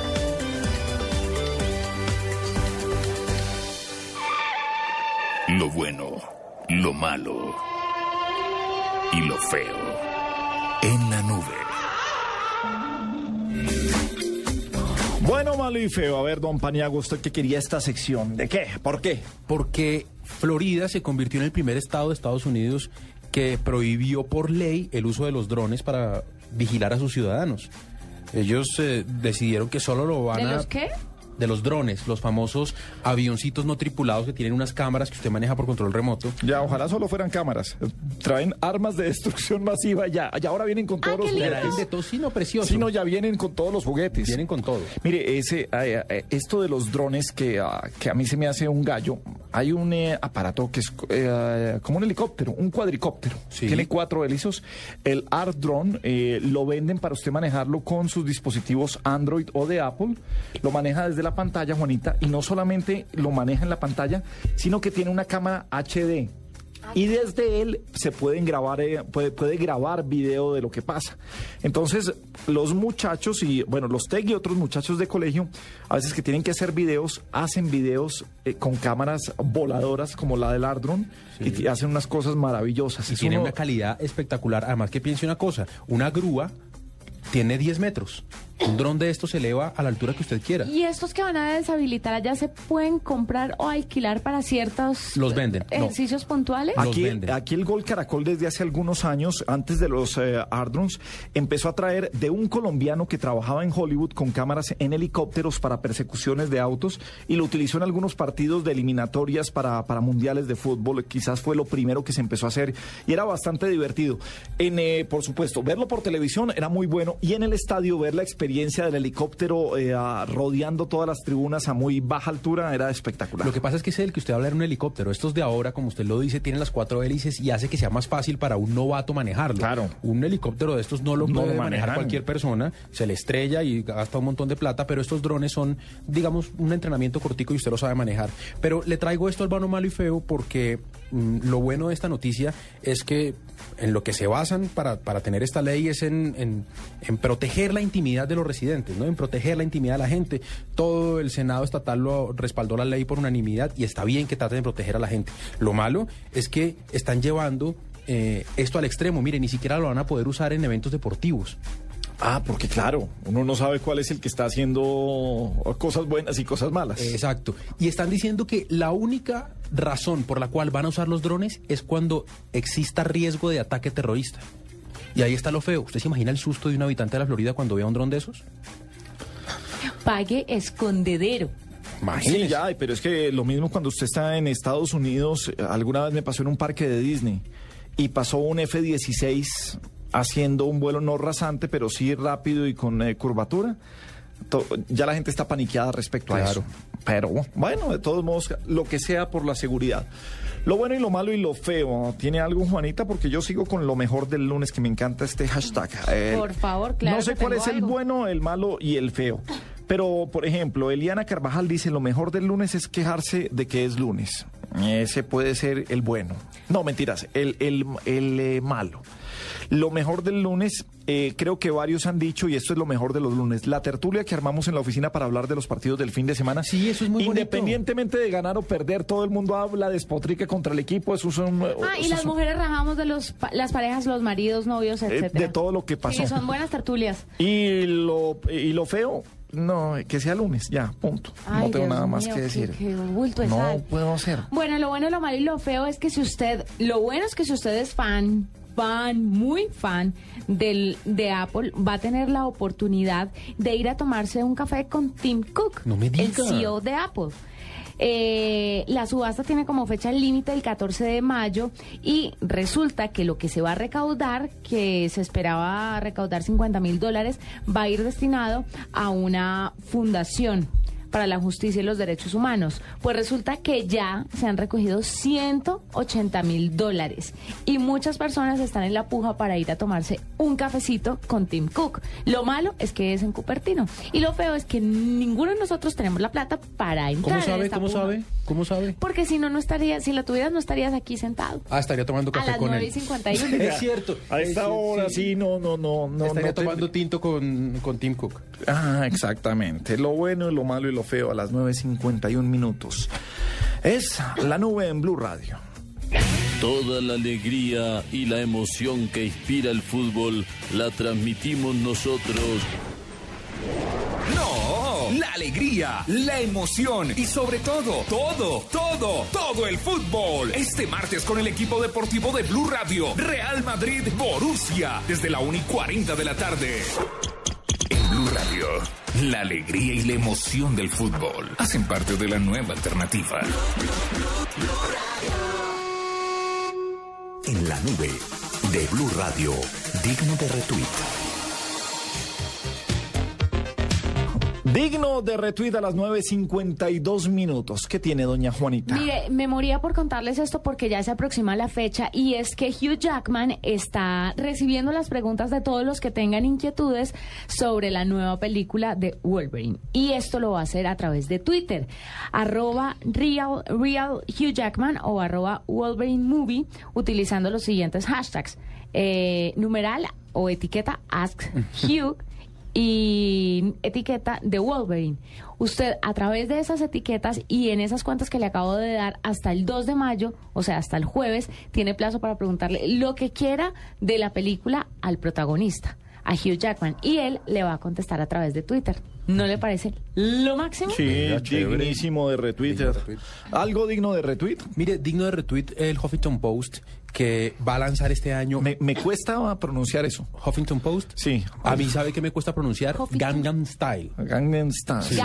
Lo bueno, lo malo y lo feo. En la nube. Bueno, malo y feo. A ver, don Paniagua, ¿usted qué quería esta sección? ¿De qué? ¿Por qué? Porque Florida se convirtió en el primer estado de Estados Unidos que prohibió por ley el uso de los drones para vigilar a sus ciudadanos. Ellos decidieron que solo lo van ¿De a... los qué? De los drones, los famosos avioncitos no tripulados que tienen unas cámaras que usted maneja por control remoto. Ya, ojalá solo fueran cámaras. Traen armas de destrucción masiva ya. Ya ahora vienen con todos los juguetes. De tocino precioso. Sí, no, ya vienen con todos los juguetes. Vienen con todo. Mire, esto de los drones que a mí se me hace un gallo. Hay un aparato que es como un helicóptero, un cuadricóptero. Sí. Tiene 4 hélices. El Art Drone lo venden para usted manejarlo con sus dispositivos Android o de Apple. Lo maneja desde la pantalla, Juanita, y no solamente lo maneja en la pantalla, sino que tiene una cámara HD. Y desde él se pueden grabar, puede grabar video de lo que pasa. Entonces, los muchachos y, bueno, los TEC y otros muchachos de colegio, a veces que tienen que hacer videos, hacen videos con cámaras voladoras como la del Art Drone, sí. Y hacen unas cosas maravillosas. Y tiene una calidad espectacular. Además, que piense una cosa, una grúa tiene 10 metros. Un dron de esto se eleva a la altura que usted quiera. ¿Y estos que van a deshabilitar allá se pueden comprar o alquilar para ciertos los venden, ejercicios puntuales? Aquí el Gol Caracol desde hace algunos años, antes de los Art Drones, empezó a traer de un colombiano que trabajaba en Hollywood con cámaras en helicópteros para persecuciones de autos y lo utilizó en algunos partidos de eliminatorias para mundiales de fútbol. Quizás fue lo primero que se empezó a hacer y era bastante divertido. Por supuesto, verlo por televisión era muy bueno y en el estadio ver la experiencia del helicóptero rodeando todas las tribunas a muy baja altura era espectacular. Lo que pasa es que ese del que usted habla era un helicóptero. Estos de ahora, como usted lo dice, tienen las 4 hélices y hace que sea más fácil para un novato manejarlo. Claro. Un helicóptero de estos no lo puede manejar cualquier persona, se le estrella y gasta un montón de plata, pero estos drones son, digamos, un entrenamiento cortico y usted lo sabe manejar. Pero le traigo esto al bueno, malo y feo porque lo bueno de esta noticia es que en lo que se basan para tener esta ley es en proteger la intimidad de los residentes, ¿no? En proteger la intimidad de la gente. Todo el Senado estatal lo respaldó la ley por unanimidad y está bien que traten de proteger a la gente. Lo malo es que están llevando esto al extremo. Mire, ni siquiera lo van a poder usar en eventos deportivos. Porque claro, uno no sabe cuál es el que está haciendo cosas buenas y cosas malas. Exacto. Y están diciendo que la única razón por la cual van a usar los drones es cuando exista riesgo de ataque terrorista. Y ahí está lo feo. ¿Usted se imagina el susto de un habitante de la Florida cuando vea un dron de esos? Pague escondedero. Sí, ya, pero es que lo mismo cuando usted está en Estados Unidos. Alguna vez me pasó en un parque de Disney y pasó un F-16 haciendo un vuelo no rasante, pero sí rápido y con curvatura. Ya la gente está paniqueada respecto a eso. Pero bueno, de todos modos, lo que sea por la seguridad. Lo bueno y lo malo y lo feo. ¿Tiene algo, Juanita? Porque yo sigo con lo mejor del lunes, que me encanta este hashtag. Por favor, claro. No sé cuál es el bueno, el malo y el feo. Pero, por ejemplo, Eliana Carvajal dice, lo mejor del lunes es quejarse de que es lunes. Ese puede ser el bueno. No, mentiras, el malo. Lo mejor del lunes, creo que varios han dicho, y esto es lo mejor de los lunes, la tertulia que armamos en la oficina para hablar de los partidos del fin de semana. Sí, eso es muy independientemente de ganar o perder, todo el mundo habla, despotrica contra el equipo. Eso son, y las mujeres rajamos de las parejas, los maridos, novios, etcétera. De todo lo que pasó. Sí, son buenas tertulias. Y lo feo, no, que sea lunes, ya, punto. Ay, no tengo Dios nada más mío, que decir. Qué bulto de no sal. puedo hacer. Bueno, lo bueno, lo malo y lo feo es que si usted es muy fan de Apple, va a tener la oportunidad de ir a tomarse un café con Tim Cook, no me diga. el CEO de Apple. La subasta tiene como fecha límite el 14 de mayo y resulta que lo que se va a recaudar, que se esperaba recaudar $50,000, va a ir destinado a una fundación para la justicia y los derechos humanos. Pues resulta que ya se han recogido $180,000 y muchas personas están en la puja para ir a tomarse un cafecito con Tim Cook. Lo malo es que es en Cupertino y lo feo es que ninguno de nosotros tenemos la plata para entrar. ¿Cómo sabe? Porque si la tuvieras no estarías aquí sentado. Estaría tomando café con él. A las 9:51. Es cierto. A esta hora sí, no. Estaría tomando tinto con Tim Cook. Exactamente. Lo bueno y lo malo y lo feo a las 9:51. Es La Nube en Blue Radio. Toda la alegría y la emoción que inspira el fútbol la transmitimos nosotros. No, la alegría, la emoción y sobre todo, todo el fútbol. Este martes con el equipo deportivo de Blue Radio, Real Madrid Borussia, desde la 1:40 de la tarde. En Blue Radio, la alegría y la emoción del fútbol hacen parte de la nueva alternativa. En la nube de Blue Radio, digno de retweet. Digno de retweet a las 9:52. ¿Qué tiene doña Juanita? Mire, me moría por contarles esto porque ya se aproxima la fecha y es que Hugh Jackman está recibiendo las preguntas de todos los que tengan inquietudes sobre la nueva película de Wolverine. Y esto lo va a hacer a través de Twitter, @real Hugh Jackman o @Wolverine Movie, utilizando los siguientes hashtags. Numeral o etiqueta Ask Hugh y etiqueta de Wolverine. Usted a través de esas etiquetas y en esas cuentas que le acabo de dar hasta el 2 de mayo, o sea, hasta el jueves, tiene plazo para preguntarle lo que quiera de la película al protagonista, a Hugh Jackman, y él le va a contestar a través de Twitter. ¿No le parece lo máximo? Sí, dignísimo de retweet. ¿Algo digno de retweet? Mire, digno de retweet el Huffington Post, que va a lanzar este año. Me cuesta pronunciar eso. Huffington Post. Sí. A mí, ¿sabe qué me cuesta pronunciar? Gangnam Style. Gangnam Style. Sí.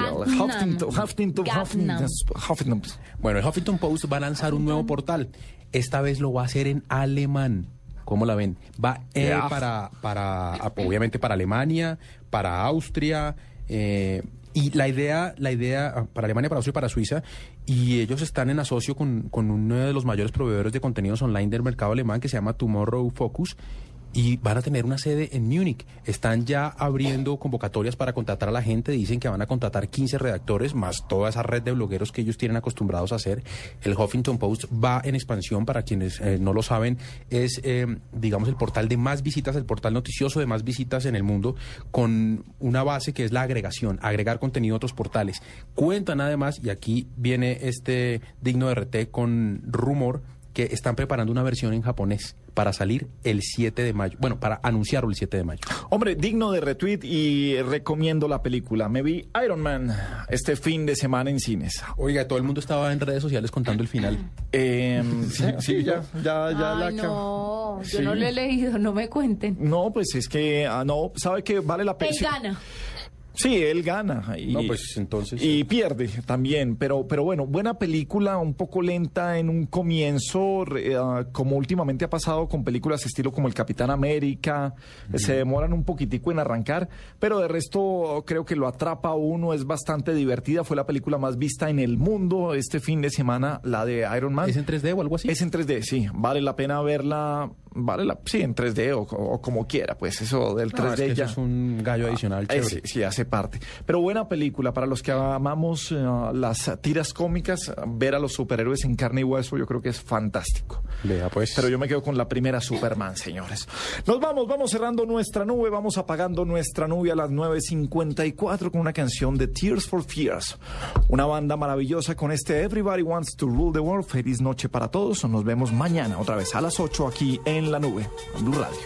Huffington. Bueno, el Huffington Post va a lanzar un nuevo portal. Esta vez lo va a hacer en alemán. ¿Cómo la ven? Va obviamente para Alemania, para Austria, y la idea para Alemania, para Austria y para Suiza, y ellos están en asocio con uno de los mayores proveedores de contenidos online del mercado alemán, que se llama Tomorrow Focus, y van a tener una sede en Múnich. Están ya abriendo convocatorias para contratar a la gente. Dicen que van a contratar 15 redactores, más toda esa red de blogueros que ellos tienen acostumbrados a hacer. El Huffington Post va en expansión. Para quienes no lo saben, es, digamos, el portal de más visitas, el portal noticioso de más visitas en el mundo, con una base que es la agregación, agregar contenido a otros portales. Cuentan además, y aquí viene este digno de RT con rumor, que están preparando una versión en japonés para salir el 7 de mayo. Bueno, para anunciarlo el 7 de mayo. Hombre, digno de retweet, y recomiendo la película. Me vi Iron Man este fin de semana en cines. Oiga, todo el mundo estaba en redes sociales contando el final. Sí, ya Ay, no, yo no lo he leído, no me cuenten. No, pues es que, no, ¿sabe que vale la pena? Él gana. Sí, él gana y, no, pues, entonces, y pierde también, pero bueno, buena película, un poco lenta en un comienzo, como últimamente ha pasado con películas estilo como El Capitán América, se demoran un poquitico en arrancar, pero de resto creo que lo atrapa a uno, es bastante divertida, fue la película más vista en el mundo este fin de semana, la de Iron Man. ¿Es en 3D o algo así? Es en 3D, sí, vale la pena verla. vale sí, en 3D o como quiera, pues eso del 3D es que ya eso es un gallo adicional chévere. Sí, hace parte. Pero buena película para los que amamos las tiras cómicas, ver a los superhéroes en carne y hueso, yo creo que es fantástico. Vea pues. Pero yo me quedo con la primera Superman, señores. Nos vamos cerrando nuestra nube, vamos apagando nuestra nube a las 9:54 con una canción de Tears for Fears. Una banda maravillosa con este Everybody Wants to Rule the World. Feliz noche para todos. Nos vemos mañana otra vez a las 8 aquí en La Nube, en Blue Radio.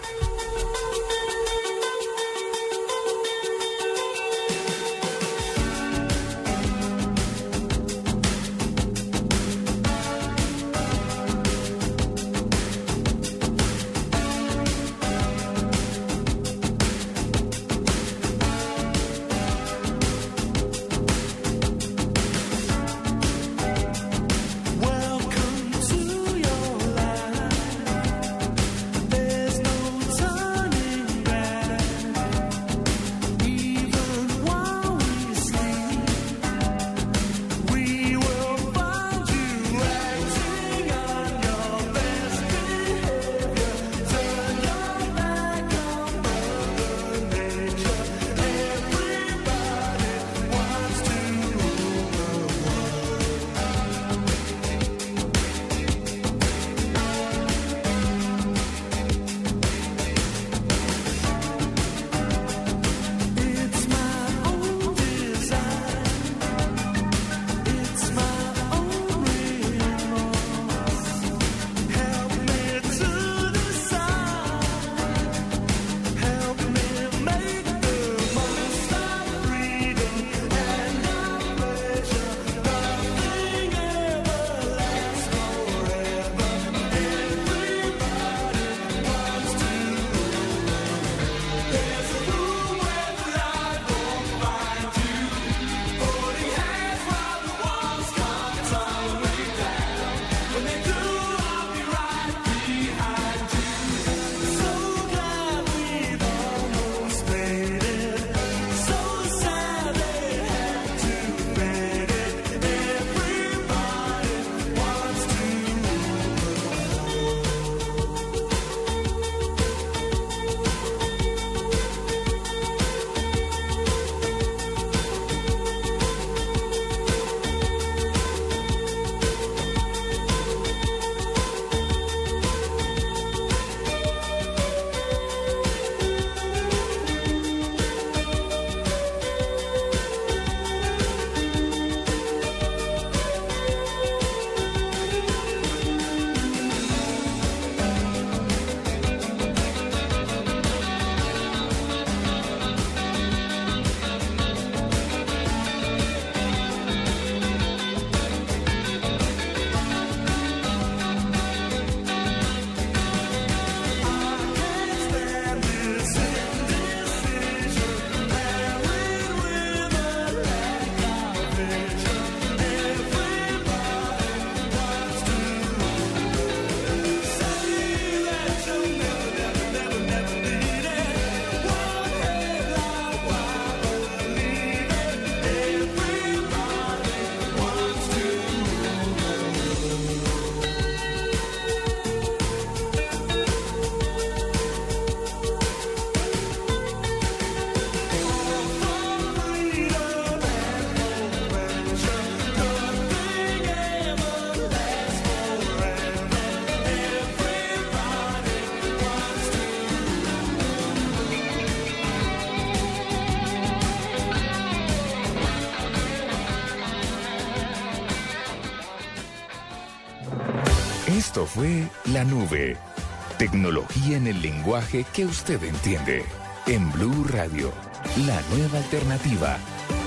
Esto fue La Nube. Tecnología en el lenguaje que usted entiende. En Blue Radio, la nueva alternativa.